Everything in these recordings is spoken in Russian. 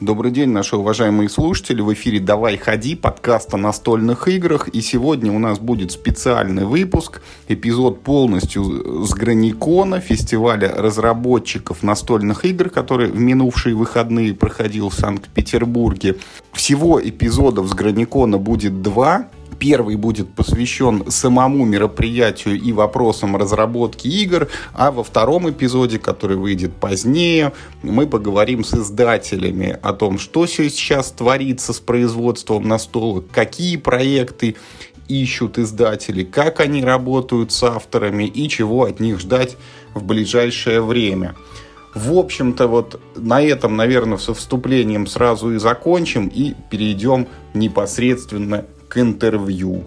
Добрый день, наши уважаемые слушатели. В эфире «Давай ходи», подкаст о настольных играх. И сегодня у нас будет специальный выпуск, эпизод полностью с Граникона, фестиваля разработчиков настольных игр, который в минувшие выходные проходил в Санкт-Петербурге. Всего эпизодов с Граникона будет 2. Первый будет посвящен самому мероприятию и вопросам разработки игр, а во втором эпизоде, который выйдет позднее, мы поговорим с издателями о том, что сейчас творится с производством настолок, какие проекты ищут издатели, как они работают с авторами и чего от них ждать в ближайшее время. В общем-то, вот на этом, наверное, со вступлением сразу и закончим и перейдем непосредственно к интервью.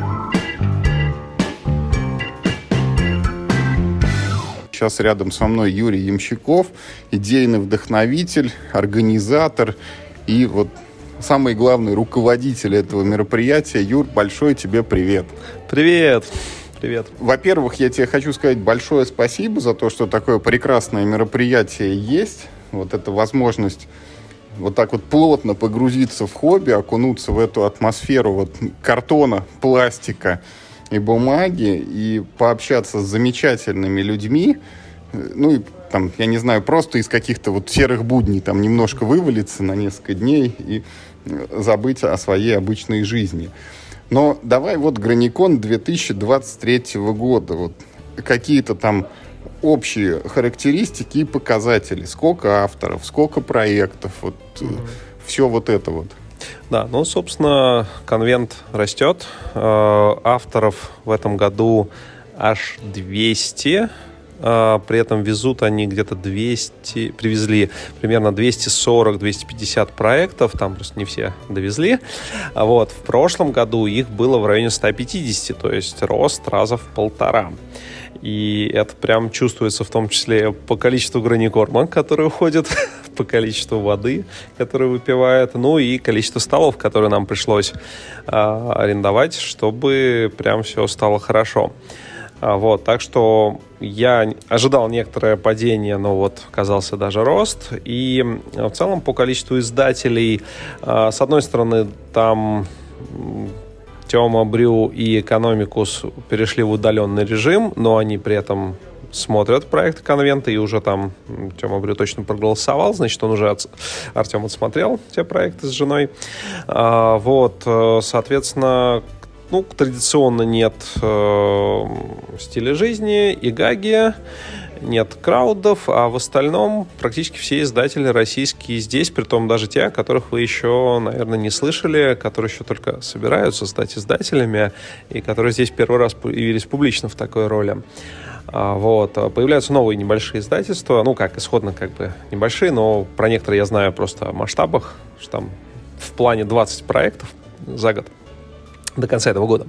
Сейчас рядом со мной Юрий Ямщиков, идейный вдохновитель, организатор и вот самый главный руководитель этого мероприятия. Юр, большой тебе привет. Привет. Привет. Во-первых, я тебе хочу сказать большое спасибо за то, что такое прекрасное мероприятие есть. Вот эта возможность вот так вот плотно погрузиться в хобби, окунуться в эту атмосферу вот картона, пластика и бумаги и пообщаться с замечательными людьми. Ну и там, я не знаю, просто из каких-то вот серых будней там немножко вывалиться на несколько дней и забыть о своей обычной жизни. Но давай вот Граникон 2023 года. Вот какие-то там общие характеристики и показатели. Сколько авторов, сколько проектов, вот все вот это вот. Да, ну, собственно, конвент растет. Авторов в этом году аж 200. При этом везут они где-то 200, привезли примерно 240-250 проектов, там просто не все довезли. Вот. В прошлом году их было в районе 150, то есть рост раза в 1,5. И это прям чувствуется в том числе по количеству граникорма, который уходит, по количеству воды, которую выпивает, ну и количество столов, которые нам пришлось арендовать, чтобы прям все стало хорошо. Вот, так что я ожидал некоторое падение, но вот оказался даже рост. И в целом по количеству издателей, с одной стороны, там Тёма Брю и Экономикус перешли в удаленный режим, но они при этом смотрят проекты конвента, и уже там Тёма Брю точно проголосовал, значит, он уже Артём отсмотрел те проекты с женой. Вот, соответственно, ну, традиционно нет стиля жизни и гаги, нет краудов, а в остальном практически все издатели российские здесь, притом даже те, о которых вы еще, наверное, не слышали, которые еще только собираются стать издателями и которые здесь первый раз появились публично в такой роли. Вот. Появляются новые небольшие издательства, ну, как исходно как бы небольшие, но про некоторые я знаю просто о масштабах, что там в плане 20 проектов за год. До конца этого года.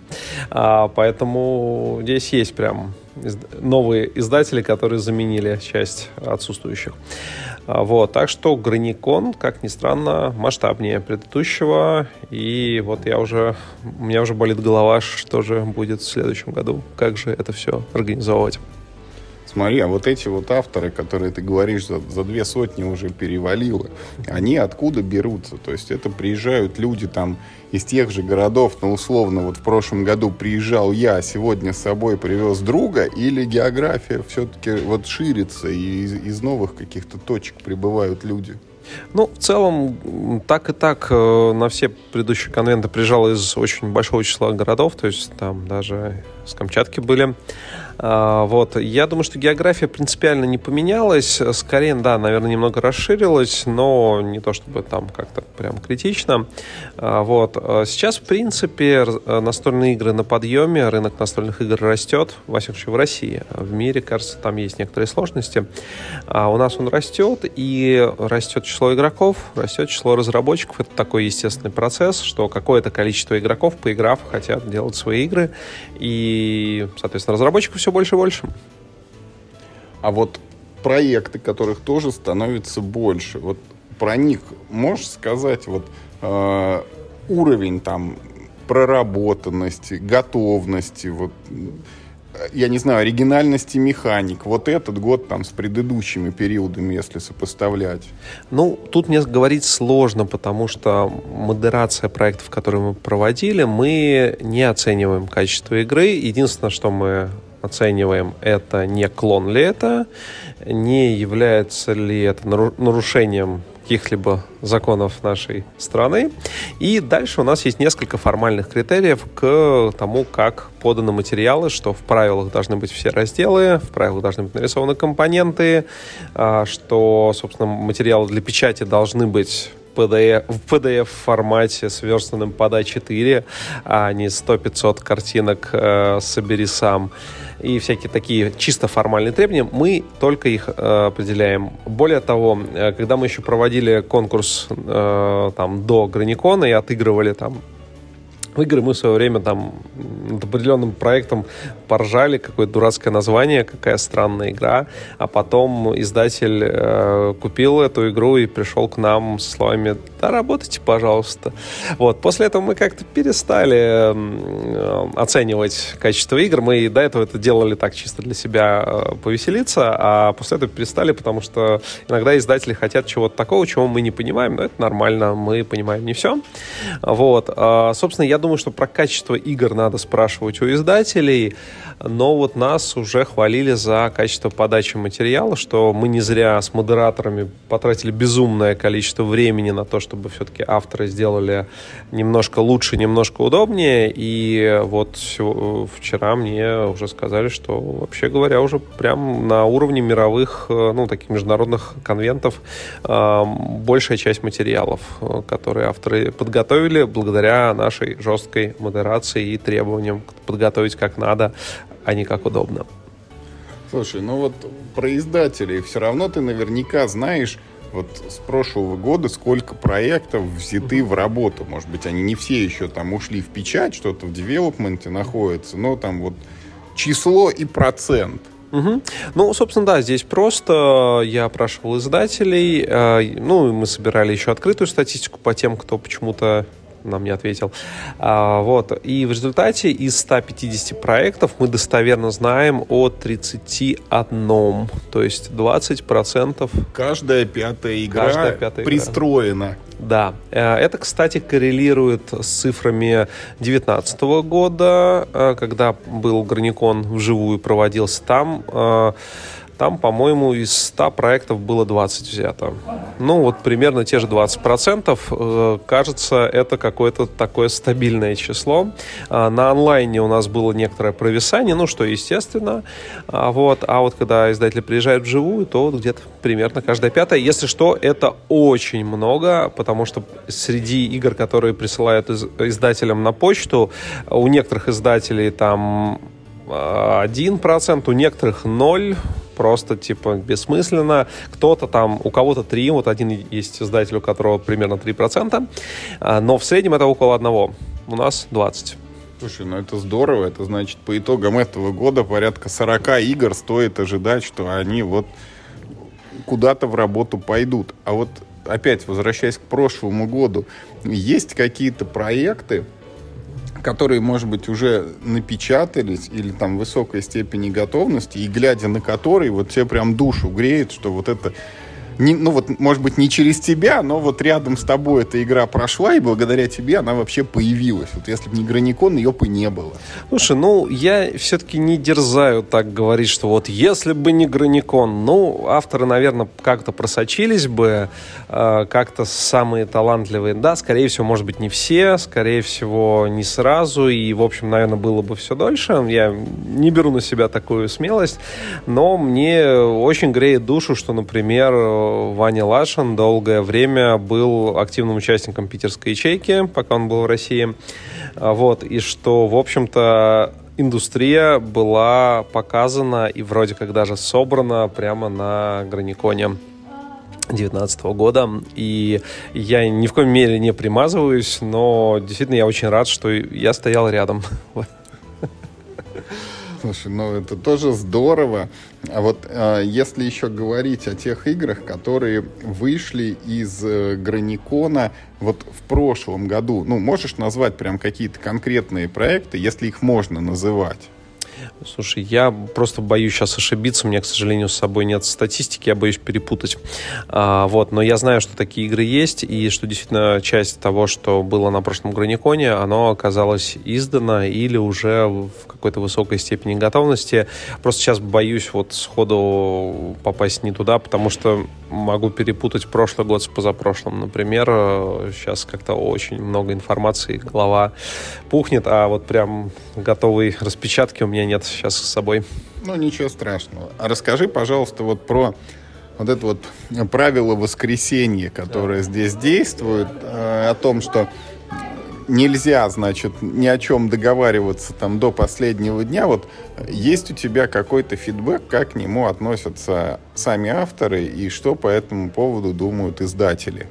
Поэтому здесь есть прям новые издатели, которые заменили часть отсутствующих. Вот. Так что Граникон, как ни странно, масштабнее предыдущего. И вот у меня уже болит голова, что же будет в следующем году. Как же это все организовывать. Смотри, а вот эти вот авторы, которые ты говоришь, за 200 уже перевалило, они откуда берутся? То есть это приезжают люди там из тех же городов, ну, условно, вот в прошлом году приезжал я, сегодня с собой привез друга, или география все-таки вот ширится, и из новых каких-то точек прибывают люди? Ну, в целом, так и так на все предыдущие конвенты приезжал из очень большого числа городов, то есть там даже с Камчатки были. Вот. Я думаю, что география принципиально не поменялась. Скорее, да, наверное, немного расширилась, но не то чтобы там как-то прям критично. Вот. Сейчас, в принципе, настольные игры на подъеме, рынок настольных игр растет, во всяком случае, в России. В мире, кажется, там есть некоторые сложности. А у нас он растет, и растет число игроков, растет число разработчиков. Это такой естественный процесс, что какое-то количество игроков, поиграв, хотят делать свои игры, и, соответственно, разработчиков все больше и больше. А вот проекты, которых тоже становится больше, вот про них можешь сказать вот уровень там проработанности, готовности, вот я не знаю, оригинальности механик, вот этот год там с предыдущими периодами, если сопоставлять? Ну, тут мне говорить сложно, потому что модерация проектов, которые мы проводили, мы не оцениваем качество игры. Единственное, что мы оцениваем, это не клон ли это, не является ли это нарушением каких-либо законов нашей страны. И дальше у нас есть несколько формальных критериев к тому, как поданы материалы, что в правилах должны быть все разделы, в правилах должны быть нарисованы компоненты, что, собственно, материалы для печати должны быть в PDF-формате, сверстанным под А4, а не 100-500 картинок «собери сам». И всякие такие чисто формальные требования, мы только их определяем. Более того, когда мы еще проводили конкурс там, до Граникона и отыгрывали там в игры, мы в свое время там над определенным проектом поржали, какое-то дурацкое название, какая странная игра, а потом издатель купил эту игру и пришел к нам со словами: да, работайте, пожалуйста. Вот. После этого мы как-то перестали оценивать качество игр. Мы до этого это делали так, чисто для себя повеселиться, а после этого перестали, потому что иногда издатели хотят чего-то такого, чего мы не понимаем, но это нормально, мы понимаем не все. Вот. Собственно, я думаю, что про качество игр надо спрашивать у издателей, но вот нас уже хвалили за качество подачи материала, что мы не зря с модераторами потратили безумное количество времени на то, чтобы все-таки авторы сделали немножко лучше, немножко удобнее, и вот вчера мне уже сказали, что, вообще говоря, уже прям на уровне мировых, ну, таких международных конвентов большая часть материалов, которые авторы подготовили благодаря нашей жесткой модерации и требованиям подготовить как надо, а не как удобно. Слушай, ну вот про издателей все равно ты наверняка знаешь вот с прошлого года сколько проектов взяты в работу. Может быть, они не все еще там ушли в печать, что-то в девелопменте находится, но там вот число и процент. Угу. Ну, собственно, да, здесь просто я опрашивал издателей, ну, мы собирали еще открытую статистику по тем, кто почему-то нам не ответил. Вот. И в результате из 150 проектов мы достоверно знаем о 31. То есть 20%. Каждая пятая игра пристроена. Да. Это, кстати, коррелирует с цифрами 2019 года, когда был Граникон вживую проводился. Там, по-моему, из 100 проектов было 20 взято. Ну, вот примерно те же 20%. Кажется, это какое-то такое стабильное число. На онлайне у нас было некоторое провисание, ну, что естественно. Вот. А вот когда издатели приезжают вживую, то вот где-то примерно каждая пятая. Если что, это очень много, потому что среди игр, которые присылают издателям на почту, у некоторых издателей там 1%, у некоторых 0%. Просто, типа, бессмысленно. Кто-то там, у кого-то 3, вот один есть издатель, у которого примерно 3%, но в среднем это около 1. У нас 20. Слушай, ну это здорово. Это значит, по итогам этого года порядка 40 игр стоит ожидать, что они вот куда-то в работу пойдут. А вот опять, возвращаясь к прошлому году, есть какие-то проекты, которые, может быть, уже напечатались или там в высокой степени готовности, и глядя на которые, вот тебе прям душу греет, что вот это, ну вот, может быть, не через тебя, но вот рядом с тобой эта игра прошла, и благодаря тебе она вообще появилась. Вот если бы не Граникон, ее бы не было. Слушай, ну, я все-таки не дерзаю так говорить, что вот если бы не Граникон, ну, авторы, наверное, как-то просочились бы, как-то самые талантливые. Да, скорее всего, может быть, не все, скорее всего, не сразу, и, в общем, наверное, было бы все дольше. Я не беру на себя такую смелость, но мне очень греет душу, что, например, Ваня Лашин долгое время был активным участником питерской ячейки, пока он был в России. Вот, и что, в общем-то, индустрия была показана и вроде как даже собрана прямо на Граниконе 2019 года. И я ни в коем мере не примазываюсь, но действительно я очень рад, что я стоял рядом. Слушай, ну это тоже здорово. А вот если еще говорить о тех играх, которые вышли из Граникона вот в прошлом году, ну, можешь назвать прям какие-то конкретные проекты, если их можно называть? Слушай, я просто боюсь сейчас ошибиться. У меня, к сожалению, с собой нет статистики, я боюсь перепутать. Но я знаю, что такие игры есть, и что действительно часть того, что было на прошлом Граниконе, оно оказалось издано или уже в какой-то высокой степени готовности. Просто сейчас боюсь сходу попасть не туда, потому что могу перепутать прошлый год с позапрошлым. Например, сейчас как-то очень много информации, голова пухнет, а вот прям готовой распечатки у меня нет сейчас с собой. Ну, ничего страшного. А расскажи, пожалуйста, про это правило воскресенья, которое здесь действует, о том, что нельзя, ни о чем договариваться до последнего дня. Есть у тебя какой-то фидбэк, как к нему относятся сами авторы и что по этому поводу думают издатели?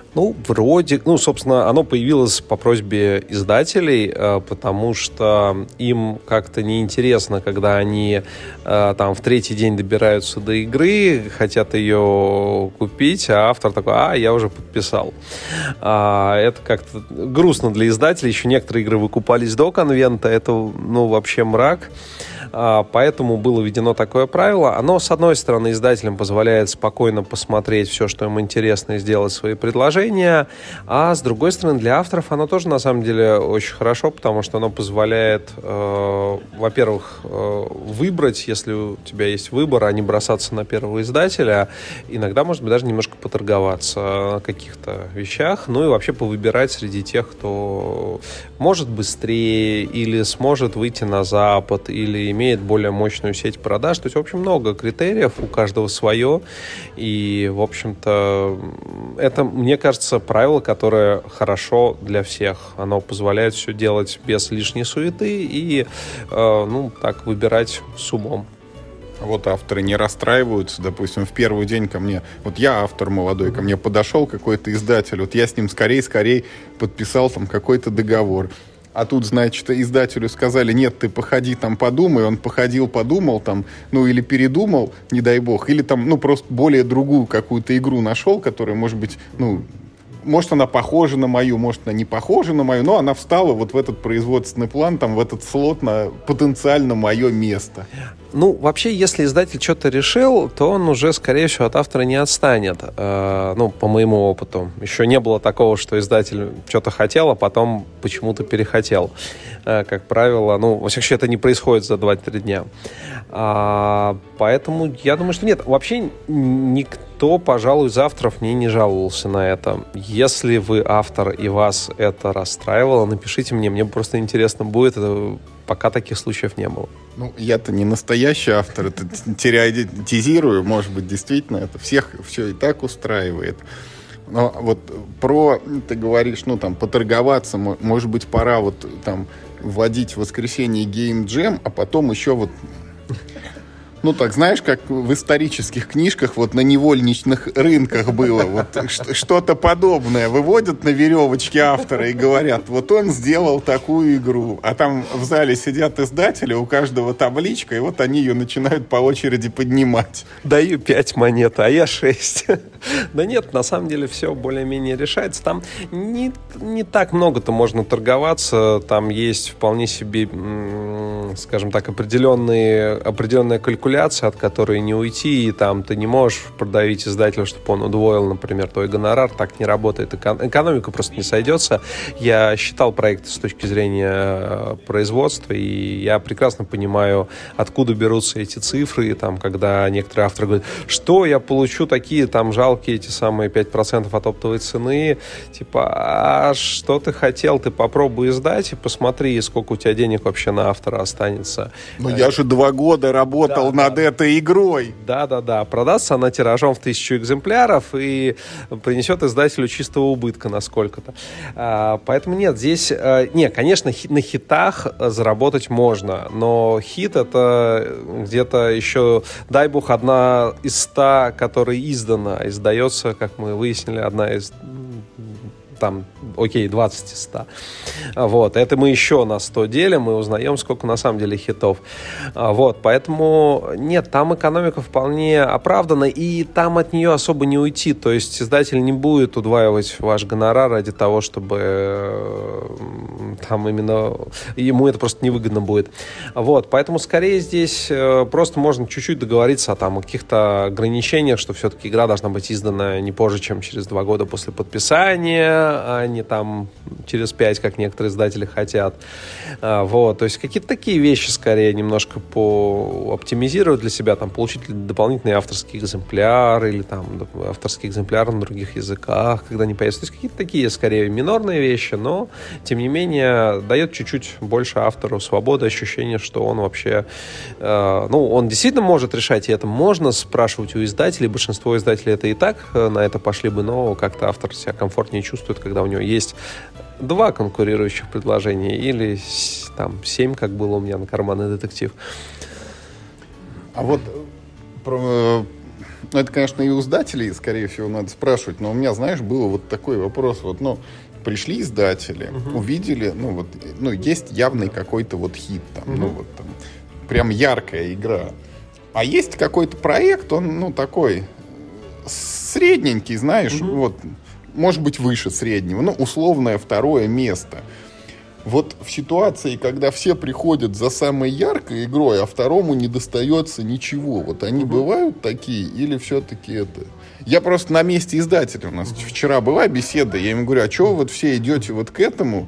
Собственно, оно появилось по просьбе издателей, потому что им как-то неинтересно, когда они в третий день добираются до игры, хотят ее купить, а автор такой: я уже подписал. Это как-то грустно для издателей. Еще некоторые игры выкупались до конвента, это, вообще мрак. Поэтому было введено такое правило. Оно, с одной стороны, издателям позволяет спокойно посмотреть все, что им интересно, и сделать свои предложения. А с другой стороны, для авторов оно тоже, на самом деле, очень хорошо, потому что оно позволяет, во-первых, выбрать, если у тебя есть выбор, а не бросаться на первого издателя. Иногда, может быть, даже немножко поторговаться на каких-то вещах. И вообще повыбирать среди тех, кто может быстрее или сможет выйти на Запад, или имеет более мощную сеть продаж. То есть, в общем, много критериев, у каждого свое. И, в общем-то, это, мне кажется, правило, которое хорошо для всех. Оно позволяет все делать без лишней суеты и, так, выбирать с умом. Авторы не расстраиваются, допустим, в первый день ко мне, я автор молодой, ко мне подошел какой-то издатель, я с ним скорей подписал какой-то договор. А тут, издателю сказали: нет, ты походи подумай. Он походил, подумал или передумал, не дай бог, или просто более другую какую-то игру нашел, которая, может быть, может, она похожа на мою, может, она не похожа на мою, но она встала в этот производственный план, в этот слот на потенциально мое место. Вообще, если издатель что-то решил, то он уже, скорее всего, от автора не отстанет. По моему опыту. Еще не было такого, что издатель что-то хотел, а потом почему-то перехотел. Как правило, во всяком случае, это не происходит за 2-3 дня. Поэтому я думаю, что нет. Вообще, никто, пожалуй, из авторов мне не жаловался на это. Если вы автор и вас это расстраивало, напишите мне просто интересно будет. Пока таких случаев не было. Я-то не настоящий автор, это теоретизирую, может быть, действительно это всех все и так устраивает. Но ты говоришь, поторговаться, может быть, пора вводить в воскресенье гейм-джем, а потом еще знаешь, как в исторических книжках на невольничных рынках было, что-то подобное. Выводят на веревочке автора и говорят: он сделал такую игру. А там в зале сидят издатели, у каждого табличка, и они ее начинают по очереди поднимать. Даю 5 монет, а я 6. Да нет, на самом деле все более-менее решается. Там не так много-то можно торговаться. Там есть вполне себе, скажем так, определенная калькуляция, от которой не уйти, и там ты не можешь продавить издателю, чтобы он удвоил, например, твой гонорар. Так не работает. Экономика просто не сойдется. Я считал проект с точки зрения производства, и я прекрасно понимаю, откуда берутся эти цифры, когда некоторые авторы говорят: что я получу такие жалкие эти самые 5% от оптовой цены, а что ты хотел, ты попробуй издать и посмотри, сколько у тебя денег вообще на автора останется. Я же 2 года работал над этой игрой. Да. Продастся она тиражом в 1000 экземпляров и принесет издателю чистого убытка на сколько-то. Поэтому нет, здесь... конечно, на хитах заработать можно, но хит — это где-то еще, дай бог, 1 из 100, которая издана. Издается, как мы выяснили, 1 из там, окей, 20 из 100. Вот, это мы еще на 100 делим и узнаем, сколько на самом деле хитов. Вот, поэтому нет, там экономика вполне оправдана, и там от нее особо не уйти. То есть издатель не будет удваивать ваш гонорар ради того, чтобы там именно ему это просто невыгодно будет. Вот, поэтому скорее здесь просто можно чуть-чуть договориться о каких-то ограничениях, что все-таки игра должна быть издана не позже, чем через 2 года после подписания, а не там через 5, как некоторые издатели хотят. Вот, то есть какие-то такие вещи скорее немножко оптимизировать для себя, там, получить дополнительный авторский экземпляр или там авторский экземпляр на других языках, когда они появятся. То есть какие-то такие скорее минорные вещи, но тем не менее дает чуть-чуть больше автору свободы, ощущение, что он вообще он действительно может решать, и это можно спрашивать у издателей. Большинство издателей это и так на это пошли бы, но как-то автор себя комфортнее чувствует, когда у него есть 2 конкурирующих предложения или там 7, как было у меня на «Карманный детектив». А вот это, конечно, и у издателей, скорее всего, надо спрашивать, но у меня, знаешь, был вот такой вопрос. Пришли издатели, увидели, есть явный какой-то хит, там, прям яркая игра. А есть какой-то проект, он, такой средненький, знаешь, может быть, выше среднего, условное 2 место. Вот в ситуации, когда все приходят за самой яркой игрой, а второму не достается ничего, вот они бывают такие или все-таки это... Я просто на месте издателя, у нас вчера была беседа, я ему говорю, а что вы все идете к этому?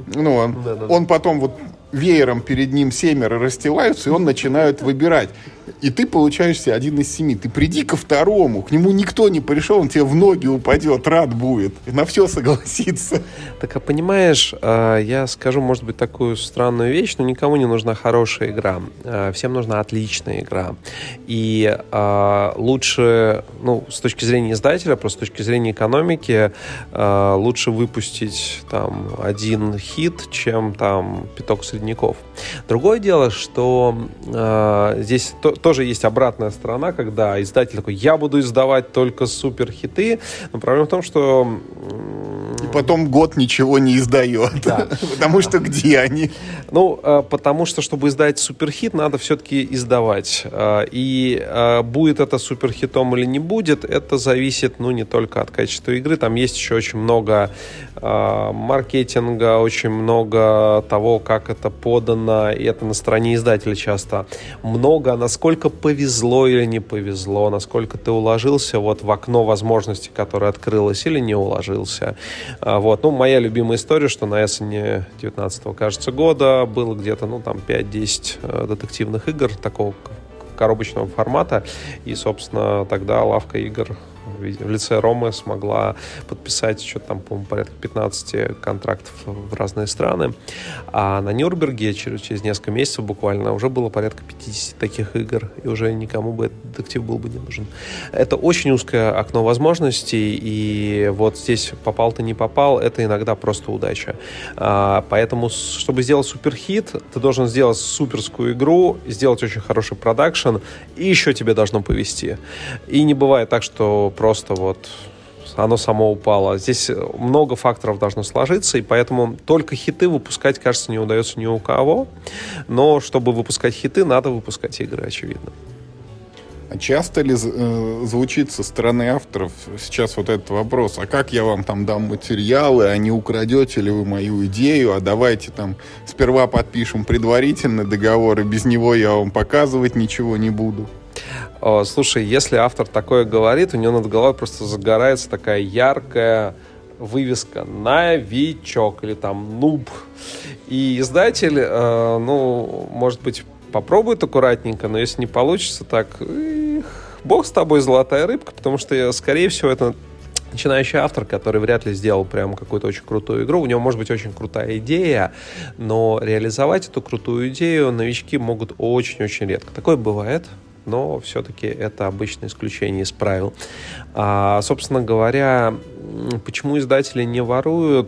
Он потом веером перед ним 7 расстилаются, и он начинает выбирать. И ты получаешься 1 из 7. Ты приди ко второму, к нему никто не пришел, он тебе в ноги упадет, рад будет, и на все согласится. Так, а понимаешь, я скажу, может быть, такую странную вещь, но никому не нужна хорошая игра. Всем нужна отличная игра. И лучше, с точки зрения издателя, просто с точки зрения экономики, лучше выпустить там 1 хит, чем там 5 средняков. Другое дело, что здесь тоже есть обратная сторона, когда издатель такой, я буду издавать только суперхиты, но проблема в том, что... И потом год ничего не издает. Да. Потому что где они? Потому что, чтобы издать суперхит, надо все-таки издавать. И будет это суперхитом или не будет, это зависит, не только от качества игры. Там есть еще очень много маркетинга, очень много того, как это подано, и это на стороне издателя часто. Много, насколько повезло или не повезло, насколько ты уложился в окно возможностей, которое открылось, или не уложился. Моя любимая история, что на Эссене 19-го, кажется, года было где-то, 5-10 детективных игр такого коробочного формата, и, собственно, тогда лавка игр в лице Ромы смогла подписать что-то там, по-моему, порядка 15 контрактов в разные страны. А на Нюрнберге через несколько месяцев буквально уже было порядка 50 таких игр, и уже никому бы этот детектив был бы не нужен. Это очень узкое окно возможностей, и вот здесь попал ты, не попал, это иногда просто удача. Поэтому, чтобы сделать суперхит, ты должен сделать суперскую игру, сделать очень хороший продакшн, и еще тебе должно повезти. И не бывает так, что просто оно само упало. Здесь много факторов должно сложиться, и поэтому только хиты выпускать, кажется, не удается ни у кого. Но чтобы выпускать хиты, надо выпускать игры, очевидно. А часто ли звучит со стороны авторов сейчас этот вопрос, а как я вам там дам материалы, а не украдете ли вы мою идею, а давайте там сперва подпишем предварительный договор, и без него я вам показывать ничего не буду? Слушай, если автор такое говорит, у него над головой просто загорается такая яркая вывеска «Новичок» или там «Нуб». И издатель, может быть, попробует аккуратненько, но если не получится, так бог с тобой, золотая рыбка, потому что, скорее всего, это начинающий автор, который вряд ли сделал прям какую-то очень крутую игру. У него может быть очень крутая идея, но реализовать эту крутую идею новички могут очень-очень редко. Такое бывает, но все-таки это обычное исключение из правил. Собственно говоря, почему издатели не воруют?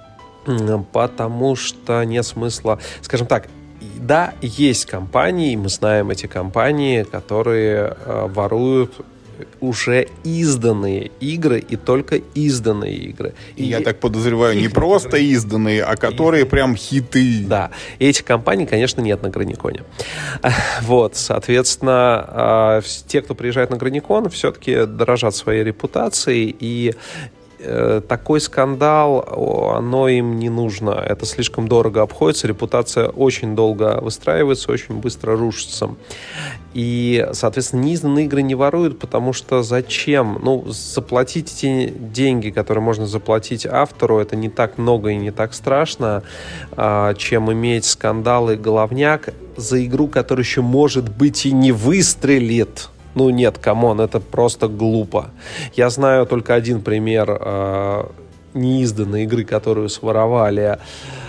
Потому что нет смысла... Скажем так, да, есть компании, мы знаем эти компании, которые воруют уже изданные игры и только изданные игры. И я так подозреваю, не просто изданные, а которые прям хиты. Да, и этих компаний, конечно, нет на Граниконе. Вот, соответственно, те, кто приезжает на Граникон, все-таки дорожат своей репутацией, и такой скандал, оно им не нужно. Это слишком дорого обходится, репутация очень долго выстраивается, очень быстро рушится. И, соответственно, неизданные игры не воруют, потому что зачем? Ну, заплатить те деньги, которые можно заплатить автору, это не так много и не так страшно, чем иметь скандал и головняк за игру, которая еще, может быть, и не выстрелит. Ну нет, камон, это просто глупо. Я знаю только один пример неизданной игры, которую своровали.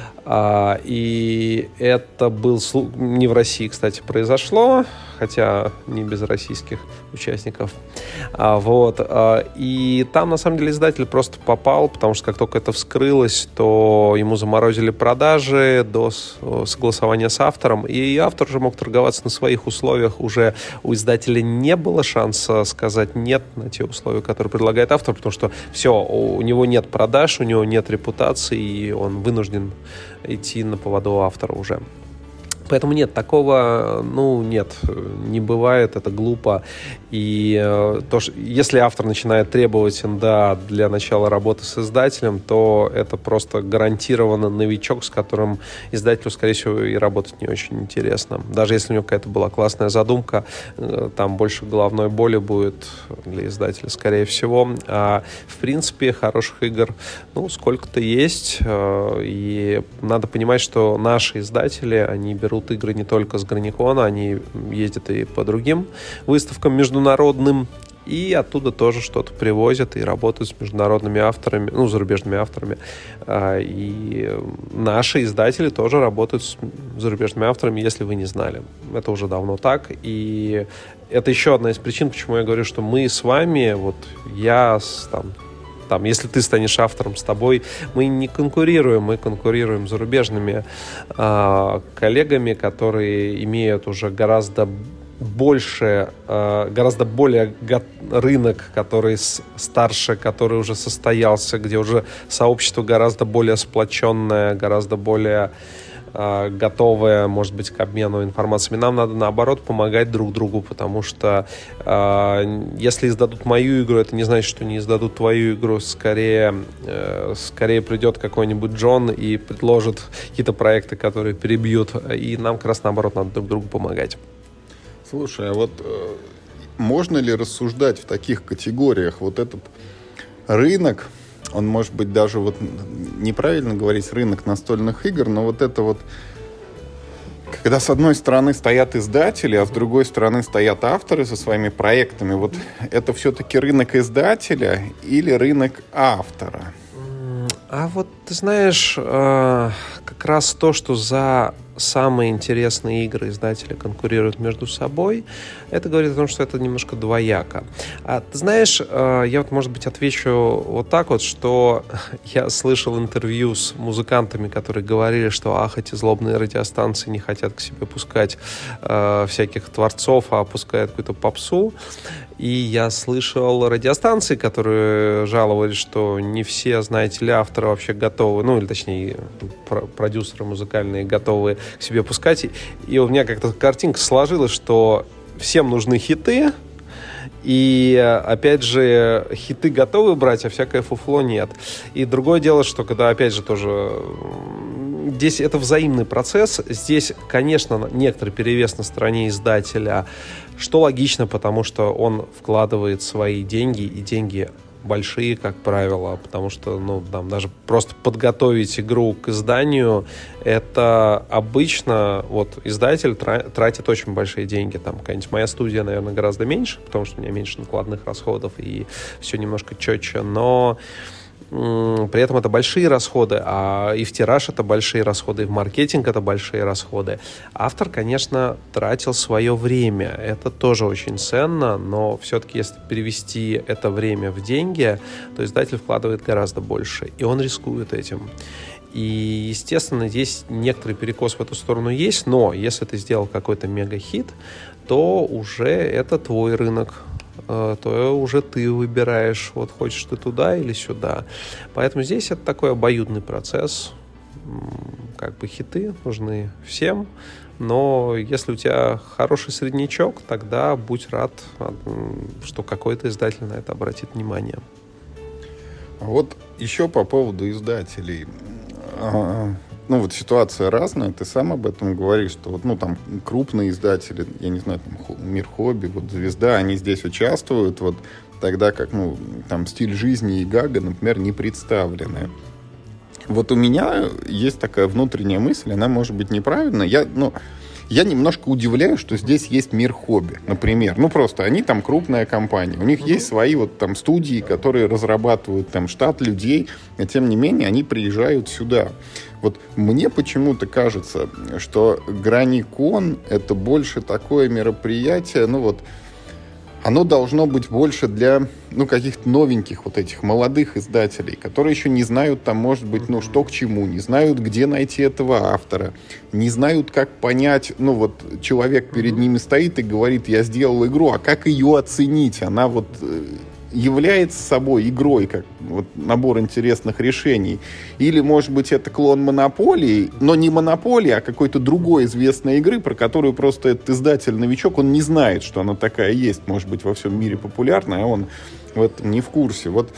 И это был не в России, кстати, произошло, хотя не без российских участников. И там, на самом деле, издатель просто попал, потому что как только это вскрылось, то ему заморозили продажи до согласования с автором, и автор уже мог торговаться на своих условиях. Уже у издателя не было шанса сказать «нет» на те условия, которые предлагает автор, потому что все, у него нет продаж, у него нет репутации, и он вынужден идти на поводу автора уже. Поэтому нет, такого, нет, не бывает, это глупо. И если автор начинает требовать НДА для начала работы с издателем, то это просто гарантированно новичок, с которым издателю, скорее всего, и работать не очень интересно. Даже если у него какая-то была классная задумка, там больше головной боли будет для издателя, скорее всего. А в принципе, хороших игр, сколько-то есть. И надо понимать, что наши издатели, они берут игры не только с Граникона, они ездят и по другим выставкам международным, и оттуда тоже что-то привозят и работают с международными авторами, зарубежными авторами. И наши издатели тоже работают с зарубежными авторами, если вы не знали. Это уже давно так, и это еще одна из причин, почему я говорю, что мы с вами, если ты станешь автором, с тобой мы не конкурируем, мы конкурируем с зарубежными коллегами, которые имеют уже гораздо более рынок, который старше, который уже состоялся, где уже сообщество гораздо более сплоченное, гораздо более готовые, может быть, к обмену информацией. Нам надо, наоборот, помогать друг другу, потому что если издадут мою игру, это не значит, что не издадут твою игру. Скорее придет какой-нибудь Джон и предложит какие-то проекты, которые перебьют. И нам как раз, наоборот, надо друг другу помогать. Слушай, а можно ли рассуждать в таких категориях? Вот этот рынок, он может быть даже неправильно говорить рынок настольных игр, но когда с одной стороны стоят издатели, а с другой стороны стоят авторы со своими проектами, это все-таки рынок издателя или рынок автора? А ты знаешь, как раз то, что за самые интересные игры издатели конкурируют между собой, это говорит о том, что это немножко двояко. А ты знаешь, я может быть, отвечу вот так что я слышал интервью с музыкантами, которые говорили, что эти злобные радиостанции не хотят к себе пускать всяких творцов, а пускают какую-то попсу. И я слышал радиостанции, которые жаловались, что не все, знаете ли, авторы вообще готовы, или точнее продюсеры музыкальные готовы к себе пускать. И у меня как-то картинка сложилась, что всем нужны хиты, и, опять же, хиты готовы брать, а всякое фуфло нет. И другое дело, что когда, опять же, тоже здесь это взаимный процесс. Здесь, конечно, некоторый перевес на стороне издателя, что логично, потому что он вкладывает свои деньги, и деньги большие, как правило, потому что, даже просто подготовить игру к изданию, это обычно, издатель тратит очень большие деньги, какая-нибудь моя студия, наверное, гораздо меньше, потому что у меня меньше накладных расходов, и все немножко четче, но при этом это большие расходы, и в тираж это большие расходы, и в маркетинг это большие расходы. Автор, конечно, тратил свое время, это тоже очень ценно, но все-таки, если перевести это время в деньги, то издатель вкладывает гораздо больше, и он рискует этим. И, естественно, здесь некоторый перекос в эту сторону есть, но если ты сделал какой-то мега-хит, то уже это твой рынок. то уже ты выбираешь, вот хочешь ты туда или сюда. Поэтому здесь это такой обоюдный процесс. Как бы хиты нужны всем, но если у тебя хороший среднячок, тогда будь рад, что какой-то издатель на это обратит внимание. Вот еще по поводу издателей. Ну, вот ситуация разная, ты сам об этом говоришь, что вот, ну, там, крупные издатели, я не знаю, там, Мир Хобби, вот, Звезда, они здесь участвуют, вот, тогда как, ну, там, Стиль жизни и Гага, например, не представлены. Вот у меня есть такая внутренняя мысль, она может быть неправильная, я немножко удивляюсь, что здесь есть Мир Хобби, например. Ну, просто они там крупная компания. У них есть свои вот там студии, которые разрабатывают там штат людей, но тем не менее они приезжают сюда. Вот мне почему-то кажется, что Граникон — это больше такое мероприятие, ну вот, оно должно быть больше для, ну, каких-то новеньких вот этих молодых издателей, которые еще не знают там, может быть, ну, что к чему, не знают, где найти этого автора, не знают, как понять, ну, вот человек перед ними стоит и говорит, я сделал игру, а как ее оценить? Она вот является собой игрой, как вот набор интересных решений. Или, может быть, это клон Монополии, но не Монополии, а какой-то другой известной игры, про которую просто этот издатель-новичок, он не знает, что она такая есть, может быть, во всем мире популярная, а он в этом не в курсе. Вот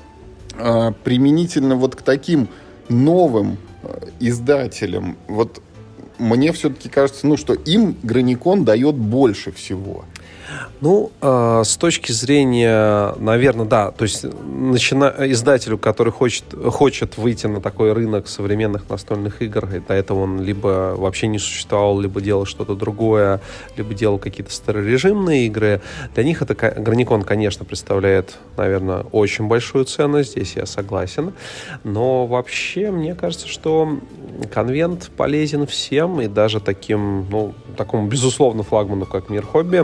применительно вот к таким новым издателям, вот мне все-таки кажется, ну, что им Граникон дает больше всего. Ну, с точки зрения, наверное, да, то есть издателю, который хочет выйти на такой рынок современных настольных игр, и до этого он либо вообще не существовал, либо делал что-то другое, либо делал какие-то старорежимные игры, для них это Граникон, конечно, представляет, наверное, очень большую ценность, здесь я согласен, но вообще мне кажется, что конвент полезен всем, и даже таким, ну, такому, безусловно, флагману, как Мир Хобби,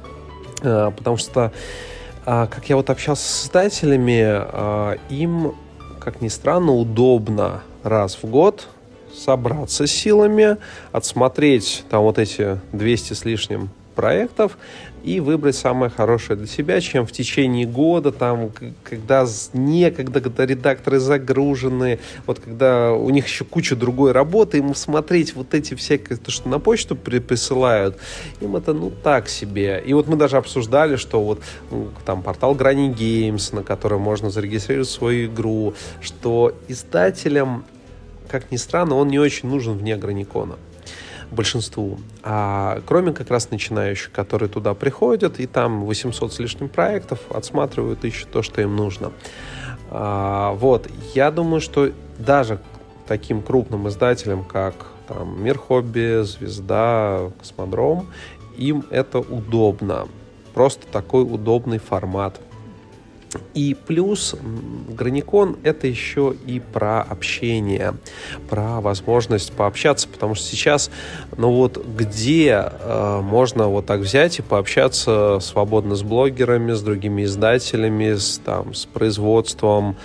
потому что, как я вот общался с издателями, им, как ни странно, удобно раз в год собраться силами, отсмотреть там вот эти 200 с лишним проектов и выбрать самое хорошее для себя, чем в течение года, там, когда некогда, когда редакторы загружены, вот когда у них еще куча другой работы, им смотреть вот эти всякие, то, что на почту присылают, им это, ну, так себе. И вот мы даже обсуждали, что вот там портал Granny Games, на котором можно зарегистрировать свою игру, что издателям, как ни странно, он не очень нужен вне Граникона. Большинству. А кроме как раз начинающих, которые туда приходят, и там 800 с лишним проектов, отсматривают, ищут то, что им нужно. Вот. Я думаю, что даже таким крупным издателям, как там Мир Хобби, Звезда, Космодром, им это удобно. Просто такой удобный формат. И плюс Граникон — это еще и про общение, про возможность пообщаться, потому что сейчас, ну вот, где можно вот так взять и пообщаться свободно с блогерами, с другими издателями, с производством,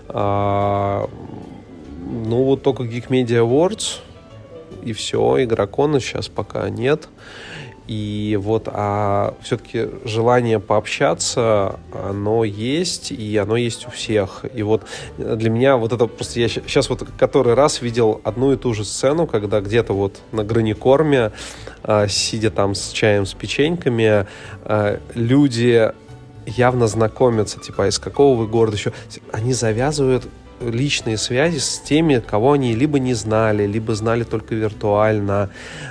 ну вот только Geek Media Awards, и все, Игрокона сейчас пока нет. И вот, все-таки желание пообщаться, оно есть, и оно есть у всех. И вот для меня вот это просто... Я сейчас вот который раз видел одну и ту же сцену, когда где-то вот на Граникорме, сидя там с чаем, с печеньками, люди явно знакомятся, типа, из какого вы города еще. Они завязывают личные связи с теми, кого они либо не знали, либо знали только виртуально.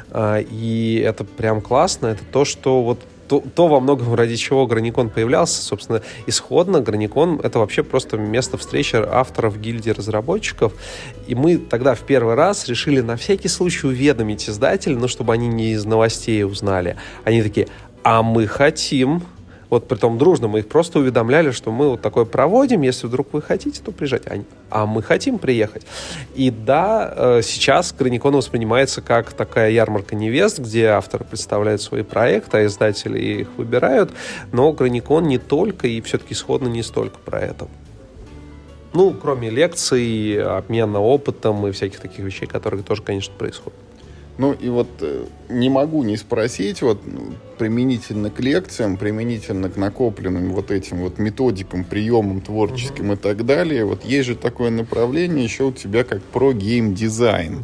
И это прям классно. Это то, что вот то во многом, ради чего Граникон появлялся. Собственно, исходно Граникон — это вообще просто место встречи авторов гильдии разработчиков. И мы тогда в первый раз решили на всякий случай уведомить издателей, ну, чтобы они не из новостей узнали. Они такие: а мы хотим... Вот притом дружно мы их просто уведомляли, что мы вот такое проводим, если вдруг вы хотите, то приезжайте. А мы хотим приехать. И да, сейчас Граникон воспринимается как такая ярмарка невест, где авторы представляют свои проекты, а издатели их выбирают. Но Граникон не только, и все-таки исходно не столько про это. Ну, кроме лекций, обмена опытом и всяких таких вещей, которые тоже, конечно, происходят. Ну и вот не могу не спросить, вот применительно к лекциям, применительно к накопленным вот этим вот методикам, приемам творческим и так далее, вот есть же такое направление еще у тебя как про геймдизайн.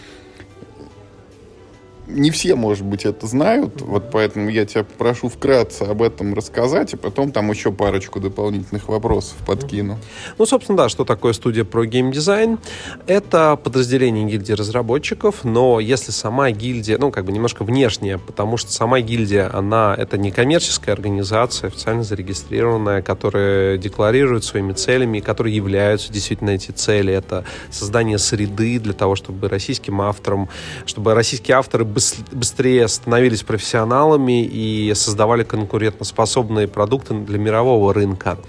Не все, может быть, это знают, вот поэтому я тебя прошу вкратце об этом рассказать, и потом там еще парочку дополнительных вопросов подкину. Ну, собственно, да, что такое студия про геймдизайн? Это подразделение гильдии разработчиков, но если сама гильдия, ну, как бы немножко внешняя, потому что сама гильдия, это не коммерческая организация, официально зарегистрированная, которая декларирует своими целями, которые являются действительно эти цели. Это создание среды для того, чтобы российские авторы быстрее становились профессионалами и создавали конкурентоспособные продукты для мирового рынка.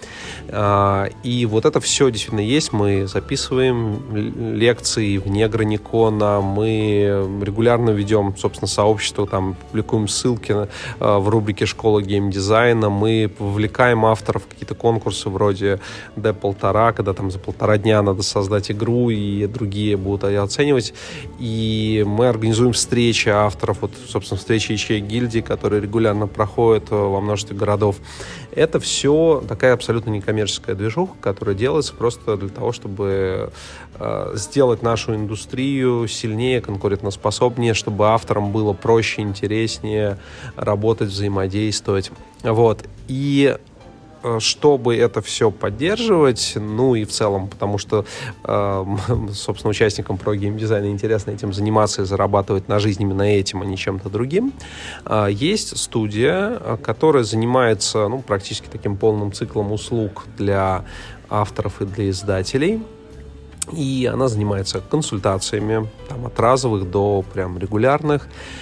И вот это все действительно есть. Мы записываем лекции вне Граникона, мы регулярно ведем, собственно, сообщество, там публикуем ссылки в рубрике «Школа геймдизайна», мы вовлекаем авторов в какие-то конкурсы вроде D1,5, когда там за 1,5 дня надо создать игру, и другие будут ее оценивать. И мы организуем встречи авторов, вот, собственно, встречи ячеек гильдии, которые регулярно проходят во множестве городов. Это все такая абсолютно некоммерческая движуха, которая делается просто для того, чтобы сделать нашу индустрию сильнее, конкурентоспособнее, чтобы авторам было проще, интереснее работать, взаимодействовать. Вот. И чтобы это все поддерживать, ну и в целом, потому что, собственно, участникам про геймдизайн интересно этим заниматься и зарабатывать на жизнь именно этим, а не чем-то другим, есть студия, которая занимается, ну, практически таким полным циклом услуг для авторов и для издателей. И она занимается консультациями, там, от разовых до прям регулярных,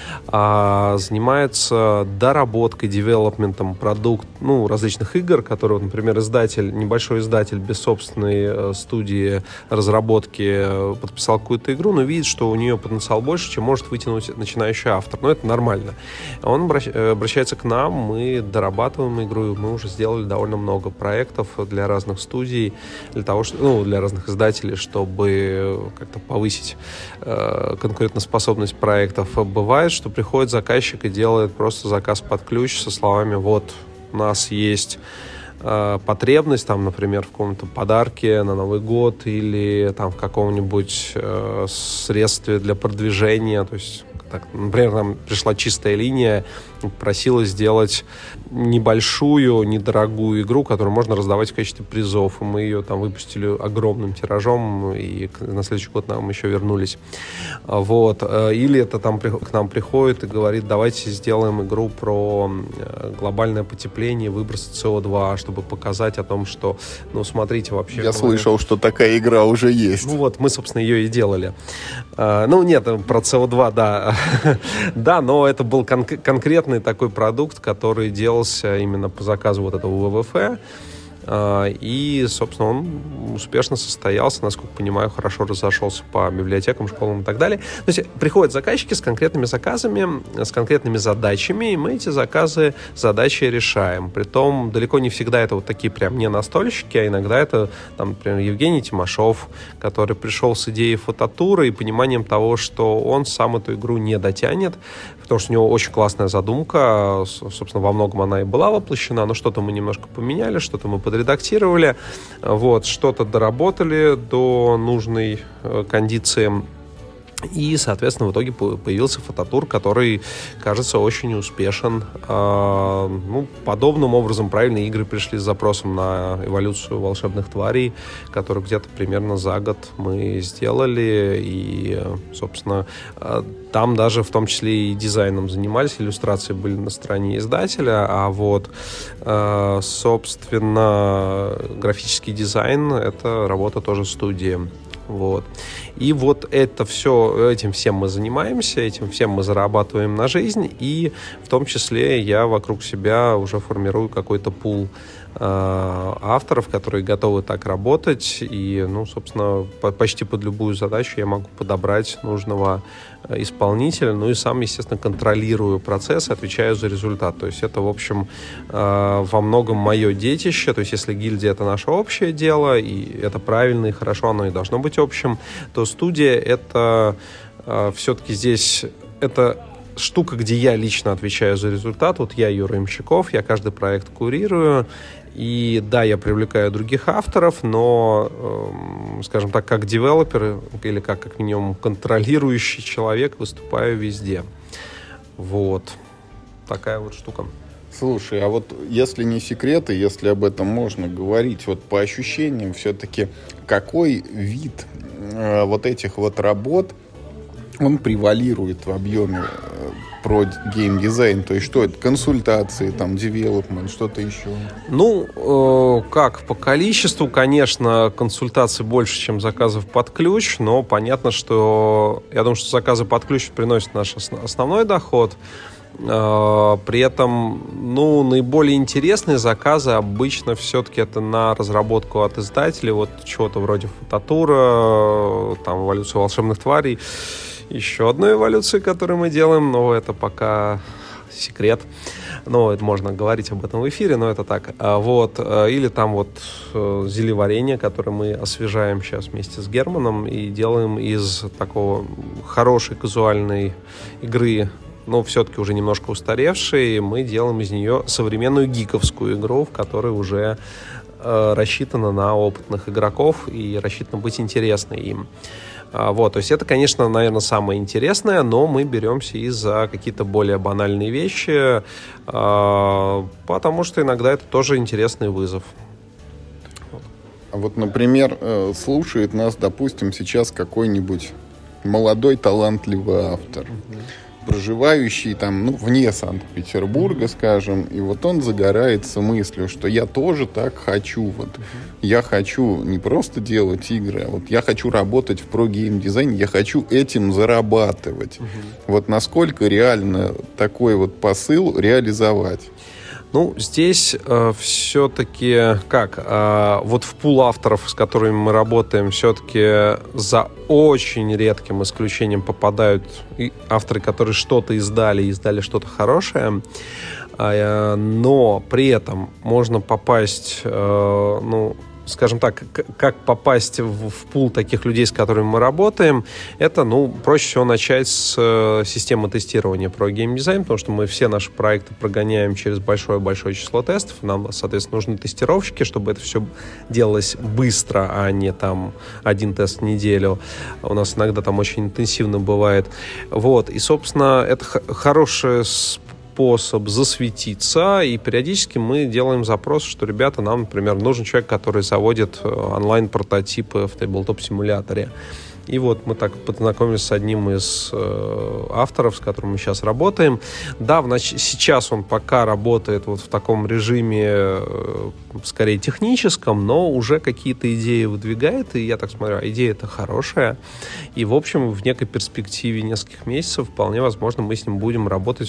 занимается доработкой, девелопментом различных игр, которые, например, небольшой издатель без собственной студии разработки подписал какую-то игру, но видит, что у нее потенциал больше, чем может вытянуть начинающий автор. Но это нормально. Он обращается к нам, мы дорабатываем игру, мы уже сделали довольно много проектов для разных студий, для разных издателей, чтобы как-то повысить конкурентоспособность проектов. Бывает, что приходит заказчик и делает просто заказ под ключ со словами: вот, у нас есть потребность, там, например, в каком-то подарке на Новый год или там в каком-нибудь средстве для продвижения. То есть, например, нам пришла чистая линия, просила сделать небольшую, недорогую игру, которую можно раздавать в качестве призов. И мы ее там выпустили огромным тиражом, и на следующий год нам еще вернулись. Вот. Или это там к нам приходит и говорит: давайте сделаем игру про глобальное потепление, выбросы СО2, чтобы показать о том, что, смотрите, вообще... Я слышал, что такая игра уже есть. Ну вот, мы, собственно, ее и делали. Нет, про СО2, да. Да, но это был конкретный такой продукт, который делался именно по заказу вот этого ВВФ. И, собственно, он успешно состоялся, насколько понимаю, хорошо разошелся по библиотекам, школам и так далее. То есть приходят заказчики с конкретными заказами, с конкретными задачами, и мы эти задачи решаем. Притом далеко не всегда это вот такие прям не настольщики, а иногда это, там, например, Евгений Тимошов, который пришел с идеей фототура и пониманием того, что он сам эту игру не дотянет, потому что у него очень классная задумка, собственно, во многом она и была воплощена, но что-то мы немножко поменяли, что-то мы подредактировали, вот, что-то доработали до нужной кондиции. И, соответственно, в итоге появился фототур, который, кажется, очень успешен. Подобным образом правильные игры пришли с запросом на эволюцию волшебных тварей, которую где-то примерно за год мы сделали. И, собственно, там даже в том числе и дизайном занимались, иллюстрации были на стороне издателя, а вот, собственно, графический дизайн — это работа тоже студии. Вот. И вот этим всем мы занимаемся, этим всем мы зарабатываем на жизнь, и в том числе я вокруг себя уже формирую какой-то пул авторов, которые готовы так работать, и, собственно, почти под любую задачу я могу подобрать нужного исполнителя, и сам, естественно, контролирую процесс, отвечаю за результат. То есть это, в общем, во многом мое детище. То есть если гильдия — это наше общее дело, и это правильно и хорошо, оно и должно быть общим, то студия — это все-таки здесь это штука, где я лично отвечаю за результат. Вот я Юра Ямщиков, я каждый проект курирую. И да, я привлекаю других авторов, но, скажем так, как девелопер или как минимум контролирующий человек выступаю везде. Вот. Такая вот штука. Слушай, а вот если не секреты, если об этом можно говорить, вот по ощущениям все-таки какой вид вот этих вот работ, он превалирует в объеме про геймдизайн? То есть что это? Консультации, там, девелопмент, что-то еще? Ну, как, по количеству, конечно, консультаций больше, чем заказов под ключ, но понятно, что я думаю, что заказы под ключ приносят наш основной доход. При этом, ну, наиболее интересные заказы обычно все-таки это на разработку от издателей, вот чего-то вроде Фототура, там, эволюцию волшебных тварей, еще одной эволюции, которую мы делаем, но это пока секрет. Ну, это можно говорить об этом в эфире, но это так. Вот. Или там вот зелеварение, которое мы освежаем сейчас вместе с Германом и делаем из такого хорошей казуальной игры, но все-таки уже немножко устаревшей, мы делаем из нее современную гиковскую игру, в которой уже рассчитана на опытных игроков и рассчитана быть интересной им. Вот, то есть это, конечно, наверное, самое интересное, но мы беремся и за какие-то более банальные вещи, потому что иногда это тоже интересный вызов. А вот, например, слушает нас, допустим, сейчас какой-нибудь молодой талантливый автор, проживающий там, ну, вне Санкт-Петербурга, скажем, и вот он загорается мыслью, что я тоже так хочу. Вот. Я хочу не просто делать игры, а вот я хочу работать в про-гейм-дизайне, я хочу этим зарабатывать. Вот насколько реально такой вот посыл реализовать? Ну, здесь все-таки вот в пул авторов, с которыми мы работаем, все-таки за очень редким исключением попадают авторы, которые что-то издали что-то хорошее, но при этом можно попасть, скажем так, как попасть в пул таких людей, с которыми мы работаем, это, проще всего начать с системы тестирования про геймдизайн, потому что мы все наши проекты прогоняем через большое-большое число тестов. Нам, соответственно, нужны тестировщики, чтобы это все делалось быстро, а не там один тест в неделю. У нас иногда там очень интенсивно бывает. Вот. И, собственно, это хороший способ засветиться, и периодически мы делаем запрос, что, ребята, нам, например, нужен человек, который заводит онлайн-прототипы в тейблтоп-симуляторе. И вот мы так познакомились с одним из авторов, с которым мы сейчас работаем. Да, сейчас он пока работает вот в таком режиме, скорее техническом, но уже какие-то идеи выдвигает, и я так смотрю, идея-то хорошая. И, в общем, в некой перспективе нескольких месяцев вполне возможно мы с ним будем работать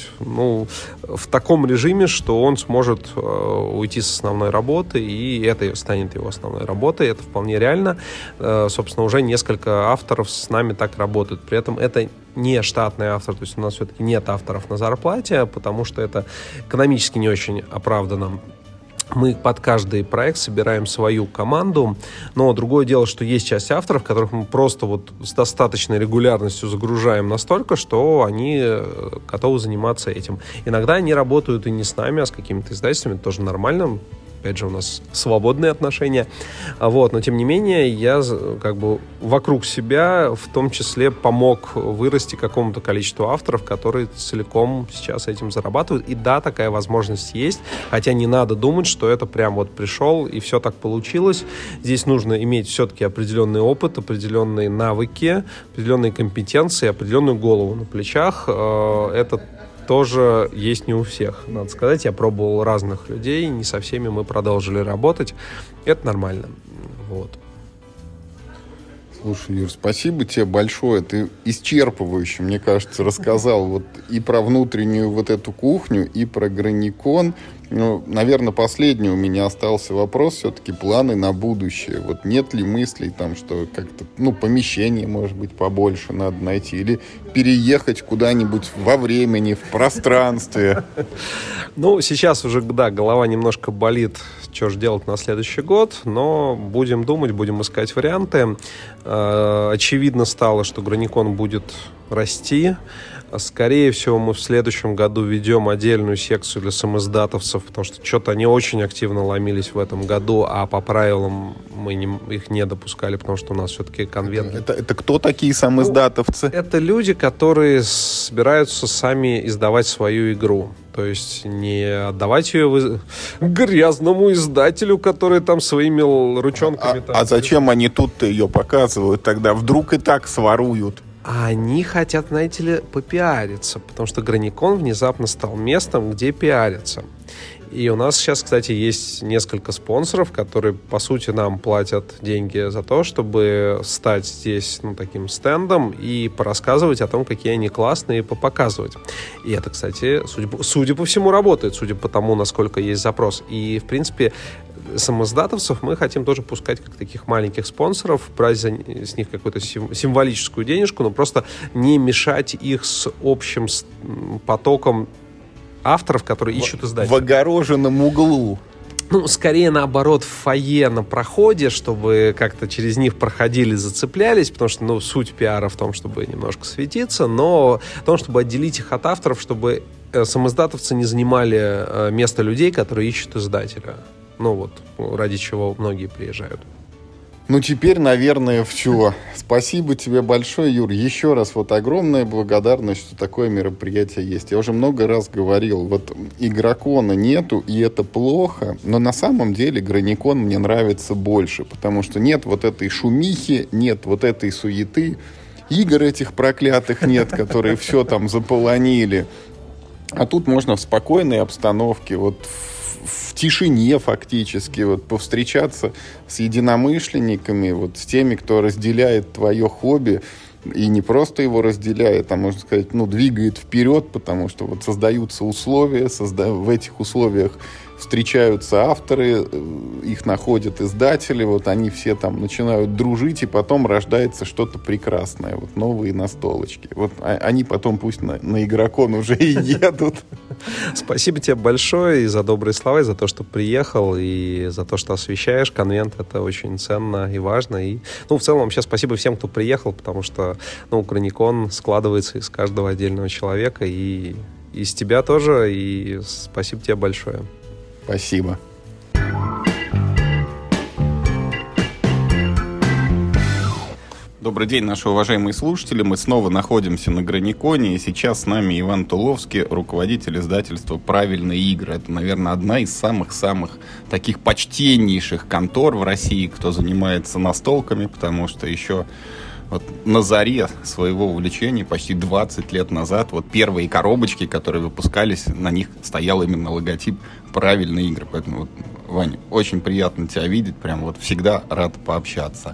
в таком режиме, что он сможет уйти с основной работы, и это станет его основной работой. Это вполне реально. Собственно, уже несколько авторов с нами так работают. При этом это не штатный автор, то есть у нас все-таки нет авторов на зарплате, потому что это экономически не очень оправдано. Мы под каждый проект собираем свою команду, но другое дело, что есть часть авторов, которых мы просто вот с достаточной регулярностью загружаем настолько, что они готовы заниматься этим. Иногда они работают и не с нами, а с какими-то издательствами, это тоже нормально. Опять же, у нас свободные отношения. Вот. Но, тем не менее, я вокруг себя в том числе помог вырасти какому-то количеству авторов, которые целиком сейчас этим зарабатывают. И да, такая возможность есть. Хотя не надо думать, что это прям вот пришел и все так получилось. Здесь нужно иметь все-таки определенный опыт, определенные навыки, определенные компетенции, определенную голову на плечах. Это тоже есть не у всех, надо сказать. Я пробовал разных людей, не со всеми мы продолжили работать. Это нормально. Вот. Слушай, Юр, спасибо тебе большое. Ты исчерпывающе, мне кажется, рассказал вот и про внутреннюю вот эту кухню, и про Граникон. Наверное, последний у меня остался вопрос, все-таки планы на будущее. Вот нет ли мыслей там, что как-то, помещение, может быть, побольше надо найти, или переехать куда-нибудь во времени, в пространстве? Сейчас уже, да, голова немножко болит, что же делать на следующий год, но будем думать, будем искать варианты. Очевидно стало, что Граникон будет расти. Скорее всего, мы в следующем году ведем отдельную секцию для самиздатовцев, потому что что-то они очень активно ломились в этом году, а по правилам мы их не допускали, потому что у нас все-таки конвент. Это кто такие самиздатовцы? Это люди, которые собираются сами издавать свою игру. То есть не отдавать ее грязному издателю, который там своими ручонками... А зачем они тут-то ее показывают тогда? Вдруг и так своруют? Они хотят, знаете ли, попиариться, потому что Граникон внезапно стал местом, где пиариться. И у нас сейчас, кстати, есть несколько спонсоров, которые, по сути, нам платят деньги за то, чтобы стать здесь, таким стендом и порассказывать о том, какие они классные, и попоказывать. И это, кстати, судя по всему, работает, судя по тому, насколько есть запрос. И, в принципе, самиздатовцев мы хотим тоже пускать как таких маленьких спонсоров, брать с них какую-то символическую денежку, но просто не мешать их с общим потоком авторов, которые ищут издателей. В огороженном углу. Скорее наоборот, в фойе на проходе, чтобы как-то через них проходили, зацеплялись, потому что, суть пиара в том, чтобы немножко светиться, но в том, чтобы отделить их от авторов, чтобы самиздатовцы не занимали место людей, которые ищут издателя. Ради чего многие приезжают. Теперь, наверное, все. Спасибо тебе большое, Юр. Еще раз огромная благодарность, что такое мероприятие есть. Я уже много раз говорил, игрокона нету, и это плохо, но на самом деле Граникон мне нравится больше, потому что нет этой шумихи, нет этой суеты, игр этих проклятых нет, которые все там заполонили. А тут можно в спокойной обстановке, в тишине фактически повстречаться с единомышленниками, с теми, кто разделяет твое хобби, и не просто его разделяет, а, можно сказать, двигает вперед, потому что создаются условия, в этих условиях встречаются авторы, их находят издатели, они все там начинают дружить, и потом рождается что-то прекрасное, новые настолочки. Они потом пусть на игрокон уже и едут. Спасибо тебе большое и за добрые слова, и за то, что приехал, и за то, что освещаешь конвент. Это очень ценно и важно. И, в целом, вообще спасибо всем, кто приехал, потому что, Граникон складывается из каждого отдельного человека, и из тебя тоже, и спасибо тебе большое. Спасибо. Добрый день, наши уважаемые слушатели. Мы снова находимся на Граниконе, и сейчас с нами Иван Туловский, руководитель издательства «Правильные игры». Это, наверное, одна из самых-самых таких почтеннейших контор в России, кто занимается настолками, потому что еще на заре своего увлечения, почти 20 лет назад, первые коробочки, которые выпускались, на них стоял именно логотип «Правильные игры». Поэтому, Ваня, очень приятно тебя видеть, прям всегда рад пообщаться.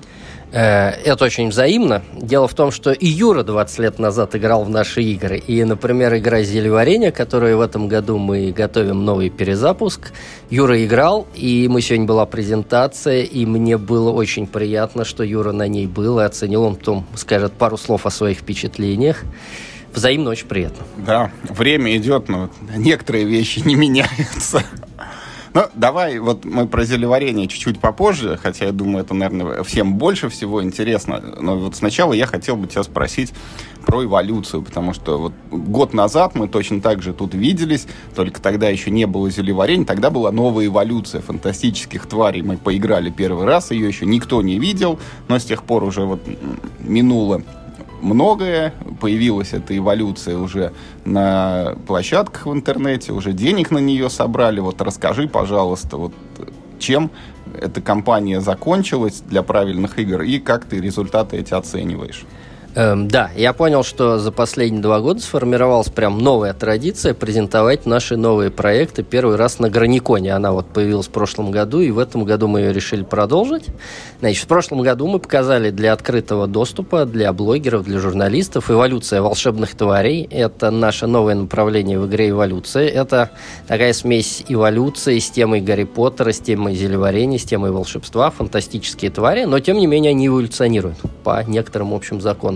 Это очень взаимно. Дело в том, что и Юра 20 лет назад играл в наши игры. И, например, игра «Зельеварение», которую в этом году мы готовим новый перезапуск, Юра играл, и сегодня была презентация, и мне было очень приятно, что Юра на ней был, и оценил, он потом скажет пару слов о своих впечатлениях. Взаимно очень приятно. Да, время идет, но некоторые вещи не меняются. Давай, мы про зельеварение чуть-чуть попозже, хотя я думаю, это, наверное, всем больше всего интересно. Но сначала я хотел бы тебя спросить про эволюцию, потому что год назад мы точно так же тут виделись, только тогда еще не было зельеварения, тогда была новая эволюция фантастических тварей. Мы поиграли первый раз, ее еще никто не видел, но с тех пор уже минуло многое, появилась эта эволюция уже на площадках в интернете, уже денег на нее собрали. Расскажи, пожалуйста, чем эта кампания закончилась для правильных игр и как ты результаты эти оцениваешь? Да, я понял, что за последние 2 года сформировалась прям новая традиция презентовать наши новые проекты первый раз на Граниконе. Она появилась в прошлом году, и в этом году мы ее решили продолжить. Значит, в прошлом году мы показали для открытого доступа, для блогеров, для журналистов «Эволюция волшебных тварей». Это наше новое направление в игре «Эволюция». Это такая смесь эволюции с темой Гарри Поттера, с темой зельеварения, с темой волшебства, фантастические твари, но, тем не менее, они эволюционируют по некоторым общим законам.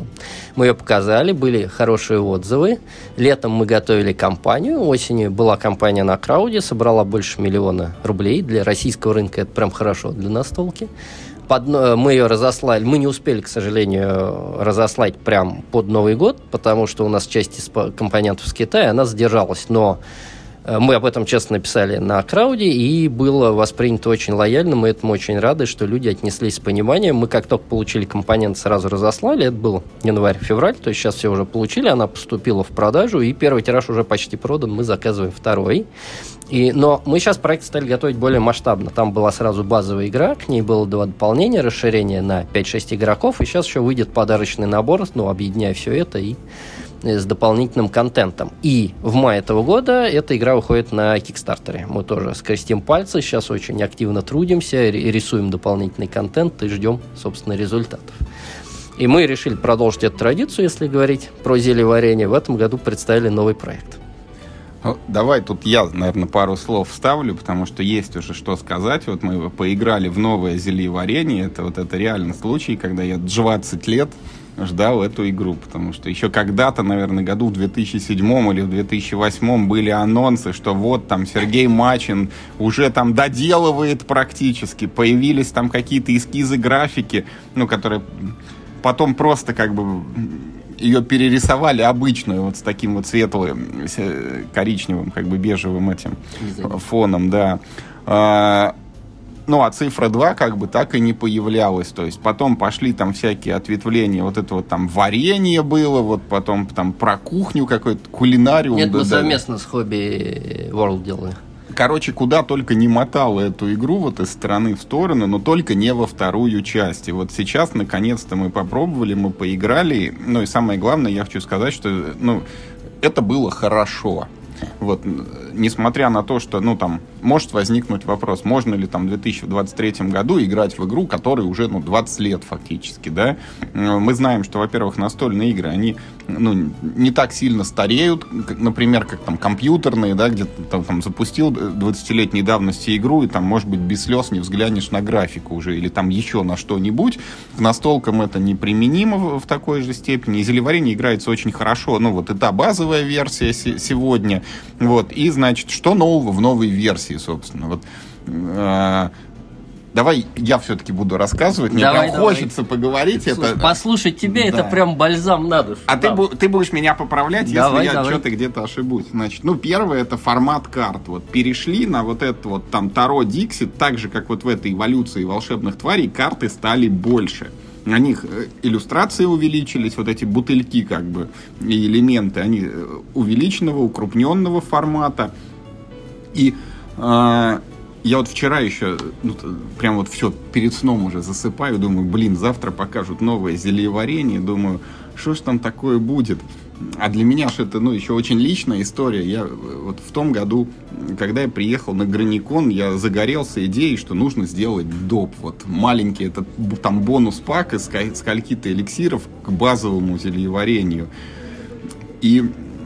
Мы ее показали, были хорошие отзывы. Летом мы готовили кампанию, осенью была кампания на крауде, собрала больше 1 000 000 рублей. Для российского рынка это прям хорошо для настолки. Мы ее разослали, мы не успели, к сожалению, разослать прям под Новый год, потому что у нас часть компонентов с Китая, она задержалась, но мы об этом честно написали на крауде, и было воспринято очень лояльно, мы этому очень рады, что люди отнеслись с пониманием. Мы как только получили компонент, сразу разослали, это был январь-февраль, то есть сейчас все уже получили, она поступила в продажу, и первый тираж уже почти продан, мы заказываем второй. Но мы сейчас проект стали готовить более масштабно. Там была сразу базовая игра, к ней было 2 дополнения, расширение на 5-6 игроков, и сейчас еще выйдет подарочный набор, объединяя все это и с дополнительным контентом. И в мае этого года эта игра выходит на Кикстартере. Мы тоже скрестим пальцы, сейчас очень активно трудимся, рисуем дополнительный контент и ждем, собственно, результатов. И мы решили продолжить эту традицию, если говорить про зельеварение. В этом году представили новый проект. Давай тут я, наверное, пару слов вставлю, потому что есть уже что сказать. Вот мы поиграли в новое зельеварение. Это реально случай, когда я 20 лет ждал эту игру, потому что еще когда-то, наверное, году в 2007 или в 2008 были анонсы, что вот там Сергей Мачин уже там доделывает практически, появились там какие-то эскизы графики, которые потом просто как бы ее перерисовали обычную, вот с таким вот светлым, коричневым, как бы бежевым этим фоном, да. А цифра 2 как бы так и не появлялась. То есть потом пошли там всякие ответвления. Вот это вот там варенье было, вот потом там про кухню какой-то, кулинариум. Нет, мы совместно с Hobby World делали. Короче, куда только не мотало эту игру вот из стороны в сторону, но только не во вторую часть. И вот сейчас, наконец-то, мы попробовали, мы поиграли. И самое главное, я хочу сказать, что это было хорошо. Вот, несмотря на то, что, там, может возникнуть вопрос, можно ли там в 2023 году играть в игру, которой уже, 20 лет фактически, да. Мы знаем, что, во-первых, настольные игры, они, не так сильно стареют, например, как там компьютерные, да, где ты там запустил 20-летней давности игру, и там, может быть, без слез не взглянешь на графику уже, или там еще на что-нибудь. К настолкам это неприменимо в такой же степени. И зельеварение играется очень хорошо. И та базовая версия сегодня. Вот. И, значит, что нового в новой версии, собственно? Давай я все-таки буду рассказывать. Мне прям хочется поговорить. Слушай, послушать тебя, это прям бальзам на душу. А ты будешь меня поправлять, если я что-то где-то ошибусь. Значит, первое, это формат карт. Вот перешли на вот это вот там Таро Диксит, так же, как вот в этой эволюции волшебных тварей, карты стали больше. На них иллюстрации увеличились, вот эти бутыльки как бы и элементы, они увеличенного, укрупненного формата. И я вот вчера еще прям вот все перед сном уже засыпаю, думаю, завтра покажут новое зельеварение, думаю, что ж там такое будет. А для меня же это, еще очень личная история. Я вот в том году, когда я приехал на Граникон, я загорелся идеей, что нужно сделать доп. Вот маленький этот там бонус-пак из скольки-то эликсиров к базовому зельеварению. И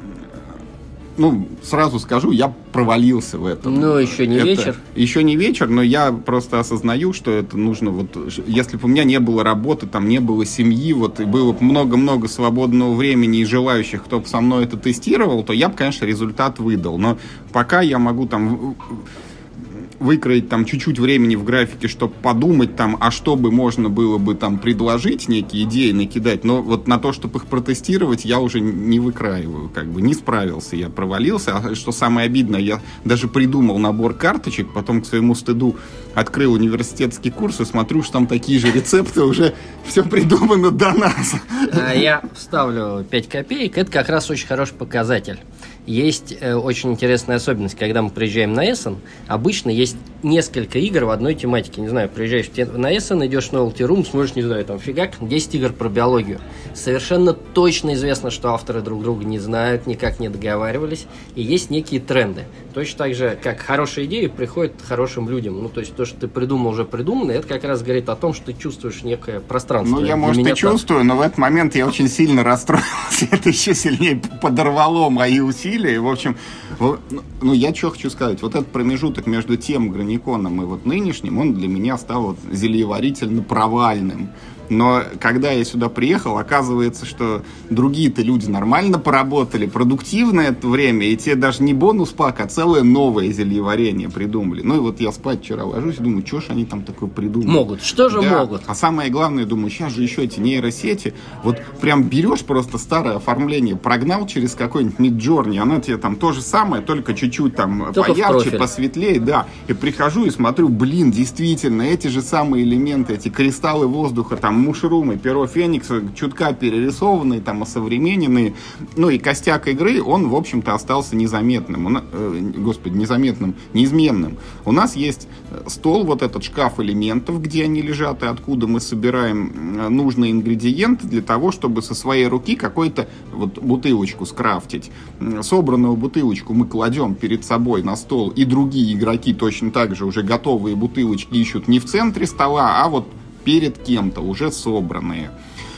сразу скажу, я провалился в этом. Еще не вечер. Еще не вечер, но я просто осознаю, что это нужно, если бы у меня не было работы, там не было семьи, и было бы много-много свободного времени и желающих, кто бы со мной это тестировал, то я бы, конечно, результат выдал. Но пока я могу там выкроить там чуть-чуть времени в графике, чтобы подумать там, а что бы можно было бы там предложить, некие идеи накидать, но вот на то, чтобы их протестировать, я уже не выкраиваю, как бы не справился, я провалился. А что самое обидное, я даже придумал набор карточек, потом к своему стыду открыл университетский курс и смотрю, что там такие же рецепты, уже все придумано до нас. Я вставлю 5 копеек, это как раз очень хороший показатель. Есть очень интересная особенность, когда мы приезжаем на Эссен, обычно есть несколько игр в одной тематике. Не знаю, приезжаешь на Эссен, идешь в Novelty Room, смотришь, не знаю, там фигак, 10 игр про биологию. Совершенно точно известно, что авторы друг друга не знают, никак не договаривались, и есть некие тренды. Точно так же, как хорошие идеи приходят хорошим людям. То есть то, что ты придумал, уже придумано, это как раз говорит о том, что ты чувствуешь некое пространство. Я, может, и чувствую, но в этот момент я очень сильно расстроился. Это еще сильнее подорвало мои усилия. В общем, я что хочу сказать. Вот этот промежуток между тем Граниконом и нынешним, он для меня стал зельеварительно провальным. Но когда я сюда приехал, оказывается, что другие-то люди нормально поработали, продуктивно это время, и те даже не бонус-пак, а целое новое зельеварение придумали. Ну и вот я спать вчера ложусь и думаю, что ж они там такое придумали. Могут, что же могут? А самое главное, думаю, сейчас же еще эти нейросети, вот прям берешь просто старое оформление, прогнал через какой-нибудь Midjourney, оно тебе там то же самое, только чуть-чуть там только поярче, посветлее, да. И прихожу и смотрю, блин, действительно, эти же самые элементы, эти кристаллы воздуха, там, мушрумы, перо феникса, чутка перерисованные, там, осовремененные. Ну и костяк игры, он, в общем-то, остался незаметным. Незаметным, неизменным. У нас есть стол, вот этот шкаф элементов, где они лежат и откуда мы собираем нужные ингредиенты для того, чтобы со своей руки какую-то вот бутылочку скрафтить. Собранную бутылочку мы кладем перед собой на стол, и другие игроки точно так же уже готовые бутылочки ищут не в центре стола, а вот перед кем-то, уже собранные.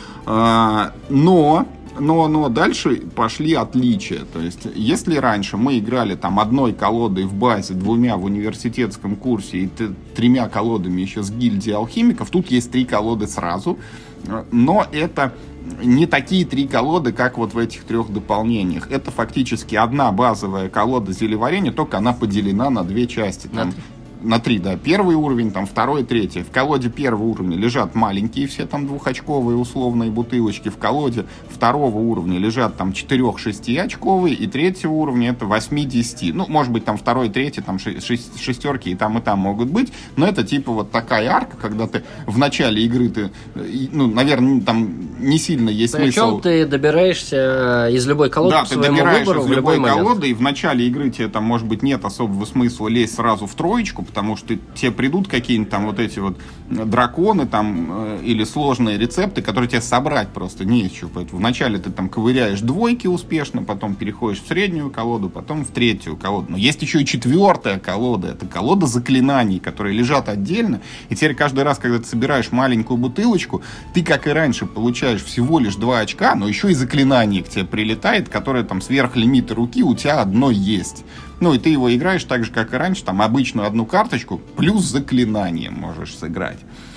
Но дальше пошли отличия. То есть, если раньше мы играли там одной колодой в базе, двумя в университетском курсе и тремя колодами еще с гильдией алхимиков, тут есть 3 колоды сразу. Но это не такие 3 колоды, как вот в этих 3 дополнениях. Это фактически одна базовая колода зельеварения, только она поделена на 2 части. Там, на 3, да. Первый уровень, там, второй, третий. В колоде первого уровня лежат маленькие все там 2-очковые условные бутылочки. В колоде второго уровня лежат там 4-6-очковые. И третьего уровня это 8-10. Ну, может быть, там второй, третий, там шестерки и там могут быть. Но это типа вот такая арка, когда ты в начале игры ты, ну, наверное, там не сильно есть смысл. Причем ты добираешься из любой колоды к своему выбору в любой момент. Колоды, и в начале игры тебе там, может быть, нет особого смысла лезть сразу в троечку, потому что тебе придут какие-нибудь там вот эти вот драконы там или сложные рецепты, которые тебе собрать просто не из чего. Поэтому вначале ты там ковыряешь двойки успешно, потом переходишь в среднюю колоду, потом в третью колоду. Но есть еще и 4-я колода. Это колода заклинаний, которые лежат отдельно. И теперь каждый раз, когда ты собираешь маленькую бутылочку, ты, как и раньше, получаешь всего лишь 2 очка, но еще и заклинание к тебе прилетает, которое там сверх лимита руки у тебя одно есть. Ну, и ты его играешь так же, как и раньше, там обычную одну карточку, плюс заклинание можешь сыграть.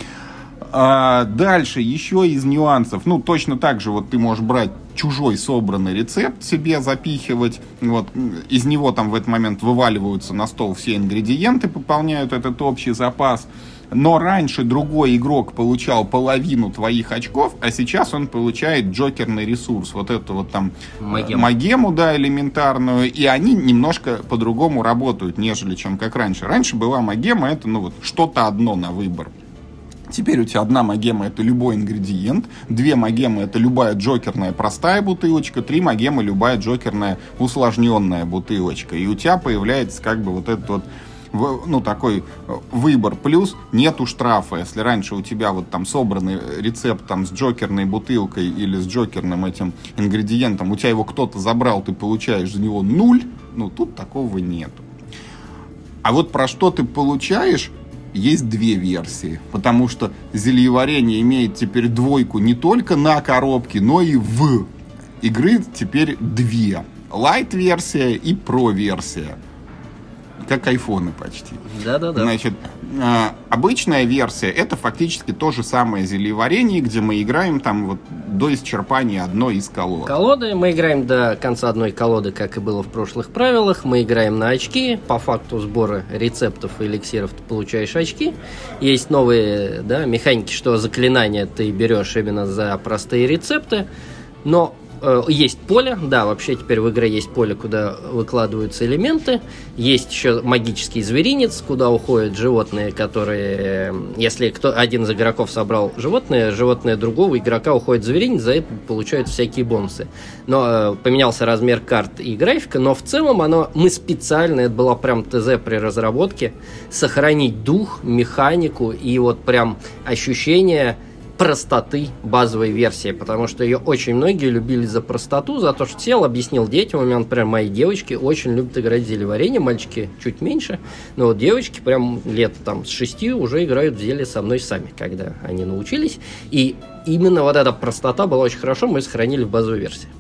Дальше еще из нюансов. Ну, точно так же вот ты можешь брать чужой собранный рецепт себе запихивать. Вот, из него там в этот момент вываливаются на стол все ингредиенты, пополняют этот общий запас. Но раньше другой игрок получал половину твоих очков, а сейчас он получает джокерный ресурс. Вот эту вот там магему, да, элементарную. И они немножко по-другому работают, нежели чем как раньше. Раньше была магема, это ну вот что-то одно на выбор. Теперь у тебя 1 магема — это любой ингредиент, 2 магемы — это любая джокерная простая бутылочка, 3 магемы — любая джокерная усложненная бутылочка. И у тебя появляется как бы вот этот вот, ну, такой выбор. Плюс нету штрафа. Если раньше у тебя вот там собранный рецепт там с джокерной бутылкой или с джокерным этим ингредиентом, у тебя его кто-то забрал, ты получаешь за него 0, ну, тут такого нету. А вот про что ты получаешь, есть 2 версии. Потому что зельеварение имеет теперь 2 не только на коробке, но и в игры теперь 2. Лайт-версия и про-версия. Как айфоны почти. Да-да-да. Значит, обычная версия — это фактически то же самое зельеварение, где мы играем там вот до исчерпания одной из колод. Колоды. Мы играем до конца одной колоды, как и было в прошлых правилах. Мы играем на очки. По факту сбора рецептов и эликсиров ты получаешь очки. Есть новые, да, механики, что заклинания ты берешь именно за простые рецепты. Но есть поле, да, вообще теперь в игре есть поле, куда выкладываются элементы. Есть еще магический зверинец, куда уходят животные, которые, если один из игроков собрал животное другого игрока уходит в зверинец, за это получают всякие бонусы. Но поменялся размер карт и графика, но в целом мы специально, это была прям ТЗ при разработке, сохранить дух, механику и вот прям ощущение простоты базовой версии, потому что ее очень многие любили за простоту, за то, что сел, объяснил детям. У меня, например, мои девочки очень любят играть в зельеварение, мальчики чуть меньше, но вот девочки прям лет там с 6 уже играют в зелье со мной сами, когда они научились, и именно вот эта простота была очень хорошо, мы сохранили в базовой версии.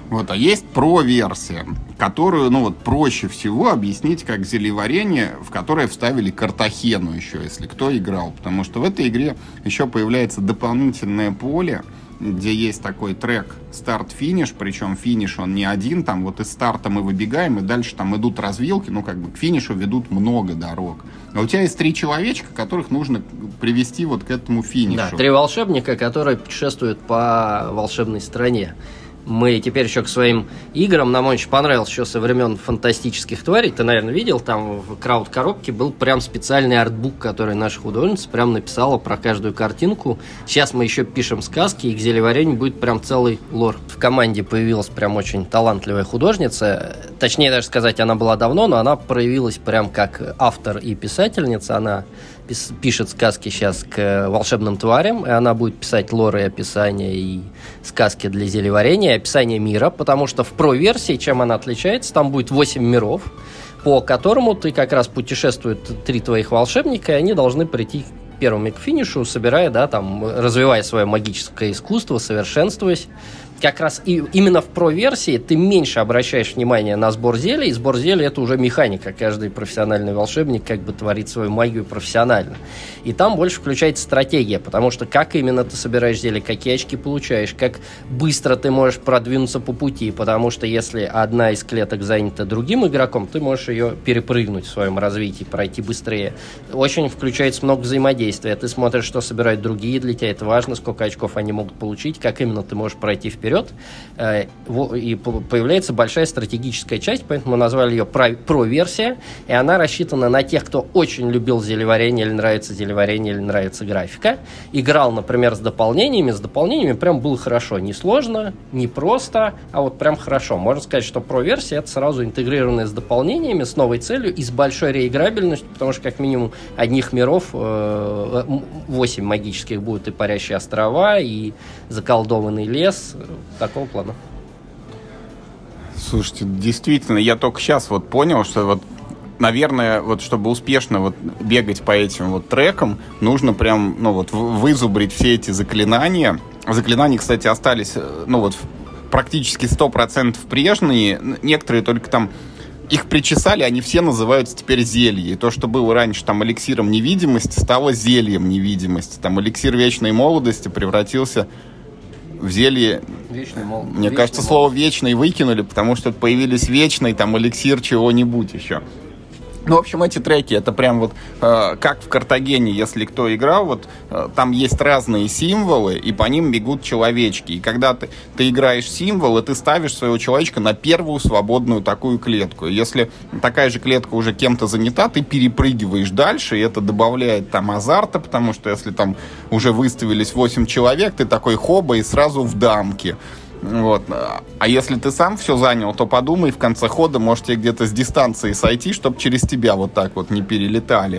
Вот, а есть про-версия, которую, проще всего объяснить как зельеварение, в которое вставили Картахену еще, если кто играл. Потому что в этой игре еще появляется дополнительное поле, где есть такой трек старт-финиш, причем финиш он не один, там вот из старта мы выбегаем, и дальше там идут развилки, к финишу ведут много дорог. А у тебя есть 3 человечка, которых нужно привести вот к этому финишу. Да, 3 волшебника, которые путешествуют по волшебной стране. Мы теперь еще к своим играм, нам очень понравилось еще со времен фантастических тварей. Ты, наверное, видел, там в крауд-коробке был прям специальный артбук, который наша художница прям написала про каждую картинку. Сейчас мы еще пишем сказки, и к зельеварению будет прям целый лор. В команде появилась прям очень талантливая художница. Точнее даже сказать, она была давно, но она проявилась прям как автор и писательница. Она пишет сказки сейчас к волшебным тварям, и она будет писать лоры и описания, и сказки для зельеварения, и описание мира, потому что в про-версии, чем она отличается, там будет 8 миров, по которому ты как раз путешествуют 3 твоих волшебника, и они должны прийти первыми к финишу, собирая, развивая свое магическое искусство, совершенствуясь. Как раз именно в про-версии ты меньше обращаешь внимание на сбор зелий, и сбор зелий — это уже механика. Каждый профессиональный волшебник творит свою магию профессионально. И там больше включается стратегия, потому что как именно ты собираешь зелья, какие очки получаешь, как быстро ты можешь продвинуться по пути, потому что если одна из клеток занята другим игроком, ты можешь ее перепрыгнуть в своем развитии, пройти быстрее. Очень включается много взаимодействия. Ты смотришь, что собирают другие, для тебя это важно, сколько очков они могут получить, как именно ты можешь пройти вперед. И появляется большая стратегическая часть, поэтому мы назвали ее про-версия, и она рассчитана на тех, кто очень любил зельеварение, или нравится зельеварение, или нравится графика. Играл, например, с дополнениями прям было хорошо. Не сложно, не просто, а вот прям хорошо. Можно сказать, что про-версия — это сразу интегрированная с дополнениями, с новой целью и с большой реиграбельностью, потому что как минимум одних миров 8 магических будет, и парящие острова, и заколдованный лес. Такого плана. Слушайте, действительно, я только сейчас понял, что наверное, чтобы успешно бегать по этим трекам, нужно прям, вызубрить все эти заклинания. Заклинания, кстати, остались, практически 100% прежние. Некоторые только там их причесали, они все называются теперь зелья. И то, что было раньше эликсиром невидимости, стало зельем невидимости. Эликсир вечной молодости превратился в зелье. Мне кажется, слово «вечный» выкинули, потому что появились вечный, эликсир чего-нибудь еще. В общем, эти треки, это прям как в Картагене, если кто играл, там есть разные символы, и по ним бегут человечки. И когда ты играешь символы, ты ставишь своего человечка на первую свободную такую клетку. Если такая же клетка уже кем-то занята, ты перепрыгиваешь дальше, и это добавляет азарта, потому что если там уже выставились 8 человек, ты такой хоба и сразу в дамки. А если ты сам все занял, то подумай в конце хода, может тебе где-то с дистанции сойти, чтобы через тебя так не перелетали.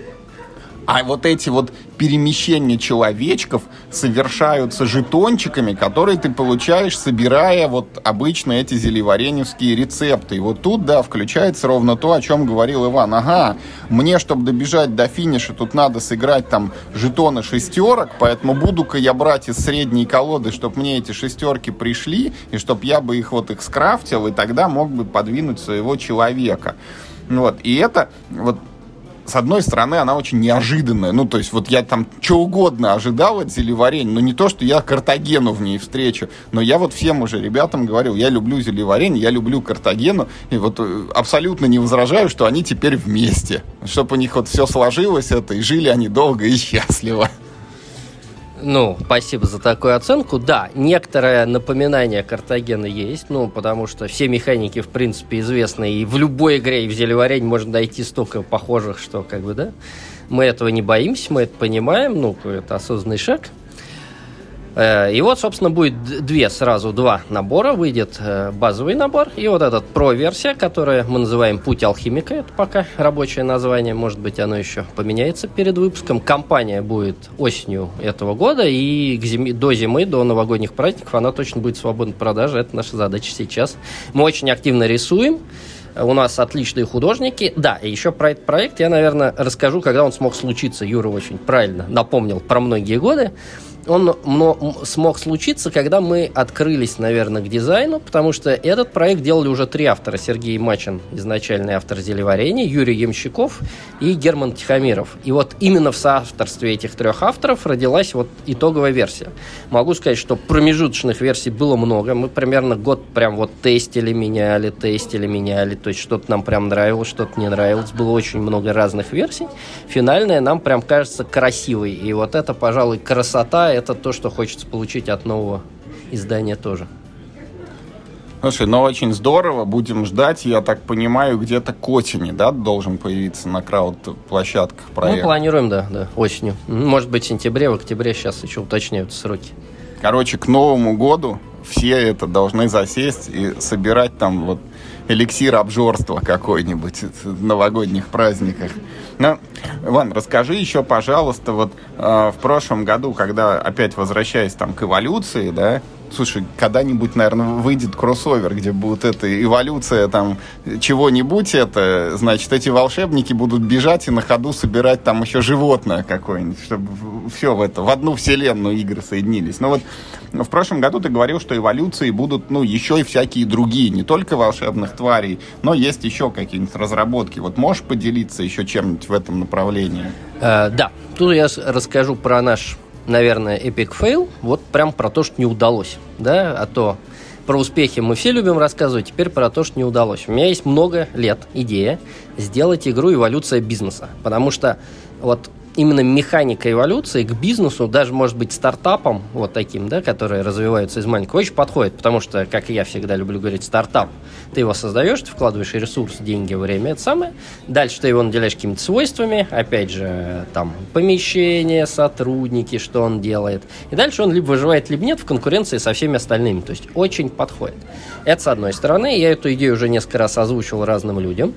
А эти перемещения человечков совершаются жетончиками, которые ты получаешь, собирая обычно эти зельевареневские рецепты. И тут, включается ровно то, о чем говорил Иван. Ага, мне, чтобы добежать до финиша, тут надо сыграть жетоны шестерок, поэтому буду-ка я брать из средней колоды, чтобы мне эти шестерки пришли, и чтобы я бы их скрафтил, и тогда мог бы подвинуть своего человека. И это с одной стороны, она очень неожиданная. То есть, я там что угодно ожидал от зельеварения, но не то, что я Картагену в ней встречу. Но я всем уже ребятам говорил, я люблю зельеварение, я люблю Картагену, и абсолютно не возражаю, что они теперь вместе. Чтобы у них все сложилось и жили они долго и счастливо. Спасибо за такую оценку. Да, некоторое напоминание Картагена есть, потому что все механики, в принципе, известны, и в любой игре, и в зельеварении можно найти столько похожих, что, мы этого не боимся, мы это понимаем, это осознанный шаг. И собственно, будет два набора. Выйдет базовый набор и этот про-версия, которая мы называем «Путь алхимика». Это пока рабочее название. Может быть, оно еще поменяется перед выпуском. Кампания будет осенью этого года. И до зимы, до новогодних праздников она точно будет в свободной продаже. Это наша задача сейчас. Мы очень активно рисуем. У нас отличные художники. Да, и еще про этот проект я, наверное, расскажу, когда он смог случиться. Юра очень правильно напомнил про многие годы. он смог случиться, когда мы открылись, наверное, к дизайну, потому что этот проект делали уже 3 автора. Сергей Мачин, изначальный автор «Зелеварения», Юрий Ямщиков и Герман Тихомиров. И вот именно в соавторстве этих 3 авторов родилась вот итоговая версия. Могу сказать, что промежуточных версий было много. Мы примерно год прям вот тестили, меняли. То есть что-то нам прям нравилось, что-то не нравилось. Было очень много разных версий. Финальная нам прям кажется красивой. И вот это, пожалуй, красота, это то, что хочется получить от нового издания тоже. Слушай, ну очень здорово, будем ждать. Я так понимаю, где-то к осени, да, должен появиться на крауд-площадках проект? Мы планируем, да, осенью. Может быть, в сентябре, в октябре, сейчас еще уточняются сроки. Короче, к Новому году все это должны засесть и собирать там вот эликсир обжорства какой-нибудь в новогодних праздниках. Ну, Ван, расскажи еще, пожалуйста, вот в прошлом году, когда опять возвращаясь там к эволюции, да, слушай, когда-нибудь, наверное, выйдет кроссовер, где будет эта эволюция там чего-нибудь, это, значит, эти волшебники будут бежать и на ходу собирать там еще животное какое-нибудь, чтобы все в одну вселенную игры соединились. Но вот в прошлом году ты говорил, что эволюции будут, ну, еще и всякие другие, не только волшебных тварей, но есть еще какие-нибудь разработки. Вот можешь поделиться еще чем-нибудь в этом направлении? Да, тут я расскажу про наш, наверное, эпик фейл, вот прям про то, что не удалось, да, а то про успехи мы все любим рассказывать, теперь про то, что не удалось. У меня есть много лет идея сделать игру «Эволюция бизнеса», потому что вот именно механика эволюции к бизнесу, даже, может быть, стартапам, вот таким, да, которые развиваются из маленького, очень подходит, потому что, как я всегда люблю говорить, стартап, ты его создаешь, ты вкладываешь ресурс, деньги, время, это самое, дальше ты его наделяешь какими-то свойствами, опять же, там, помещение, сотрудники, что он делает, и дальше он либо выживает, либо нет в конкуренции со всеми остальными, то есть очень подходит. Это с одной стороны, я эту идею уже несколько раз озвучивал разным людям,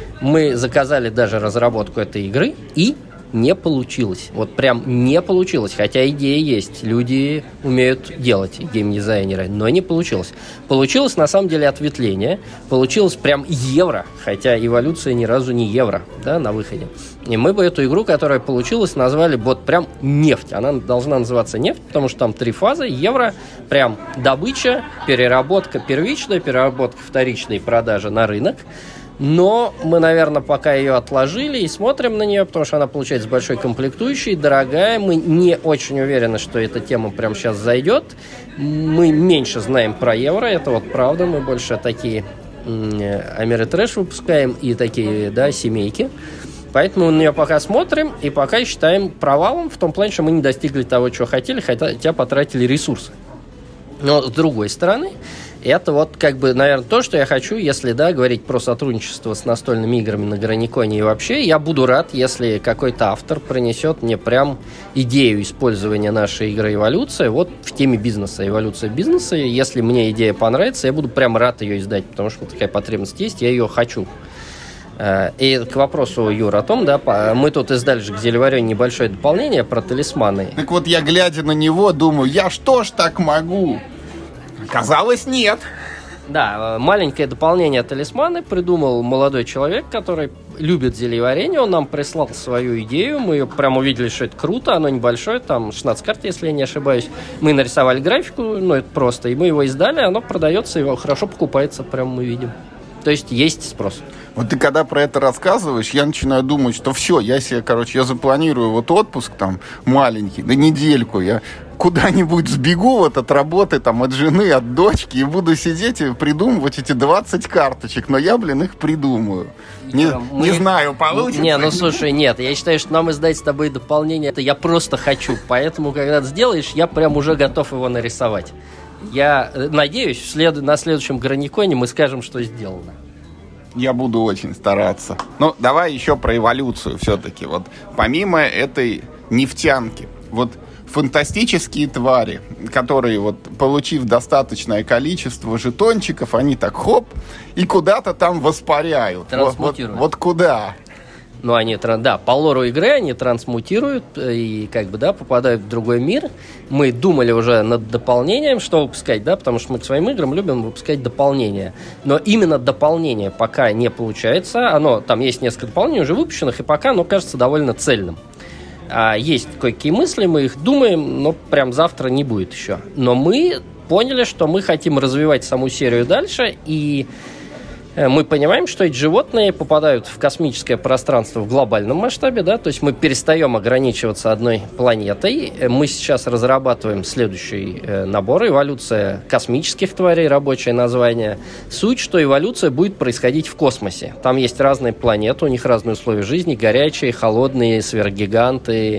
мы заказали даже разработку этой игры, и не получилось. Вот прям не получилось. Хотя идея есть. Люди умеют делать, геймдизайнеры. Но не получилось. Получилось, на самом деле, ответвление. Получилось прям евро. Хотя эволюция ни разу не евро, да, на выходе. И мы бы эту игру, которая получилась, назвали вот прям нефть. Она должна называться нефть, потому что там 3 фазы. Евро, прям добыча, переработка первичная, переработка вторичная и продажа на рынок. Но мы, наверное, пока ее отложили и смотрим на нее, потому что она получается большой комплектующей, дорогая. Мы не очень уверены, что эта тема прямо сейчас зайдет. Мы меньше знаем про евро, это вот правда. Мы больше такие Америтрэш выпускаем и такие, да, семейки. Поэтому на нее пока смотрим и пока считаем провалом в том плане, что мы не достигли того, чего хотели, хотя потратили ресурсы. Но с другой стороны, это вот как бы, наверное, то, что я хочу, если, да, говорить про сотрудничество с настольными играми на Граниконе и вообще, я буду рад, если какой-то автор принесет мне прям идею использования нашей игры «Эволюция» вот в теме бизнеса, эволюция бизнеса. Если мне идея понравится, я буду прям рад ее издать, потому что такая потребность есть, я ее хочу. И к вопросу, Юр, о том, да, мы тут издали же к «Зелеварению» небольшое дополнение про талисманы. Так вот, я, глядя на него, думаю, я что ж так могу? Оказалось, нет. Да, маленькое дополнение талисманы придумал молодой человек, который любит зельеварение. Он нам прислал свою идею. Мы ее прям увидели, что это круто. Оно небольшое, там 16 карт, если я не ошибаюсь. Мы нарисовали графику, ну это просто. И мы его издали, оно продается, его хорошо покупается, прям мы видим. То есть спрос. Вот ты когда про это рассказываешь, я начинаю думать, что все, я себе, я запланирую вот отпуск там маленький, на недельку, я куда-нибудь сбегу вот от работы, там, от жены, от дочки, и буду сидеть и придумывать эти 20 карточек, но я, их придумаю. Не знаю, получится. Не, ну слушай, нет, я считаю, что нам издать с тобой дополнение, это я просто хочу, поэтому, когда ты сделаешь, я прям уже готов его нарисовать. Я надеюсь, на следующем Граниконе мы скажем, что сделано. Я буду очень стараться. Ну, давай еще про эволюцию все-таки. Вот помимо этой нефтянки, вот фантастические твари, которые, вот, получив достаточное количество жетончиков, они так хоп, и куда-то там воспаряют. Трансмутируют. Вот куда? Ну, они, да, по лору игры они трансмутируют и, попадают в другой мир. Мы думали уже над дополнением, что выпускать, да, потому что мы к своим играм любим выпускать дополнения. Но именно дополнение пока не получается. Там есть несколько дополнений уже выпущенных, и пока оно кажется довольно цельным. Есть кое-какие мысли, мы их думаем, но прям завтра не будет еще. Но мы поняли, что мы хотим развивать саму серию дальше, и мы понимаем, что эти животные попадают в космическое пространство в глобальном масштабе, да, то есть мы перестаем ограничиваться одной планетой. Мы сейчас разрабатываем следующий набор: эволюция космических тварей, рабочее название. Суть, что эволюция будет происходить в космосе. Там есть разные планеты, у них разные условия жизни: горячие, холодные, сверхгиганты,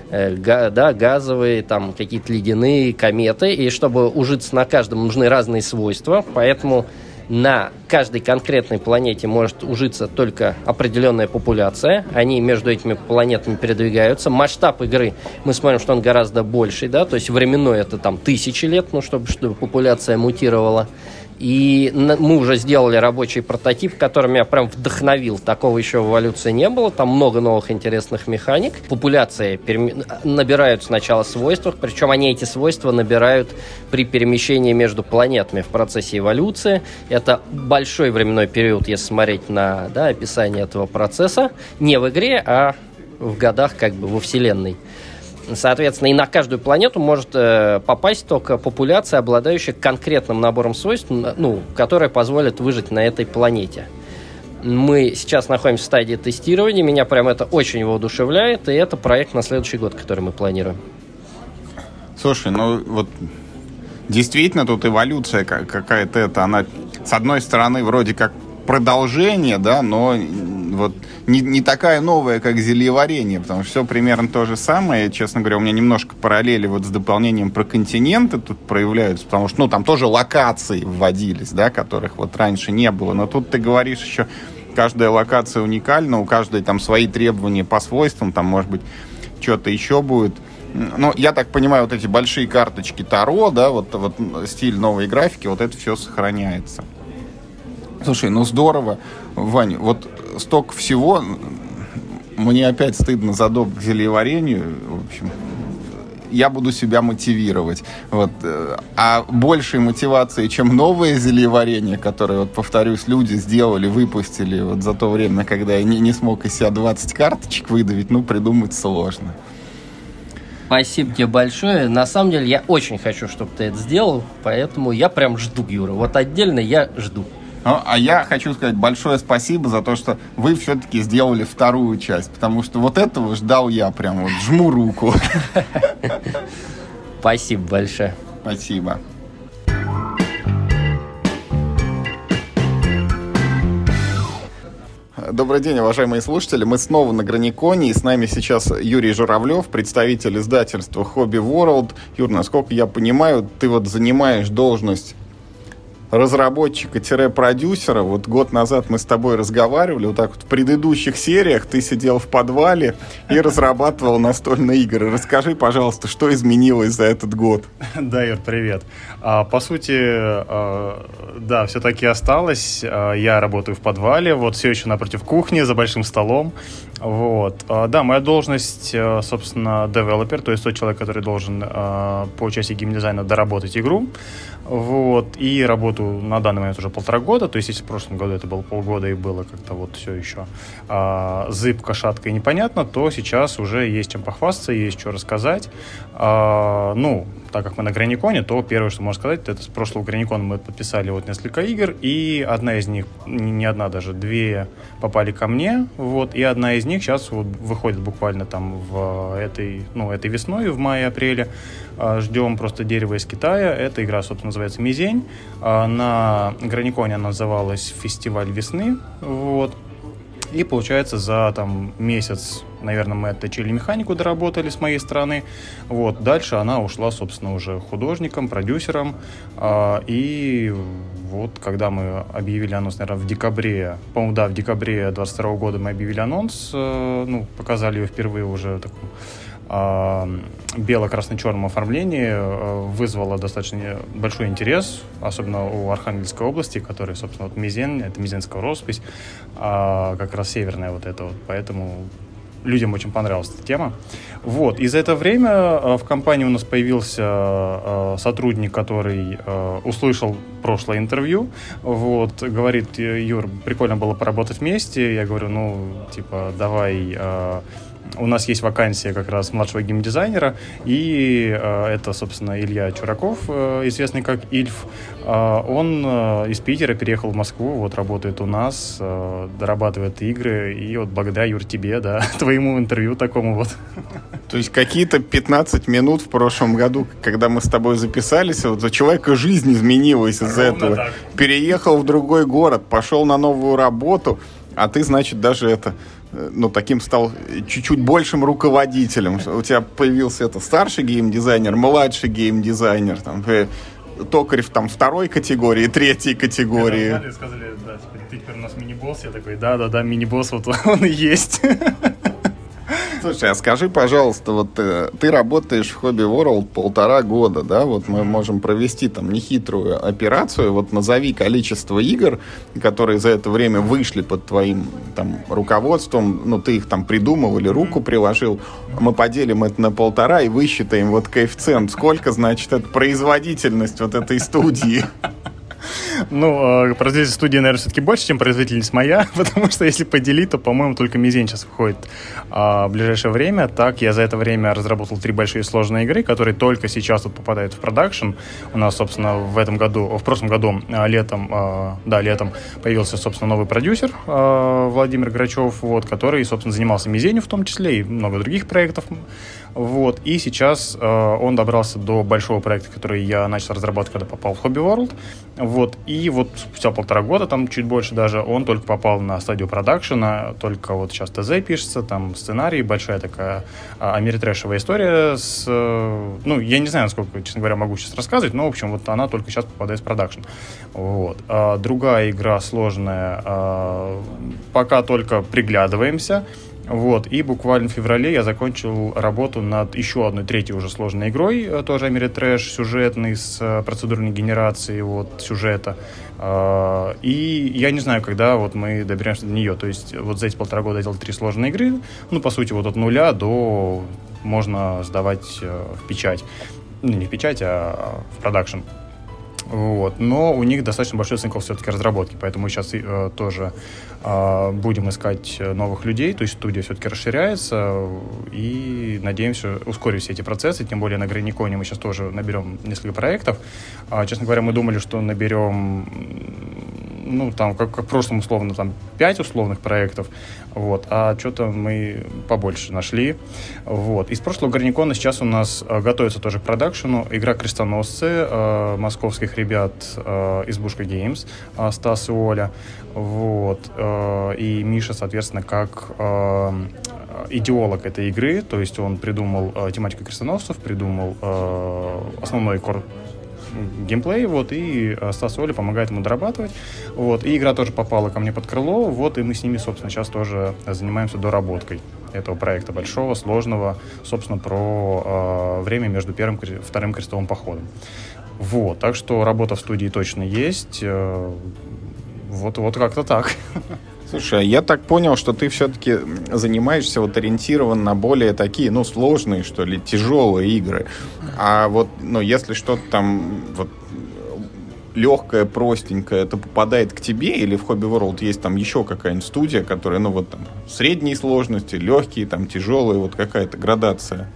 газовые, там какие-то ледяные, кометы. И чтобы ужиться на каждом, нужны разные свойства, поэтому на каждой конкретной планете может ужиться только определенная популяция. Они между этими планетами передвигаются. Масштаб игры, мы смотрим, что он гораздо больший, да, то есть временной это там 1000 лет, ну, чтобы популяция мутировала. И мы уже сделали рабочий прототип, который меня прям вдохновил. Такого еще в эволюции не было. Там много новых интересных механик. Популяции набирают сначала свойства, причем они эти свойства набирают при перемещении между планетами в процессе эволюции. Это большой временной период, если смотреть на, да, описание этого процесса. Не в игре, а в годах как бы во Вселенной. Соответственно, и на каждую планету может попасть только популяция, обладающая конкретным набором свойств, ну, которые позволят выжить на этой планете. Мы сейчас находимся в стадии тестирования, меня прям это очень воодушевляет, и это проект на следующий год, который мы планируем. Слушай, ну вот действительно тут эволюция какая-то, она с одной стороны вроде как продолжение, да, но вот не такая новая, как зельеварение, потому что все примерно то же самое. Честно говоря, у меня немножко параллели вот с дополнением про континенты тут проявляются, потому что, ну, там тоже локации вводились, да, которых вот раньше не было. Но тут ты говоришь еще, каждая локация уникальна, у каждой там свои требования по свойствам, там, может быть, что-то еще будет. Ну, я так понимаю, вот эти большие карточки Таро, да, вот стиль новой графики, вот это все сохраняется. Слушай, ну здорово, Вань, вот столько всего, мне опять стыдно за допуск к зельеварению, в общем, я буду себя мотивировать. Вот. А большей мотивации, чем новое зельеварение, которое, вот, повторюсь, люди сделали, выпустили вот за то время, когда я не смог из себя 20 карточек выдавить, ну, придумать сложно. Спасибо тебе большое. На самом деле, я очень хочу, чтобы ты это сделал, поэтому я прям жду, Юра. Вот отдельно я жду. Ну, а я хочу сказать большое спасибо за то, что вы все-таки сделали вторую часть, потому что вот этого ждал я, прям вот жму руку. Спасибо большое. Спасибо. Добрый день, уважаемые слушатели. Мы снова на Граниконе, и с нами сейчас Юрий Журавлев, представитель издательства Hobby World. Юр, насколько я понимаю, ты вот занимаешь должность разработчика-продюсера. Вот год назад мы с тобой разговаривали, вот так вот в предыдущих сериях ты сидел в подвале и разрабатывал настольные игры. Расскажи, пожалуйста, что изменилось за этот год? Да, Юр, привет. По сути, да, все-таки осталось. Я работаю в подвале, вот все еще напротив кухни, за большим столом. Вот. Да, моя должность, собственно, девелопер, то есть тот человек, который должен по части геймдизайна доработать игру. Вот. И работаю на данный момент уже 1,5 года. То есть, если в прошлом году это было полгода и было как-то вот все еще зыбко, шатко и непонятно, то сейчас уже есть чем похвастаться, есть что рассказать. Ну, так как мы на Граниконе, то первое, что можно сказать, это с прошлого Граникона мы подписали вот несколько игр, и одна из них, не одна даже, 2 попали ко мне, вот, и одна из них сейчас вот выходит буквально там в этой весной, в мае-апреле. Ждем просто дерево из Китая. Эта игра, собственно, называется «Мизень». На Граниконе она называлась «Фестиваль весны». Вот. И, получается, за там месяц, наверное, мы отточили механику, доработали с моей стороны. Вот. Дальше она ушла, собственно, уже художником, продюсером. И вот, когда мы объявили анонс, наверное, в декабре, по-моему, да, в декабре 2022 года мы объявили анонс, показали ее впервые уже в таком бело-красно-черном оформлении, вызвало достаточно большой интерес, особенно у Архангельской области, которая, собственно, вот Мизень, это Мизенская роспись, как раз северная вот эта вот, поэтому людям очень понравилась эта тема. Вот, и за это время в компании у нас появился сотрудник, который услышал прошлое интервью, вот, говорит: Юр, прикольно было поработать вместе, я говорю, давай у нас есть вакансия как раз младшего геймдизайнера, и это, собственно, Илья Чураков, известный как Ильф. Он из Питера переехал в Москву, вот работает у нас, дорабатывает игры, и вот благодаря, Юр, тебе, да, твоему интервью такому вот. То есть какие-то 15 минут в прошлом году, когда мы с тобой записались, вот у человека жизнь изменилась из-за этого. Так. Переехал в другой город, пошел на новую работу, а ты, значит, даже таким стал чуть-чуть большим руководителем. У тебя появился старший геймдизайнер, младший геймдизайнер, там, Токарев там второй категории, третьей категории. Когда сказали, да, ты теперь у нас мини-босс, я такой, да, мини-босс, вот он и есть. Слушай, а скажи, пожалуйста, вот ты работаешь в Hobby World 1,5 года, да, вот мы можем провести там нехитрую операцию, вот назови количество игр, которые за это время вышли под твоим там руководством, ну, ты их там придумал или руку приложил, мы поделим это на 1,5 и высчитаем вот коэффициент, сколько, значит, это производительность вот этой студии. Ну, производительность студии, наверное, все-таки больше, чем производительность моя, потому что если поделить, то, по-моему, только Мизень сейчас выходит в ближайшее время. Так, я за это время разработал 3 большие сложные игры, которые только сейчас вот попадают в продакшн. У нас, собственно, в прошлом году, летом появился, собственно, новый продюсер Владимир Грачев, вот, который, собственно, занимался Мизенью в том числе и много других проектов. Вот, и сейчас он добрался до большого проекта, который я начал разрабатывать, когда попал в Hobby World. Вот, и вот спустя 1,5 года, там чуть больше даже, он только попал на стадию продакшена, только вот сейчас ТЗ пишется, там сценарий, большая такая америтрэшевая история с... Ну, я не знаю, насколько, честно говоря, могу сейчас рассказывать, но, в общем, вот она только сейчас попадает в продакшн. Вот. Другая игра сложная, пока только приглядываемся. Вот, и буквально в феврале я закончил работу над еще одной, третьей уже сложной игрой, тоже Америтрэш, сюжетный, с процедурной генерацией вот, сюжета. И я не знаю, когда вот мы доберемся до нее. То есть вот за эти 1,5 года я делал 3 сложные игры, ну, по сути, вот от нуля до можно сдавать в печать. Ну, не в печать, а в продакшн. Вот. Но у них достаточно большой цикл все-таки разработки, поэтому сейчас тоже будем искать новых людей, то есть студия все-таки расширяется, и надеемся ускорить все эти процессы, тем более на Граниконе мы сейчас тоже наберем несколько проектов. Честно говоря, мы думали, что наберем, ну, там, как в прошлом, условно, там, 5 условных проектов, вот, а что-то мы побольше нашли, вот. Из прошлого Граникона сейчас у нас готовится тоже к продакшену игра «Крестоносцы» московских ребят из Бушка Геймс, Стас и Оля, вот, и Миша, соответственно, как идеолог этой игры, то есть он придумал тематику крестоносцев, придумал основной геймплей, вот, и Стас и Оля помогает ему дорабатывать, вот, и игра тоже попала ко мне под крыло, вот, и мы с ними, собственно, сейчас тоже занимаемся доработкой этого проекта большого, сложного, собственно, про время между первым и вторым крестовым походом. Вот, так что работа в студии точно есть, вот как-то так. Слушай, я так понял, что ты все-таки занимаешься вот ориентирован на более такие, ну, сложные, что ли, тяжелые игры. А вот, ну, если что-то там вот легкое, простенькое, это попадает к тебе, или в Hobby World есть там еще какая-нибудь студия, которая, ну, вот там средней сложности, легкие, там, тяжелые, вот какая-то градация?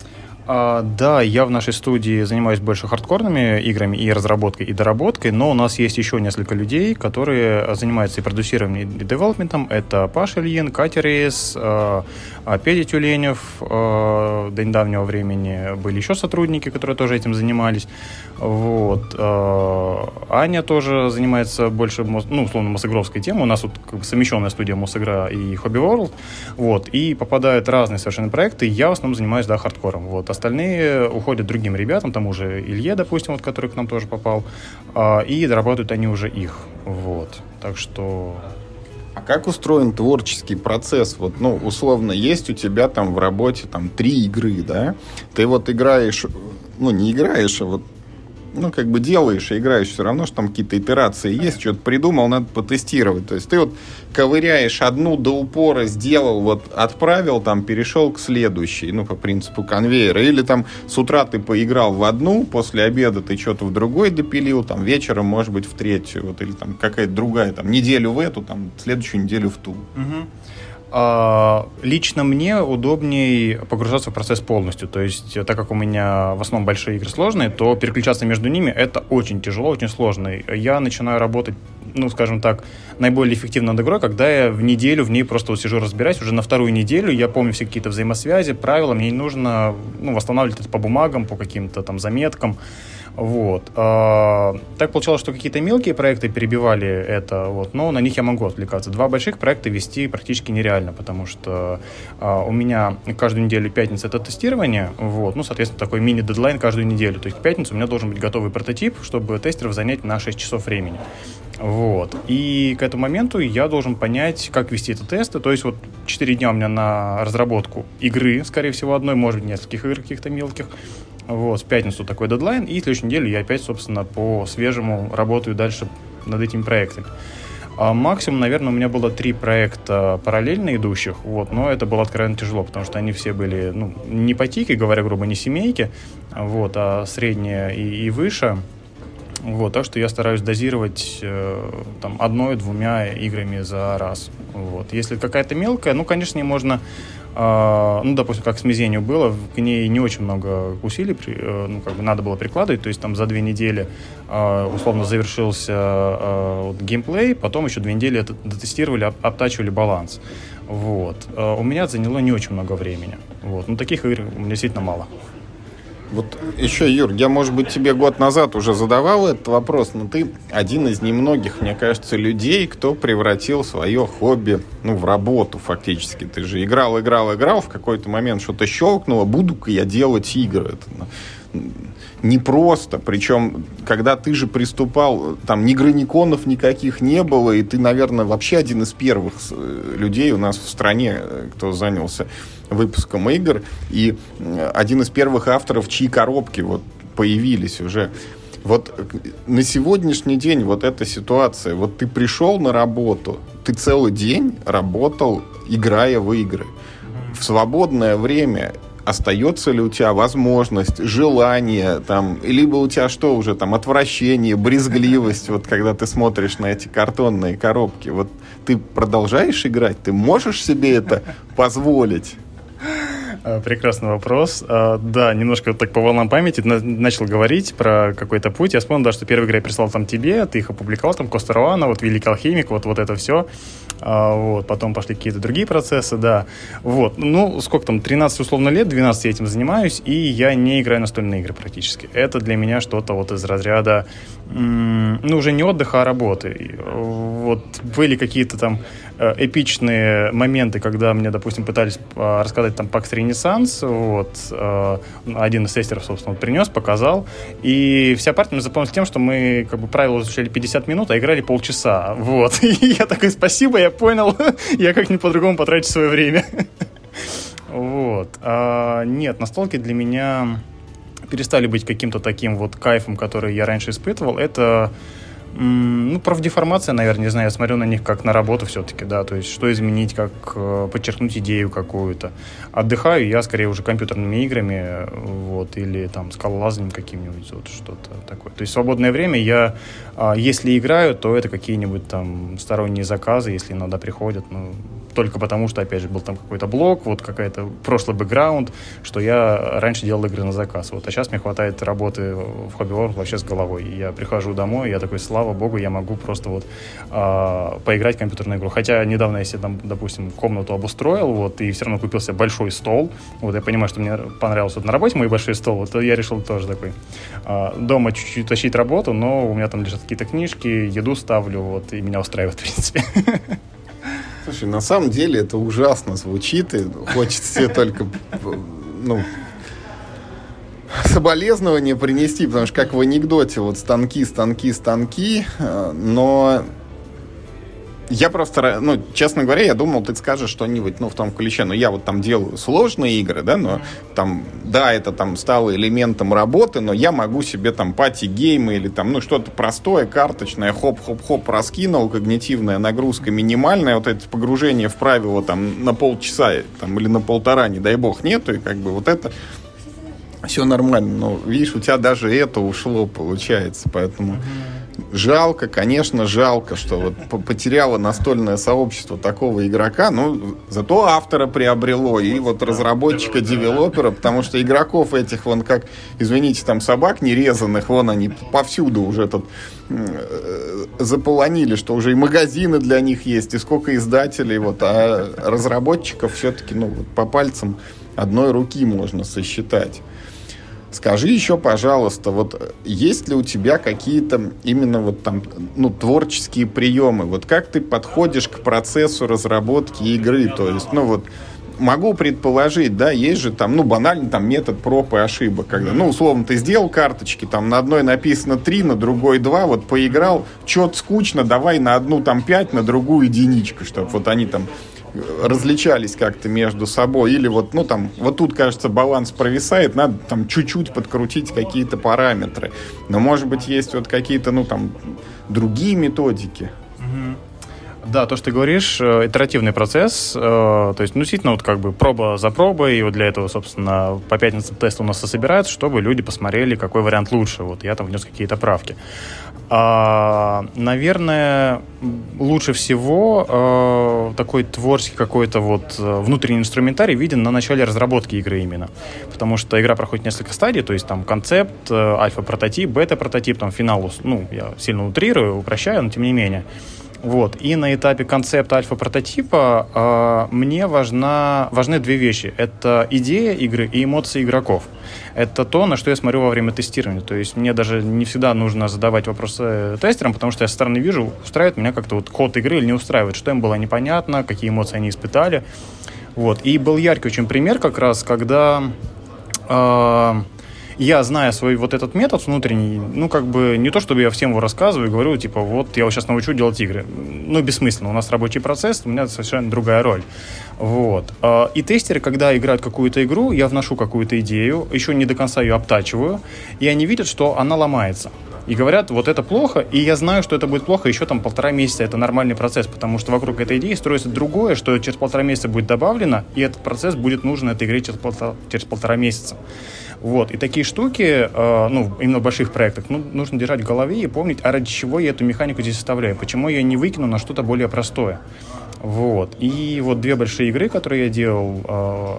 Да, я в нашей студии занимаюсь больше хардкорными играми и разработкой, и доработкой, но у нас есть еще несколько людей, которые занимаются и продюсированием, и девелопментом. Это Паша Ильин, Катя Рейс, Петя Тюленев. До недавнего времени были еще сотрудники, которые тоже этим занимались. Вот. Аня тоже занимается больше, ну, условно, Мосигровской темой. У нас вот как бы совмещенная студия Мосигра и Hobby World. Вот. И попадают разные совершенно проекты. Я в основном занимаюсь, да, хардкором. Вот. Остальные уходят другим ребятам, тому же Илье, допустим, вот, который к нам тоже попал, и дорабатывают они уже их. Вот. Так что... А как устроен творческий процесс? Вот, ну, условно, есть у тебя там в работе там 3 игры, да? Ты вот играешь, ну, не играешь, а вот, ну, как бы делаешь и играешь, все равно, что там какие-то итерации есть, что-то придумал, надо потестировать. То есть ты вот ковыряешь одну до упора, сделал, вот отправил, там, перешел к следующей, ну, по принципу конвейера. Или там с утра ты поиграл в одну, после обеда ты что-то в другой допилил, там, вечером, может быть, в третью, вот, или там какая-то другая, там, неделю в эту, там, следующую неделю в ту. Лично мне удобнее погружаться в процесс полностью. То есть, так как у меня в основном большие игры сложные, то переключаться между ними это очень тяжело, очень сложно. Я начинаю работать, скажем так, наиболее эффективно над игрой, когда я в неделю в ней просто сижу, разбираюсь. Уже на вторую неделю я помню все какие-то взаимосвязи, правила. Мне не нужно восстанавливать это по бумагам, по каким-то там заметкам. Вот. Так получалось, что какие-то мелкие проекты перебивали это, но на них я могу отвлекаться. 2 больших проекта вести практически нереально, потому что у меня каждую неделю пятница — это тестирование, соответственно, такой мини-дедлайн каждую неделю. То есть в пятницу у меня должен быть готовый прототип, чтобы тестеров занять на 6 часов времени. И к этому моменту я должен понять, как вести эти тесты. То есть 4 дня у меня на разработку игры, скорее всего, одной, может быть, нескольких игр каких-то мелких. В пятницу такой дедлайн, и в следующую неделю я опять, собственно, по-свежему работаю дальше над этими проектами. Максимум, наверное, у меня было 3 проекта параллельно идущих, но это было откровенно тяжело, потому что они все были, не потики, говоря грубо, не семейки, а средние и выше. Так что я стараюсь дозировать 1-2 играми за раз. Если какая-то мелкая, конечно, можно... допустим, как с Мизенью было, к ней не очень много усилий надо было прикладывать, то есть там за 2 недели условно завершился геймплей, потом еще 2 недели это дотестировали, обтачивали баланс. У меня заняло не очень много времени. Таких игр у меня действительно мало. Еще, Юр, я, может быть, тебе год назад уже задавал этот вопрос, но ты один из немногих, мне кажется, людей, кто превратил свое хобби, в работу фактически. Ты же играл, в какой-то момент что-то щелкнуло, буду-ка я делать игры. Это непросто, причем, когда ты же приступал, там ни граниконов никаких не было, и ты, наверное, вообще один из первых людей у нас в стране, кто занялся выпуском игр, и один из первых авторов, чьи коробки появились уже. На сегодняшний день эта ситуация, ты пришел на работу, ты целый день работал, играя в игры. В свободное время остается ли у тебя возможность, желание, либо у тебя что уже, отвращение, брезгливость, когда ты смотришь на эти картонные коробки, ты продолжаешь играть, ты можешь себе это позволить? Прекрасный вопрос. Да, немножко так по волнам памяти начал говорить про какой-то путь. Я вспомнил, что первую игру я прислал тебе, ты их опубликовал, Коста Руана, Великий Алхимик, это все. Потом пошли какие-то другие процессы, да. Сколько 13 условно лет, 12 я этим занимаюсь, и я не играю настольные игры практически. Это для меня что-то из разряда, уже не отдыха, а работы. Были какие-то эпичные моменты, когда мне, допустим, пытались рассказать PAX Ренессанс, один из тестеров, собственно, принес, показал, и вся партия мне запомнилась тем, что мы правила изучали 50 минут, а играли полчаса, и я такой, спасибо, я понял, я как-нибудь по-другому потрачу свое время. Нет, настолки для меня перестали быть каким-то таким кайфом, который я раньше испытывал. Это профдеформация, наверное, не знаю, я смотрю на них как на работу все-таки, да, то есть что изменить, как подчеркнуть идею какую-то. Отдыхаю я скорее уже компьютерными играми, или скалолазанием каким-нибудь, что-то такое. То есть в свободное время я, если играю, то это какие-нибудь сторонние заказы, если иногда приходят, только потому, что, опять же, был какой-то блог, какой-то прошлый бэкграунд, что я раньше делал игры на заказ. А сейчас мне хватает работы в Hobby World вообще с головой. И я прихожу домой, и я такой, слава богу, я могу просто поиграть в компьютерную игру. Хотя недавно я себе, допустим, комнату обустроил, и все равно купил себе большой стол. Я понимаю, что мне понравился на работе мой большой стол, то я решил тоже такой дома чуть-чуть тащить работу, но у меня там лежат какие-то книжки, еду ставлю, и меня устраивает, в принципе. Слушай, на самом деле это ужасно звучит, и хочется себе только, соболезнования принести, потому что как в анекдоте, станки, но я просто, честно говоря, я думал, ты скажешь что-нибудь, в том ключе, я делаю сложные игры, да, но это стало элементом работы, но я могу себе пати-геймы или что-то простое, карточное, хоп-хоп-хоп раскинул, когнитивная нагрузка минимальная, это погружение в правила на полчаса или на полтора, не дай бог, нету, и это все нормально, но видишь, у тебя даже это ушло, получается, поэтому жалко, конечно, жалко, что вот потеряло настольное сообщество такого игрока, но зато автора приобрело, и вот разработчика-девелопера, потому что игроков этих, вон как, извините, там собак нерезанных, вон они повсюду уже тут заполонили, что уже и магазины для них есть, и сколько издателей, вот, а разработчиков все-таки, ну, вот по пальцам одной руки можно сосчитать. Скажи еще, пожалуйста, вот есть ли у тебя какие-то именно вот там, ну, творческие приемы? Вот как ты подходишь к процессу разработки игры? То есть, ну, вот могу предположить, да, есть же там, ну, банальный там метод проб и ошибок, когда, ну, условно, ты сделал карточки, там на одной написано 3, на другой 2, вот поиграл, что-то скучно, давай на одну там 5, на другую единичку, чтобы вот они там различались как-то между собой, или вот, ну, там, вот тут, кажется, баланс провисает, надо там чуть-чуть подкрутить какие-то параметры, но, может быть, есть вот какие-то, ну, там, другие методики. Да, то, что ты говоришь, итеративный процесс, то есть, ну, действительно, вот как бы проба за пробой, и вот для этого, собственно, по пятницам тесты у нас и собираются, чтобы люди посмотрели, какой вариант лучше, вот я там внес какие-то правки. Наверное, лучше всего такой творческий какой-то вот внутренний инструментарий виден на начале разработки игры именно, потому что игра проходит несколько стадий, то есть там концепт, альфа-прототип, бета-прототип, там финал, ну, я сильно утрирую, упрощаю, но тем не менее. Вот. И на этапе концепта альфа-прототипа мне важны две вещи. Это идея игры и эмоции игроков. Это то, на что я смотрю во время тестирования. То есть мне даже не всегда нужно задавать вопросы тестерам, потому что я со стороны вижу, устраивает меня как-то вот ход игры или не устраивает, что им было непонятно, какие эмоции они испытали. Вот. И был яркий очень пример как раз, когда... я, зная свой вот этот метод внутренний, ну, как бы, не то, чтобы я всем его рассказываю и говорю, типа, вот, я вас сейчас научу делать игры. Ну, бессмысленно. У нас рабочий процесс, у меня совершенно другая роль. Вот. И тестеры, когда играют какую-то игру, я вношу какую-то идею, еще не до конца ее обтачиваю, и они видят, что она ломается. И говорят, вот это плохо, и я знаю, что это будет плохо еще там 1,5 месяца. Это нормальный процесс, потому что вокруг этой идеи строится другое, что через 1,5 месяца будет добавлено, и этот процесс будет нужен этой игре через 1,5 месяца. Вот. И такие штуки, ну, именно в больших проектах, ну, нужно держать в голове и помнить, а ради чего я эту механику здесь составляю, почему я не выкину на что-то более простое. Вот. И вот 2 большие игры, которые я делал,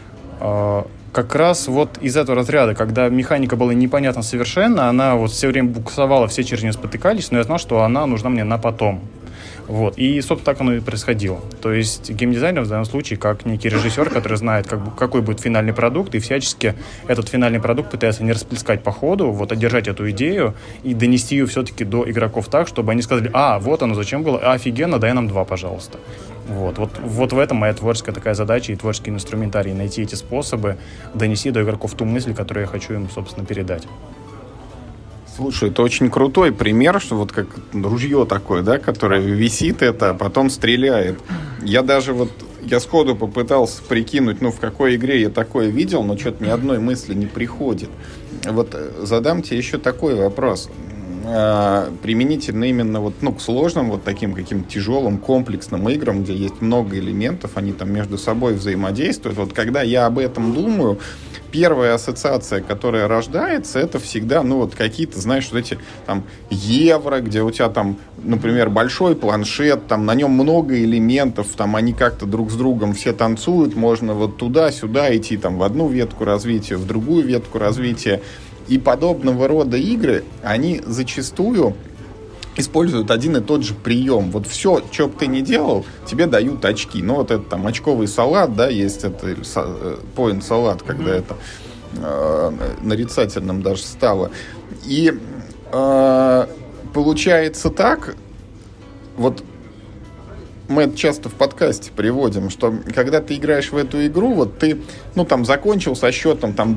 как раз вот из этого разряда, когда механика была непонятна совершенно, она вот все время буксовала, все через нее спотыкались, но я знал, что она нужна мне на потом. Вот. И, собственно, так оно и происходило. То есть геймдизайнер в данном случае как некий режиссер, который знает, какой будет финальный продукт, и всячески этот финальный продукт пытается не расплескать по ходу, вот, одержать эту идею и донести ее все-таки до игроков так, чтобы они сказали, вот оно зачем было, офигенно, дай нам 2, пожалуйста. Вот в этом моя творческая такая задача и творческий инструментарий, найти эти способы донести до игроков ту мысль, которую я хочу им, собственно, передать. Слушай, это очень крутой пример, что вот как ружье такое, да, которое висит это, а потом стреляет. Я сходу попытался прикинуть, ну, в какой игре я такое видел, но что-то ни одной мысли не приходит. Вот задам тебе еще такой вопрос. Применительно именно вот, ну, к сложным, вот таким каким-то тяжелым, комплексным играм, где есть много элементов, они там между собой взаимодействуют. Вот когда я об этом думаю, первая ассоциация, которая рождается, это всегда, ну, вот какие-то, знаешь, вот эти там евро, где у тебя там, например, большой планшет, там на нем много элементов, там они как-то друг с другом все танцуют, можно вот туда-сюда идти, там в одну ветку развития, в другую ветку развития. И подобного рода игры, они зачастую используют один и тот же прием. Вот все, что бы ты ни делал, тебе дают очки. Ну, вот это там очковый салат, да, есть это point салат, когда это нарицательным даже стало. И получается так, вот мы это часто в подкасте приводим, что когда ты играешь в эту игру, вот ты, ну, там, закончил со счетом там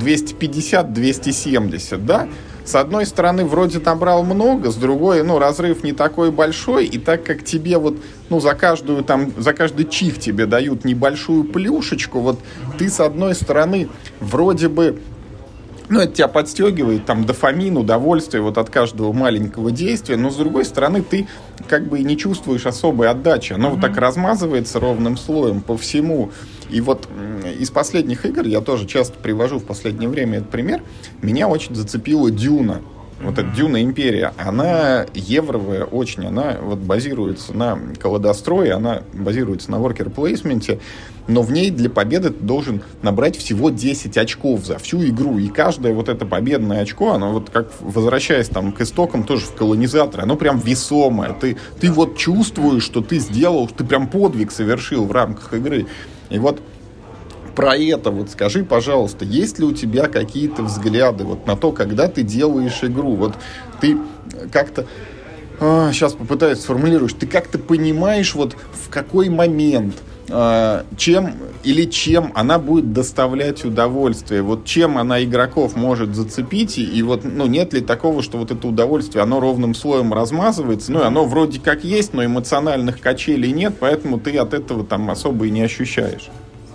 250-270, да? С одной стороны, вроде набрал много, с другой, ну, разрыв не такой большой, и так как тебе вот, ну, за каждый чих тебе дают небольшую плюшечку, вот ты, с одной стороны, вроде бы, ну, это тебя подстегивает, там, дофамин, удовольствие вот от каждого маленького действия, но, с другой стороны, ты как бы и не чувствуешь особой отдачи. Оно вот так размазывается ровным слоем по всему. И вот из последних игр, я тоже часто привожу в последнее время этот пример, меня очень зацепила «Дюна». вот эта Дюна Империя, она евровая очень, она вот базируется на колодострое, она базируется на worker placement, но в ней для победы ты должен набрать всего 10 очков за всю игру. И каждое вот это победное очко, оно вот как, возвращаясь там к истокам, тоже в колонизаторе, оно прям весомое. Ты вот чувствуешь, что ты сделал, ты прям подвиг совершил в рамках игры. И вот про это вот скажи, пожалуйста, есть ли у тебя какие-то взгляды вот на то, когда ты делаешь игру? Вот ты как-то... сейчас попытаюсь сформулировать. Ты как-то понимаешь, вот в какой момент... чем она будет доставлять удовольствие, вот чем она игроков может зацепить, и вот, нет ли такого, что вот это удовольствие, оно ровным слоем размазывается, и оно вроде как есть, но эмоциональных качелей нет, поэтому ты от этого там особо и не ощущаешь.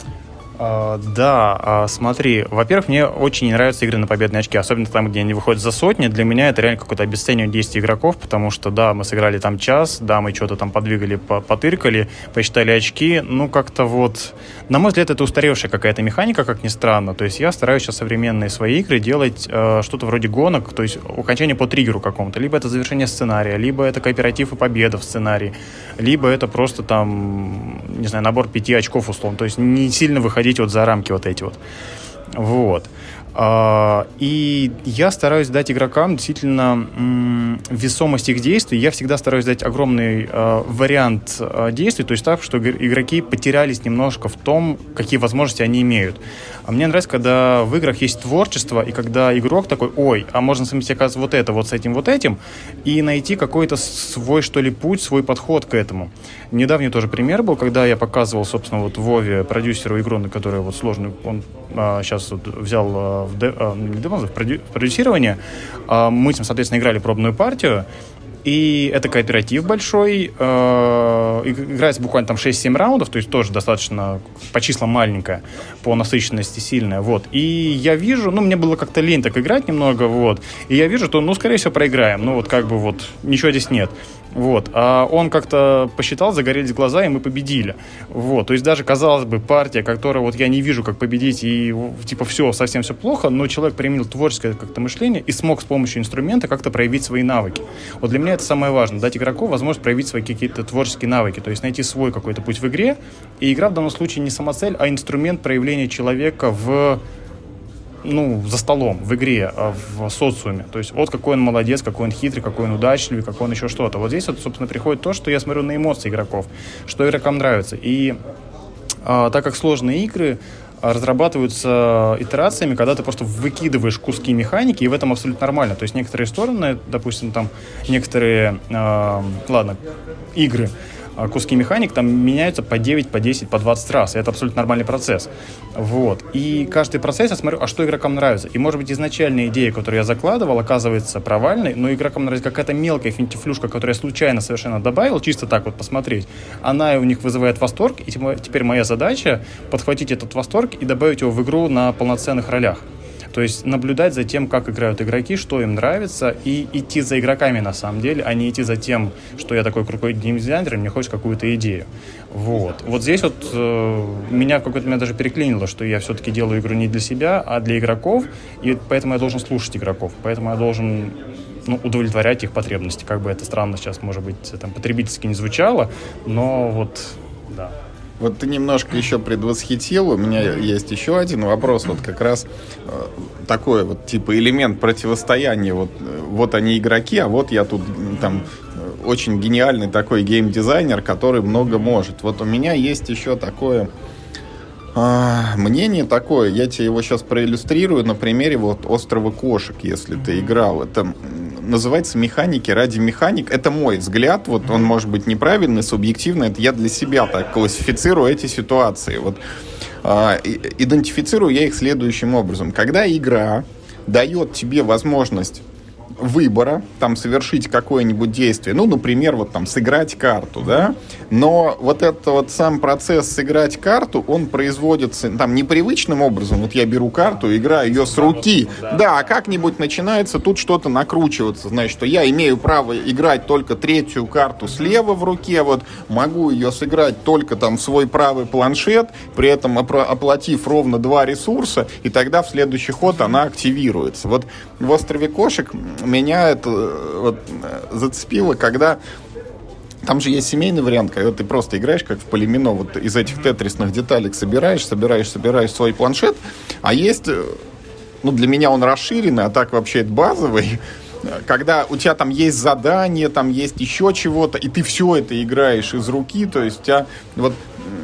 Да, смотри, во-первых, мне очень не нравятся игры на победные очки, особенно там, где они выходят за сотни. Для меня это реально какое-то обесценивание действий игроков, потому что, да, мы сыграли там час, да, мы что-то там подвигали, потыркали, посчитали очки, как-то вот... На мой взгляд, это устаревшая какая-то механика, как ни странно. То есть я стараюсь сейчас современные свои игры делать что-то вроде гонок, то есть окончание по триггеру какому-то. Либо это завершение сценария, либо это кооператив и победа в сценарии, либо это просто там, не знаю, набор 5 очков условно. То есть не сильно выходить вот за рамки вот эти вот. Вот. И я стараюсь дать игрокам действительно весомость их действий. Я всегда стараюсь дать огромный вариант действий, то есть так, что игроки потерялись немножко в том, какие возможности они имеют. А мне нравится, когда в играх есть творчество, и когда игрок такой, а можно совместить, оказывается, вот это вот с этим, и найти какой-то свой, что ли, путь, свой подход к этому. Недавний тоже пример был, когда я показывал, собственно, вот Вове, продюсеру игру, на которой вот сложную, он сейчас вот взял в продюсирование. Мы с ним, соответственно, играли пробную партию. И это кооператив большой. Играется буквально там 6-7 раундов, то есть тоже достаточно по числам маленькая, по насыщенности сильная. Вот. И я вижу, мне было как-то лень так играть немного, вот. И я вижу, что, скорее всего, проиграем. Ничего здесь нет. Вот. А он как-то посчитал, загорелись глаза, и мы победили. Вот. То есть даже, казалось бы, партия, которая вот я не вижу, как победить, и типа совсем все плохо, но человек применил творческое как-то мышление и смог с помощью инструмента как-то проявить свои навыки. Вот для меня это самое важное, дать игроку возможность проявить свои какие-то творческие навыки, то есть найти свой какой-то путь в игре, и игра в данном случае не самоцель, а инструмент проявления человека за столом, в игре, в социуме. То есть какой он молодец, какой он хитрый, какой он удачливый, какой он еще что-то. Вот здесь собственно, приходит то, что я смотрю на эмоции игроков, что игрокам нравится. И так как сложные игры разрабатываются итерациями, когда ты просто выкидываешь куски механики, и в этом абсолютно нормально. То есть некоторые стороны, допустим, там некоторые игры, куски механик там меняются по 9, по 10, по 20 раз. И это абсолютно нормальный процесс. Вот. И каждый процесс я смотрю, что игрокам нравится. И, может быть, изначальная идея, которую я закладывал, оказывается провальной, но игрокам нравится какая-то мелкая финтифлюшка, которую я случайно совершенно добавил, чисто так вот посмотреть. Она у них вызывает восторг, и теперь моя задача подхватить этот восторг и добавить его в игру на полноценных ролях. То есть наблюдать за тем, как играют игроки, что им нравится, и идти за игроками на самом деле, а не идти за тем, что я такой крутой геймдизайнер, и мне хочется какую-то идею. Вот здесь меня в какой-то момент даже переклинило, что я все-таки делаю игру не для себя, а для игроков, и поэтому я должен слушать игроков, поэтому я должен удовлетворять их потребности. Как бы это странно сейчас, может быть, потребительски не звучало, но да. Вот ты немножко еще предвосхитил. У меня есть еще один вопрос. Вот как раз такой типа элемент противостояния. Вот они игроки, а вот я тут там очень гениальный такой геймдизайнер, который много может. Вот у меня есть еще такое мнение такое. Я тебе его сейчас проиллюстрирую на примере «Острова кошек», если ты играл. Это называется «Механики ради механик». Это мой взгляд. Он может быть неправильный, субъективный. Это я для себя так классифицирую эти ситуации. Идентифицирую я их следующим образом. Когда игра дает тебе возможность выбора, совершить какое-нибудь действие, например, сыграть карту, да, но этот сам процесс сыграть карту, он производится непривычным образом, я беру карту, играю ее с руки, да, как-нибудь начинается тут что-то накручиваться, значит, что я имею право играть только третью карту слева в руке, могу ее сыграть только в свой правый планшет, при этом оплатив ровно 2 ресурса, и тогда в следующий ход она активируется. В «Острове кошек» меня это вот зацепило, когда... Там же есть семейный вариант, когда ты просто играешь как в полимино, вот из этих тетрисных деталек собираешь свой планшет, а есть, ну, для меня он расширенный, а так вообще это базовый, когда у тебя там есть задание, там есть еще чего-то, и ты все это играешь из руки, то есть у тебя вот...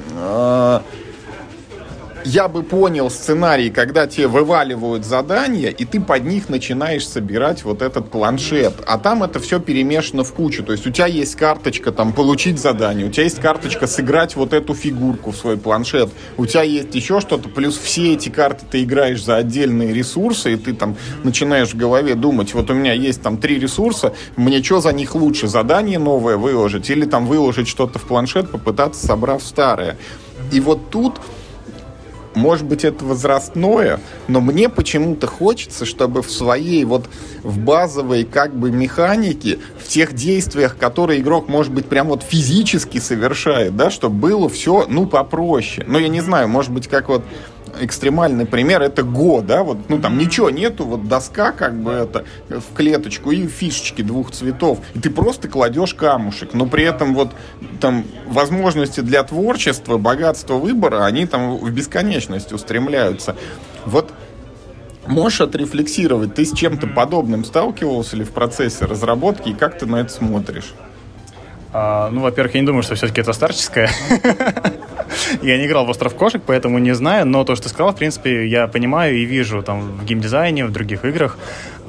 Я бы понял сценарий, когда тебе вываливают задания, и ты под них начинаешь собирать вот этот планшет. А там это все перемешано в кучу. То есть у тебя есть карточка там получить задание, у тебя есть карточка сыграть вот эту фигурку в свой планшет, у тебя есть еще что-то, плюс все эти карты ты играешь за отдельные ресурсы, и ты там начинаешь в голове думать, вот у меня есть там 3 ресурса, мне что за них лучше, задание новое выложить или там выложить что-то в планшет, попытаться собрав старое. И вот тут... Может быть, это возрастное, но мне почему-то хочется, чтобы в своей вот в базовой как бы механике, в тех действиях, которые игрок, может быть, прям вот физически совершает, да, чтобы было все, ну, попроще. Ну, я не знаю, может быть, как вот экстремальный пример, это Го, да, вот, ну, там ничего нету, вот доска как бы это в клеточку и фишечки 2 цветов, и ты просто кладешь камушек, но при этом вот там возможности для творчества, богатства выбора, они там в бесконечность устремляются. Вот можешь отрефлексировать, ты с чем-то подобным сталкивался ли в процессе разработки, и как ты на это смотришь? Ну, во-первых, я не думаю, что все-таки это старческое. Я не играл в «Остров кошек», поэтому не знаю, но то, что ты сказал, в принципе, я понимаю и вижу там в геймдизайне, в других играх.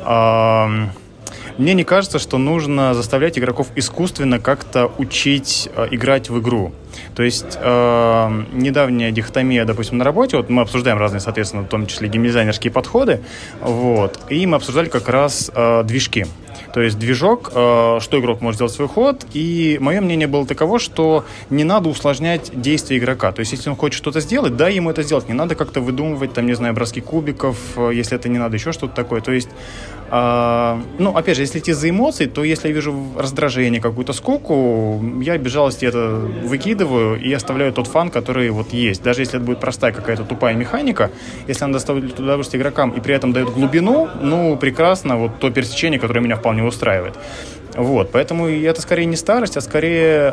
Мне не кажется, что нужно заставлять игроков искусственно как-то учить играть в игру. То есть недавняя дихотомия, допустим, на работе, вот мы обсуждаем разные, соответственно, в том числе геймдизайнерские подходы, вот, и мы обсуждали как раз движки. То есть движок, что игрок может сделать свой ход, и мое мнение было таково, что не надо усложнять действия игрока. То есть если он хочет что-то сделать, дай ему это сделать. Не надо как-то выдумывать, там, не знаю, броски кубиков, если это не надо, еще что-то такое. То есть, ну, опять же, если идти за эмоцией, то если я вижу раздражение, какую-то скуку, я без жалости это выкидываю и оставляю тот фан, который вот есть. Даже если это будет простая какая-то тупая механика, если она доставляет удовольствие игрокам и при этом дает глубину, ну, прекрасно, вот то пересечение, которое меня вполне устраивает. Вот, поэтому это скорее не старость, а скорее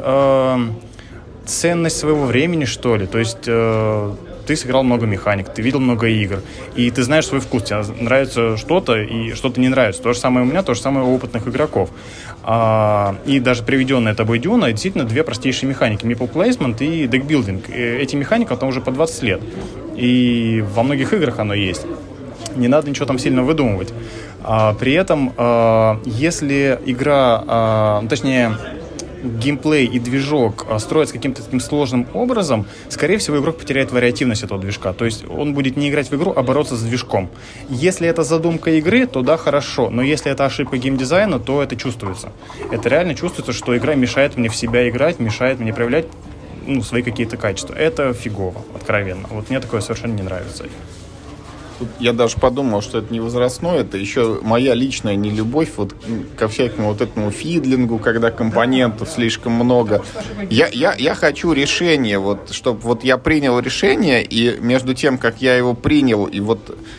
ценность своего времени, что ли. То есть ты сыграл много механик, ты видел много игр, и ты знаешь свой вкус, тебе нравится что-то и что-то не нравится. То же самое у меня, то же самое у опытных игроков. И даже приведенная тобой Дюна, действительно, 2 простейшие механики: Meeple Placement и декбилдинг. Эти механики, там уже по 20 лет. И во многих играх оно есть. Не надо ничего там сильно выдумывать. При этом, если игра, точнее, геймплей и движок строятся каким-то таким сложным образом, скорее всего, игрок потеряет вариативность этого движка. То есть он будет не играть в игру, а бороться с движком. Если это задумка игры, то да, хорошо. Но если это ошибка геймдизайна, то это чувствуется. Это реально чувствуется, что игра мешает мне в себя играть, мешает мне проявлять, ну, свои какие-то качества. Это фигово, откровенно. Вот мне такое совершенно не нравится. Тут я даже подумал, что это не возрастное, это еще моя личная нелюбовь вот ко всякому вот этому фидлингу, когда компонентов слишком много. Я хочу решение, вот, чтобы вот я принял решение, и между тем, как я его принял, и вот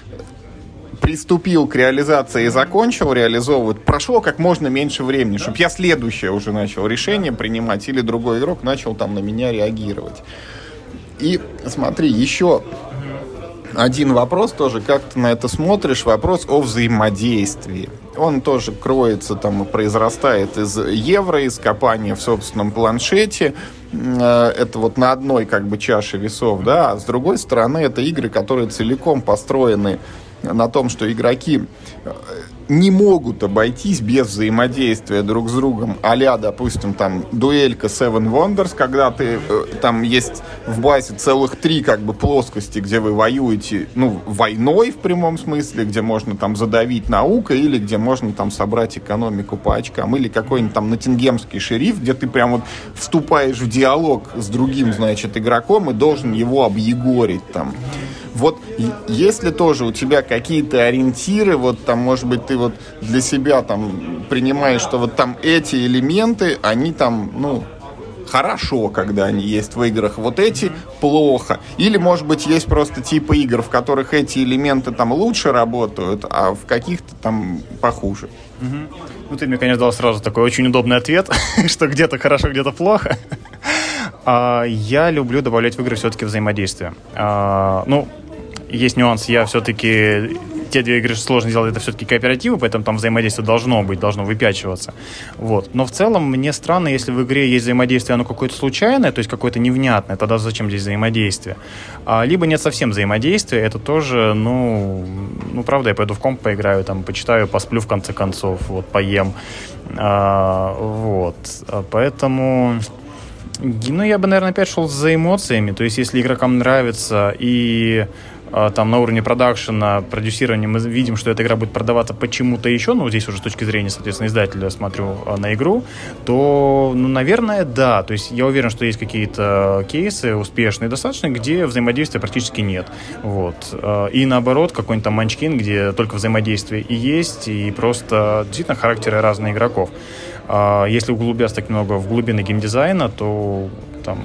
приступил к реализации и закончил реализовывать, прошло как можно меньше времени, чтобы я следующее уже начал решение принимать, или другой игрок начал там на меня реагировать. И смотри, еще один вопрос тоже, как ты на это смотришь, вопрос о взаимодействии. Он тоже кроется там и произрастает из евро, из копания в собственном планшете. Это вот на одной как бы чаше весов, да, а с другой стороны это игры, которые целиком построены на том, что игроки не могут обойтись без взаимодействия друг с другом, а-ля, допустим, там, дуэлька Seven Wonders, когда ты, там есть в базе целых 3, как бы, плоскости, где вы воюете, ну, войной в прямом смысле, где можно, там, задавить наукой, или где можно, там, собрать экономику по очкам, или какой-нибудь, там, Ноттингемский шериф, где ты прям вот вступаешь в диалог с другим, значит, игроком и должен его объегорить, там. Вот если тоже у тебя какие-то ориентиры, вот там, может быть, ты вот для себя там принимаешь, что вот там эти элементы, они там, ну, хорошо, когда они есть в играх, вот эти плохо. Или, может быть, есть просто типы игр, в которых эти элементы там лучше работают, а в каких-то там похуже. Ну, ты мне, конечно, дал сразу такой очень удобный ответ, что где-то хорошо, где-то плохо. Я люблю добавлять в игры все-таки взаимодействие. Ну, есть нюанс, я все-таки... Те две игры сложно сделать, это все-таки кооперативы, поэтому там взаимодействие должно быть, должно выпячиваться. Вот. Но в целом мне странно, если в игре есть взаимодействие, оно какое-то случайное, то есть какое-то невнятное, тогда зачем здесь взаимодействие? Либо нет совсем взаимодействия, это тоже, ну, правда, я пойду в комп поиграю, там, почитаю, посплю в конце концов, вот, поем. Вот. Поэтому... Ну, я бы, наверное, опять шел за эмоциями, то есть если игрокам нравится и... там на уровне продакшена, продюсирования мы видим, что эта игра будет продаваться почему-то еще, ну, здесь уже с точки зрения, соответственно, издателя смотрю на игру, то, ну, наверное, да. То есть я уверен, что есть какие-то кейсы успешные достаточно, где взаимодействия практически нет. Вот. И наоборот, какой-нибудь там Munchkin, где только взаимодействие и есть, и просто действительно характеры разных игроков. Если углубляться так много в глубины геймдизайна, то там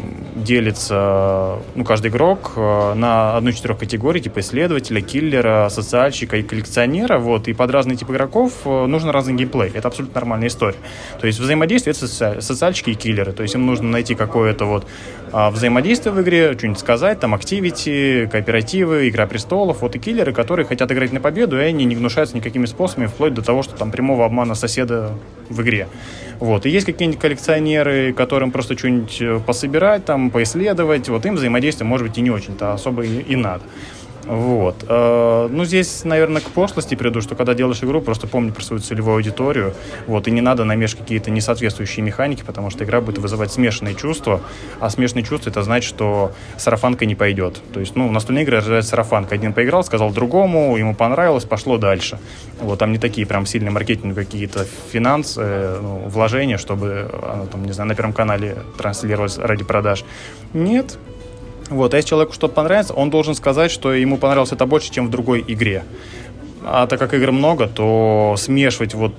делится, ну, каждый игрок на одну из 4 категорий, типа исследователя, киллера, социальщика и коллекционера, вот, и под разные типы игроков нужен разный геймплей. Это абсолютно нормальная история. То есть взаимодействие — это социальщики и киллеры, то есть им нужно найти какое-то вот взаимодействие в игре, что-нибудь сказать, там, активити, кооперативы, Игра престолов, вот, и киллеры, которые хотят играть на победу, и они не гнушаются никакими способами, вплоть до того, что там прямого обмана соседа в игре. Вот. И есть какие-нибудь коллекционеры, которым просто что-нибудь пособирать, там, поисследовать, вот, им взаимодействие, может быть, и не очень-то особо и надо. Вот. Ну, здесь, наверное, к пошлости приду, что когда делаешь игру, просто помни про свою целевую аудиторию, вот, и не надо намешать какие-то несоответствующие механики, потому что игра будет вызывать смешанные чувства, а смешанные чувства — это значит, что сарафанка не пойдет. То есть, ну, настольные игры рождает сарафанка. Один поиграл, сказал другому, ему понравилось, пошло дальше. Вот, там не такие прям сильные маркетинговые какие-то финансы, ну, вложения, чтобы, там, не знаю, на Первом канале транслировать ради продаж. Нет. Вот, а если человеку что-то понравится, он должен сказать, что ему понравилось это больше, чем в другой игре. А так как игр много, то смешивать вот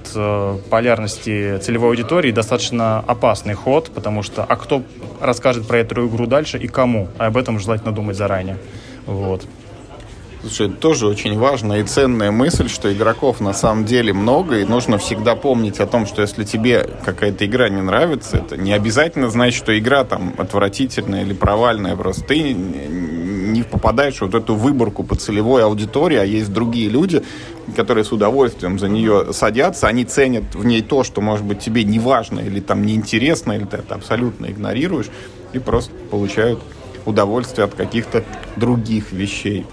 полярности целевой аудитории достаточно опасный ход, потому что а кто расскажет про эту игру дальше и кому? А об этом желательно думать заранее. Вот. Слушай, это тоже очень важная и ценная мысль, что игроков на самом деле много, и нужно всегда помнить о том, что если тебе какая-то игра не нравится, это не обязательно значит, что игра там отвратительная или провальная, просто ты не попадаешь в вот эту выборку по целевой аудитории, а есть другие люди, которые с удовольствием за нее садятся, они ценят в ней то, что, может быть, тебе не важно или там неинтересно, или ты это абсолютно игнорируешь, и просто получают удовольствие от каких-то других вещей.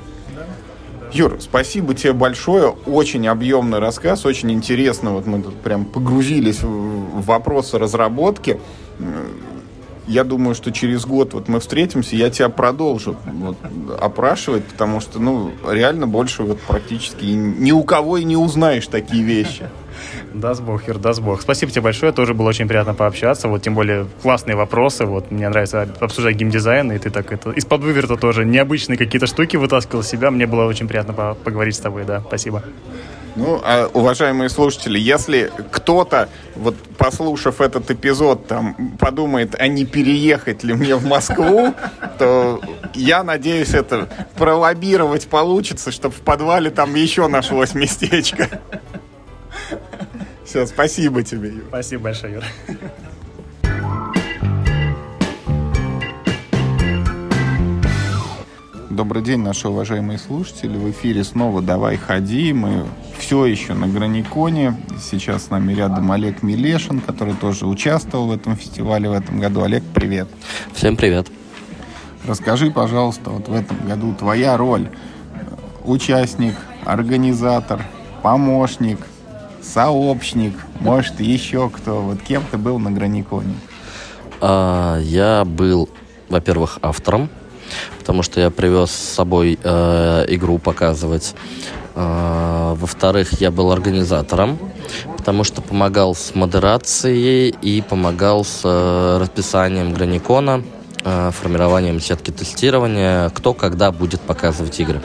Юр, спасибо тебе большое. Очень объемный рассказ, очень интересно. Вот мы тут прям погрузились в вопросы разработки. Я думаю, что через год вот мы встретимся, я тебя продолжу вот опрашивать, потому что, ну, реально больше вот практически ни у кого и не узнаешь такие вещи. Даст Бог, Юр, даст Бог. Спасибо тебе большое, тоже было очень приятно пообщаться. Вот, тем более классные вопросы. Вот, мне нравится обсуждать геймдизайн, и ты так это из-под выверта тоже необычные какие-то штуки вытаскивал себя. Мне было очень приятно поговорить с тобой, да. Спасибо. Ну, уважаемые слушатели, если кто-то, вот послушав этот эпизод, там, подумает, а не переехать ли мне в Москву, то я надеюсь, это пролоббировать получится, чтобы в подвале там еще нашлось местечко. Все, спасибо тебе, Юр. Спасибо большое, Юр. Добрый день, наши уважаемые слушатели. В эфире снова «Давай ходи». Мы все еще на Граниконе. Сейчас с нами рядом Олег Милешин, который тоже участвовал в этом фестивале в этом году. Олег, привет. Всем привет. Расскажи, пожалуйста, вот в этом году твоя роль. Участник, организатор, помощник, сообщник, может, еще кто. Вот кем ты был на Граниконе? Я был, во-первых, автором, потому что я привез с собой игру показывать. Во-вторых, я был организатором, потому что помогал с модерацией и помогал с расписанием Граникона, формированием сетки тестирования, кто когда будет показывать игры.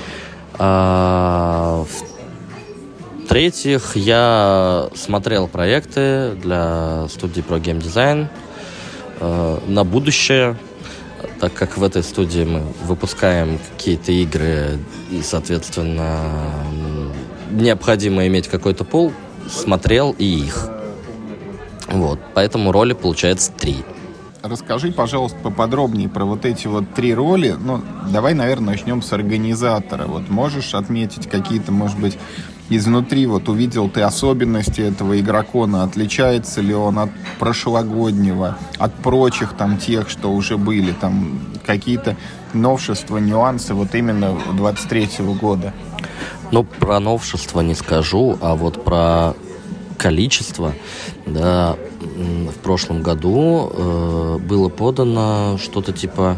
В-третьих, я смотрел проекты для студии Pro Game Design, на будущее, так как в этой студии мы выпускаем какие-то игры, и, соответственно, необходимо иметь какой-то пул, смотрел и их. Вот, поэтому роли получается 3. Расскажи, пожалуйста, поподробнее про вот эти вот 3 роли. Ну, давай, наверное, начнем с организатора. Вот можешь отметить какие-то, может быть, изнутри, вот увидел ты особенности этого игрокона, отличается ли он от прошлогоднего, от прочих там тех, что уже были, там какие-то новшества, нюансы вот именно 23-го года? Ну, про новшества не скажу, а вот про количество, да, в прошлом году было подано что-то типа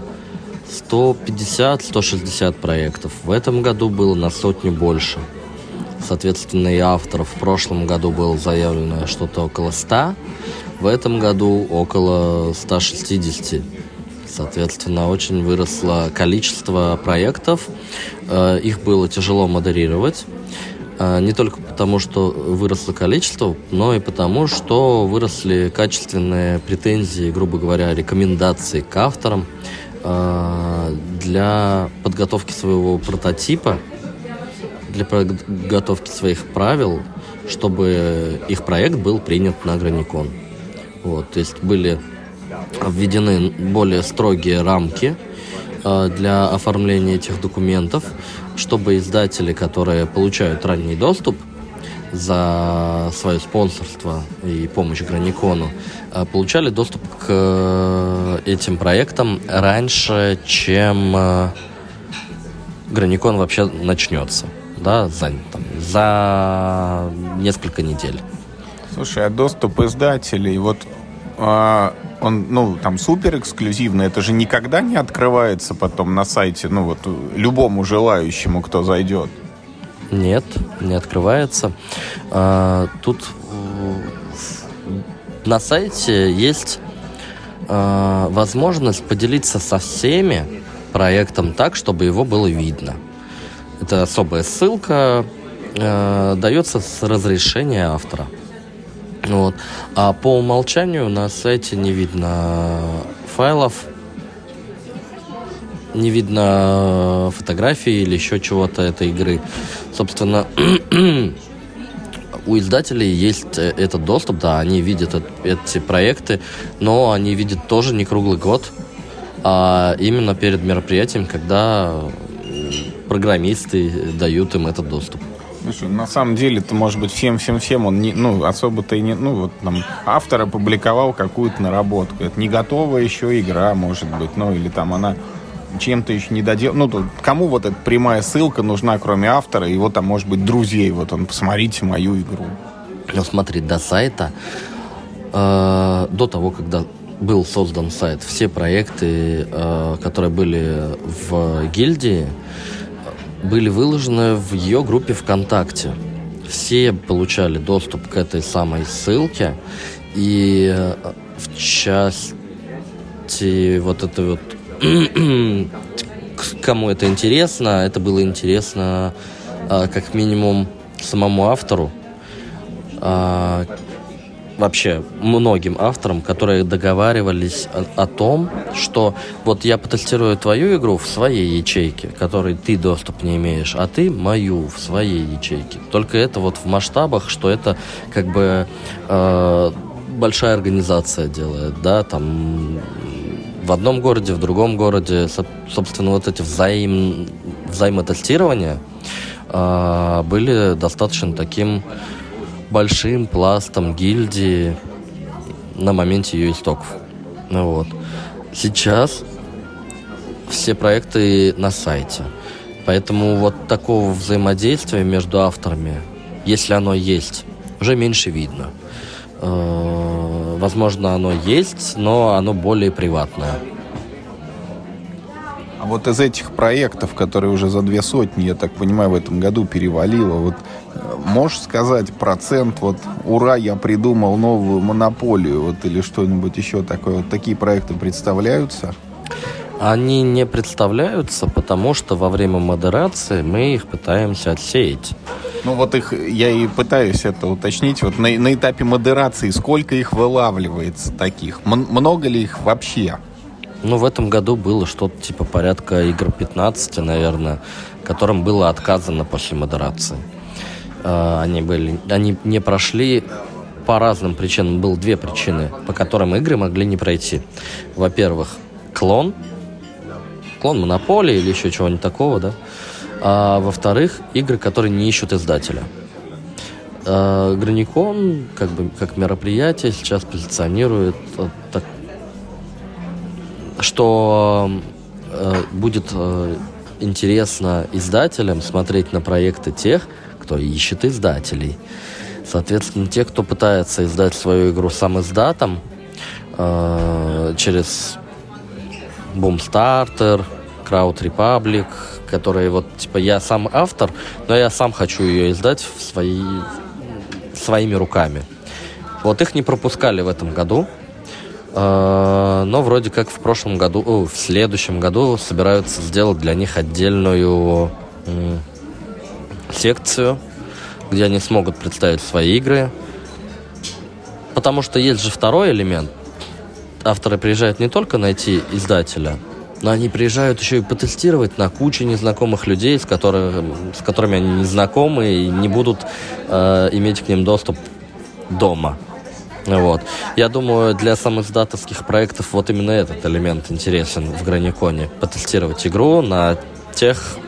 150-160 проектов. В этом году было на 100 больше. Соответственно, и авторов в прошлом году было заявлено что-то около 100, в этом году около 160. Соответственно, очень выросло количество проектов. Их было тяжело модерировать. Не только потому, что выросло количество, но и потому, что выросли качественные претензии, грубо говоря, рекомендации к авторам для подготовки своего прототипа, для подготовки своих правил, чтобы их проект был принят на Граникон. Вот, то есть были введены более строгие рамки для оформления этих документов, чтобы издатели, которые получают ранний доступ за свое спонсорство и помощь Граникону, получали доступ к этим проектам раньше, чем Граникон вообще начнется, да, за несколько недель. Слушай, а доступ издателей, вот он, ну, там супер эксклюзивный, это же никогда не открывается потом на сайте, ну, вот любому желающему, кто зайдет? Нет, не открывается. Тут на сайте есть возможность поделиться со всеми проектом так, чтобы его было видно. Это особая ссылка, дается с разрешения автора. Вот. А по умолчанию на сайте не видно файлов, не видно фотографий или еще чего-то этой игры. Собственно, у издателей есть этот доступ, да, они видят эти проекты, но они видят тоже не круглый год, а именно перед мероприятием, когда программисты дают им этот доступ. Слушай, на самом деле, это может быть всем он не, ну, особо-то и не, ну, вот там автор опубликовал какую-то наработку. Это не готовая еще игра, может быть, ну, или там она чем-то еще не доделана. Ну, кому вот эта прямая ссылка нужна, кроме автора, его там, может быть, друзей. Вот он, посмотрите мою игру. Ну, смотри, до сайта, до того, когда был создан сайт, все проекты, которые были в гильдии, были выложены в ее группе ВКонтакте. Все получали доступ к этой самой ссылке, и в части вот этой вот кому это интересно, это было интересно как минимум самому автору, вообще многим авторам, которые договаривались о том, что вот я потестирую твою игру в своей ячейке, которой ты доступ не имеешь, а ты мою в своей ячейке. Только это вот в масштабах, что это как бы большая организация делает, да, там в одном городе, в другом городе, собственно, вот эти взаимотестирования были достаточно таким большим пластом гильдии на моменте ее истоков. Ну, вот. Сейчас все проекты на сайте. Поэтому вот такого взаимодействия между авторами, если оно есть, уже меньше видно. Возможно, оно есть, но оно более приватное. А вот из этих проектов, которые уже за 200, я так понимаю, в этом году перевалило, вот можешь сказать процент, вот, ура, я придумал новую монополию, вот, или что-нибудь еще такое? Вот такие проекты представляются? Они не представляются, потому что во время модерации мы их пытаемся отсеять. Ну вот их, я и пытаюсь это уточнить. Вот на этапе модерации сколько их вылавливается таких? Много ли их вообще? Ну, в этом году было что-то типа порядка игр 15, наверное, которым было отказано после модерации. Они не прошли по разным причинам. Было две причины, по которым игры могли не пройти. Во-первых, клон Монополии или еще чего-нибудь такого, да. А во-вторых, игры, которые не ищут издателя. Граникон, как мероприятие, сейчас позиционирует так, что будет интересно издателям смотреть на проекты тех, кто ищет издателей. Соответственно, те, кто пытается издать свою игру сам издатом через Boomstarter, Crowd Republic, которые вот, типа, я сам автор, но я сам хочу ее издать своими руками. Вот их не пропускали в этом году, но вроде как в следующем году собираются сделать для них отдельную секцию, где они смогут представить свои игры. Потому что есть же второй элемент. Авторы приезжают не только найти издателя, но они приезжают еще и потестировать на куче незнакомых людей, с которыми они не знакомы и не будут иметь к ним доступ дома. Вот. Я думаю, для самоиздатовских проектов вот именно этот элемент интересен в Граниконе. Потестировать игру на тех,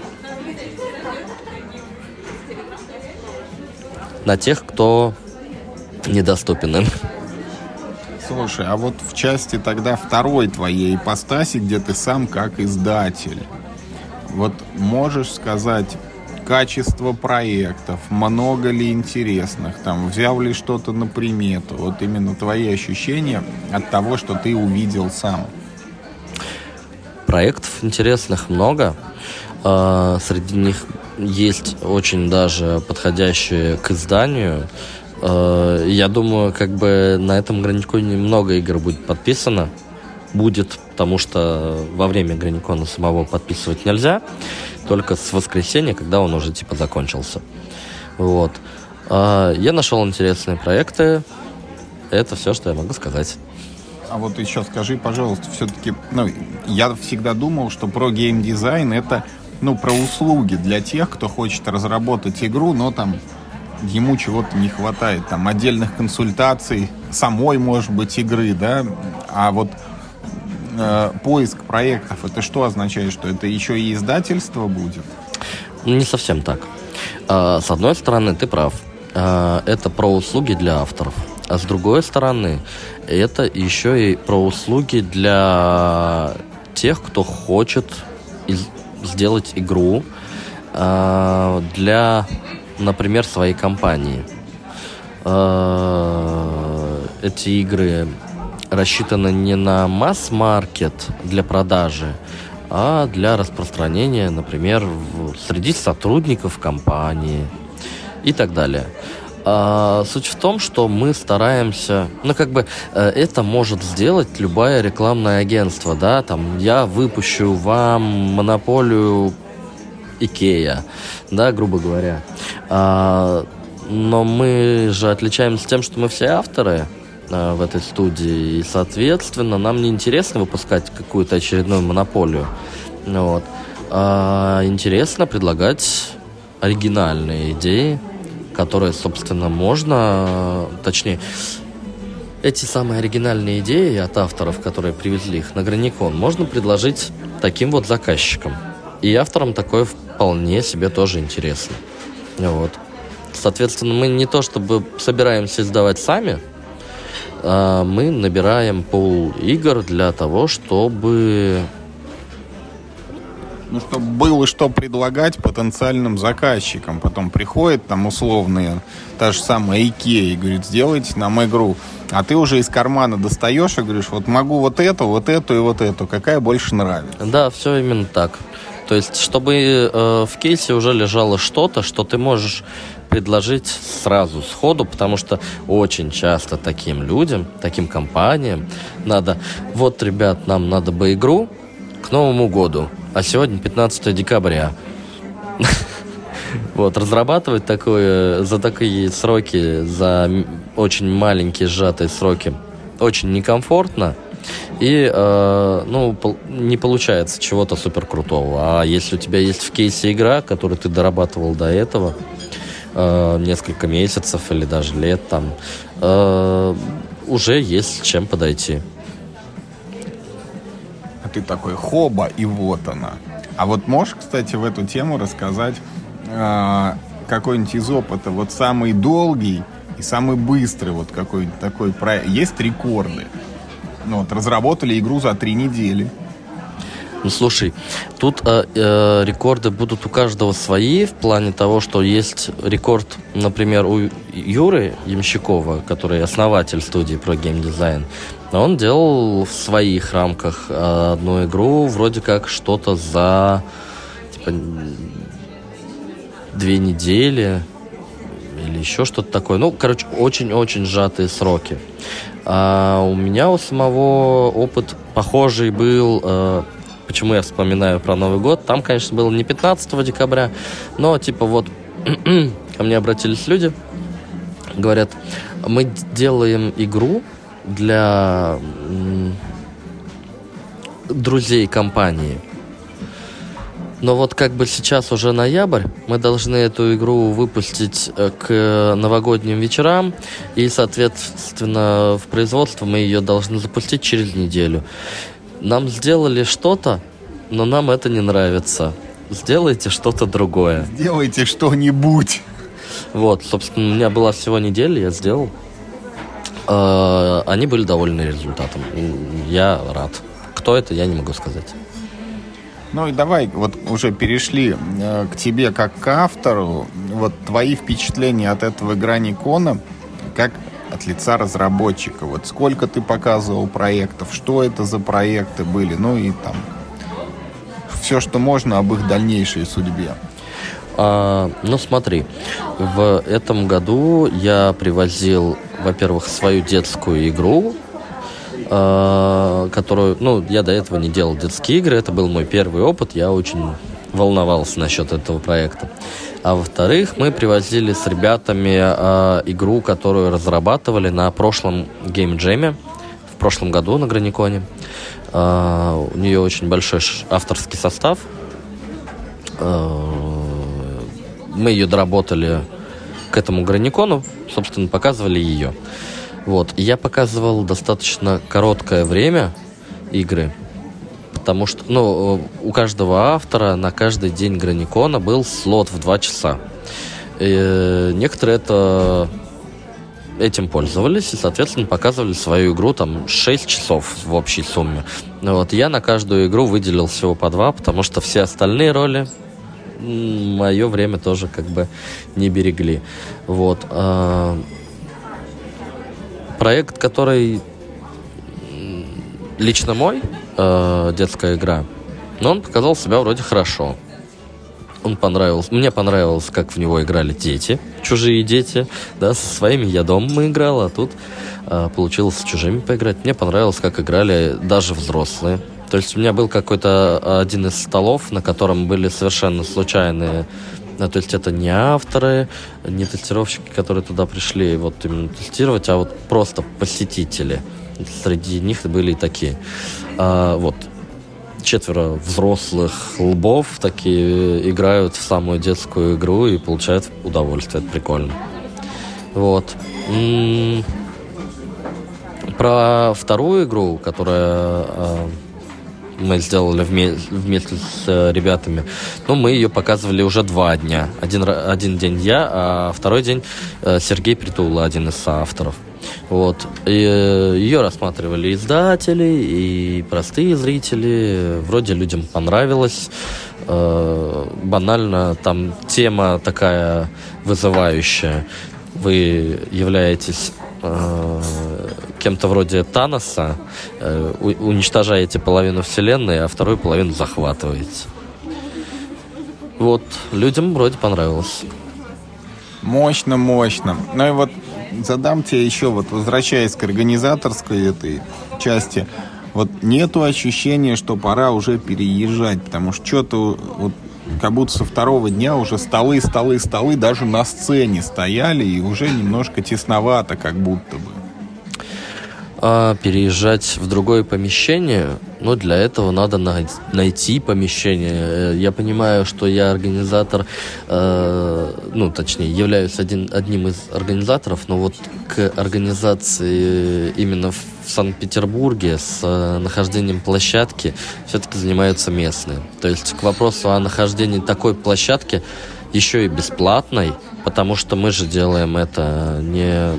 кто недоступен им. Слушай, а вот в части тогда второй твоей ипостаси, где ты сам как издатель, вот можешь сказать качество проектов, много ли интересных, там, взял ли что-то на примету, вот именно твои ощущения от того, что ты увидел сам? Проектов интересных много. Среди них есть очень даже подходящие к изданию. Я думаю, на этом Граниконе много игр будет подписано. Потому что во время Граникона самого подписывать нельзя. Только с воскресенья, когда он уже закончился. Вот. Я нашел интересные проекты. Это все, что я могу сказать. А вот еще скажи, пожалуйста, все-таки, я всегда думал, что про геймдизайн это, про услуги для тех, кто хочет разработать игру, но там ему чего-то не хватает, там отдельных консультаций, самой, может быть, игры, да, а вот поиск проектов, это что означает, что это еще и издательство будет? Не совсем так. С одной стороны, ты прав, это про услуги для авторов, а с другой стороны, это еще и про услуги для тех, кто хочет сделать игру для, например, своей компании. Эти игры рассчитаны не на масс-маркет для продажи, а для распространения, например, среди сотрудников компании и так далее. Суть в том, что мы стараемся... это может сделать любое рекламное агентство, да, там, я выпущу вам монополию Икея, да, грубо говоря. Но мы же отличаемся тем, что мы все авторы в этой студии, и, соответственно, нам не интересно выпускать какую-то очередную монополию. Вот. Интересно предлагать оригинальные идеи, которые, собственно, точнее, эти самые оригинальные идеи от авторов, которые привезли их на Граникон, можно предложить таким вот заказчикам. И авторам такое вполне себе тоже интересно. Вот. Соответственно, мы не то чтобы собираемся издавать сами, а мы набираем пул игр для того, чтобы... чтобы было что предлагать потенциальным заказчикам. Потом приходят там условные, та же самая Икея, и говорит, сделайте нам игру. А ты уже из кармана достаешь и говоришь, вот могу вот эту и вот эту. Какая больше нравится? Да, все именно так. То есть, чтобы в кейсе уже лежало что-то, что ты можешь предложить сразу, сходу, потому что очень часто таким людям, таким компаниям надо, вот, ребят, нам надо бы игру, к Новому году, а сегодня 15 декабря. Вот, разрабатывать за такие сроки, за очень маленькие сжатые сроки, очень некомфортно. И, не получается чего-то супер крутого. А если у тебя есть в кейсе игра, которую ты дорабатывал до этого, несколько месяцев или даже лет, там, уже есть с чем подойти. А ты такой, хоба, и вот она. А вот можешь, кстати, в эту тему рассказать какой-нибудь из опыта, вот самый долгий и самый быстрый вот какой-нибудь такой проект? Есть рекорды? Разработали игру за 3 недели. Ну, слушай, тут рекорды будут у каждого свои, в плане того, что есть рекорд, например, у Юры Ямщикова, который основатель студии Pro Game Design. Он делал в своих рамках одну игру, вроде как что-то за 2 недели или еще что-то такое. Очень-очень сжатые сроки. А у меня у самого опыт похожий был. Почему я вспоминаю про Новый год? Там, конечно, было не 15 декабря, но ко мне обратились люди, говорят, мы делаем игру для друзей компании. Но сейчас уже ноябрь, мы должны эту игру выпустить к новогодним вечерам, и, соответственно, в производство мы ее должны запустить через неделю. Нам сделали что-то, но нам это не нравится. Сделайте что-то другое. Сделайте что-нибудь. Вот, собственно, у меня была всего неделя, я сделал. Они были довольны результатом. Я рад. Кто это, я не могу сказать. И давай, уже перешли к тебе как к автору. Твои впечатления от этого GraniCon'а, как от лица разработчика. Сколько ты показывал проектов, что это за проекты были, и там все, что можно об их дальнейшей судьбе. Смотри, в этом году я привозил, во-первых, свою детскую игру, которую, я до этого не делал детские игры, это был мой первый опыт, я очень волновался насчет этого проекта. А во-вторых, мы привозили с ребятами игру, которую разрабатывали на прошлом геймджеме, в прошлом году на GraniCon'е. У нее очень большой авторский состав. Мы ее доработали к этому GraniCon'у, собственно, показывали ее. Я показывал достаточно короткое время игры, потому что, у каждого автора на каждый день GraniCon'а был слот в 2 часа. И некоторые этим пользовались и, соответственно, показывали свою игру 6 часов в общей сумме. Я на каждую игру выделил всего по 2, потому что все остальные роли мое время тоже не берегли. Проект, который лично мой, детская игра, но он показал себя вроде хорошо. Мне понравилось, как в него играли дети, чужие дети, да, со своими я дома играл, а тут получилось с чужими поиграть. Мне понравилось, как играли даже взрослые. То есть у меня был какой-то один из столов, на котором были совершенно случайные, то есть это не авторы, не тестировщики, которые туда пришли именно тестировать, а просто посетители. Среди них были и такие. 4 взрослых лбов такие играют в самую детскую игру и получают удовольствие. Это прикольно. Про вторую игру, которая мы сделали вместе с ребятами, мы ее показывали уже 2 дня. Один день я, а второй день Сергей Притула, один из соавторов. И ее рассматривали издатели и простые зрители. Вроде людям понравилось. Банально, там тема такая вызывающая. Вы являетесь кем-то вроде Таноса, уничтожаете половину вселенной, а вторую половину захватываете. Людям вроде понравилось. Мощно. Задам тебе еще, возвращаясь к организаторской этой части, Вот нету ощущения, что пора уже переезжать, потому что что-то вот как будто со второго дня уже столы даже на сцене стояли, и уже немножко тесновато, как будто бы. Переезжать в другое помещение, для этого надо найти помещение. Я понимаю, что я организатор, точнее, являюсь одним из организаторов, но вот к организации именно в Санкт-Петербурге с нахождением площадки все-таки занимаются местные. То есть к вопросу о нахождении такой площадки, еще и бесплатной, потому что мы же делаем это не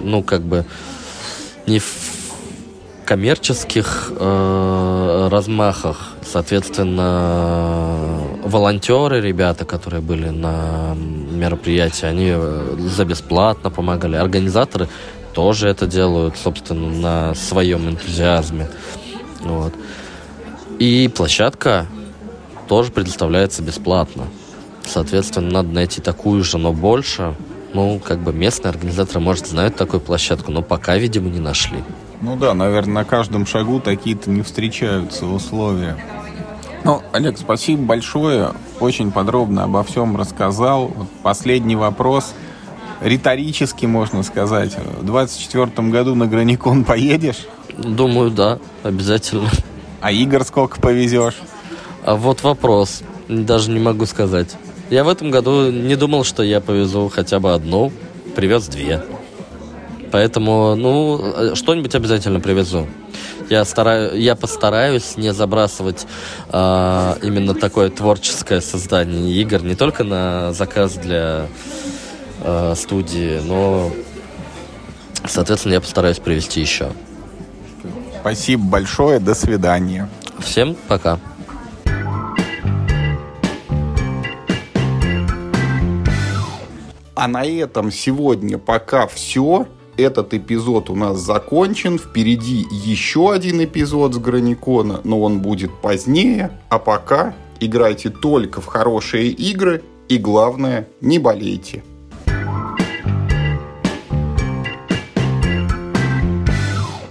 в коммерческих размахах. Соответственно, волонтеры, ребята, которые были на мероприятии, они за бесплатно помогали. Организаторы тоже это делают, собственно, на своем энтузиазме. Вот. И площадка тоже предоставляется бесплатно. Соответственно, надо найти такую же, но больше. Местные организаторы, может, знают такую площадку, но пока, видимо, не нашли. Наверное, на каждом шагу такие-то не встречаются условия. Олег, спасибо большое. Очень подробно обо всем рассказал. Вот последний вопрос. Риторически, можно сказать. В 2024 году на Граникон поедешь? Думаю, да, обязательно. А игр сколько повезешь? А вот вопрос. Даже не могу сказать. Я в этом году не думал, что я повезу хотя бы одну. Привез 2. Поэтому, что-нибудь обязательно привезу. Я постараюсь не забрасывать именно такое творческое создание игр не только на заказ для студии, но, соответственно, я постараюсь привезти еще. Спасибо большое, до свидания. Всем пока. А на этом сегодня пока все. Этот эпизод у нас закончен. Впереди еще один эпизод с Граникона, но он будет позднее. А пока играйте только в хорошие игры и, главное, не болейте.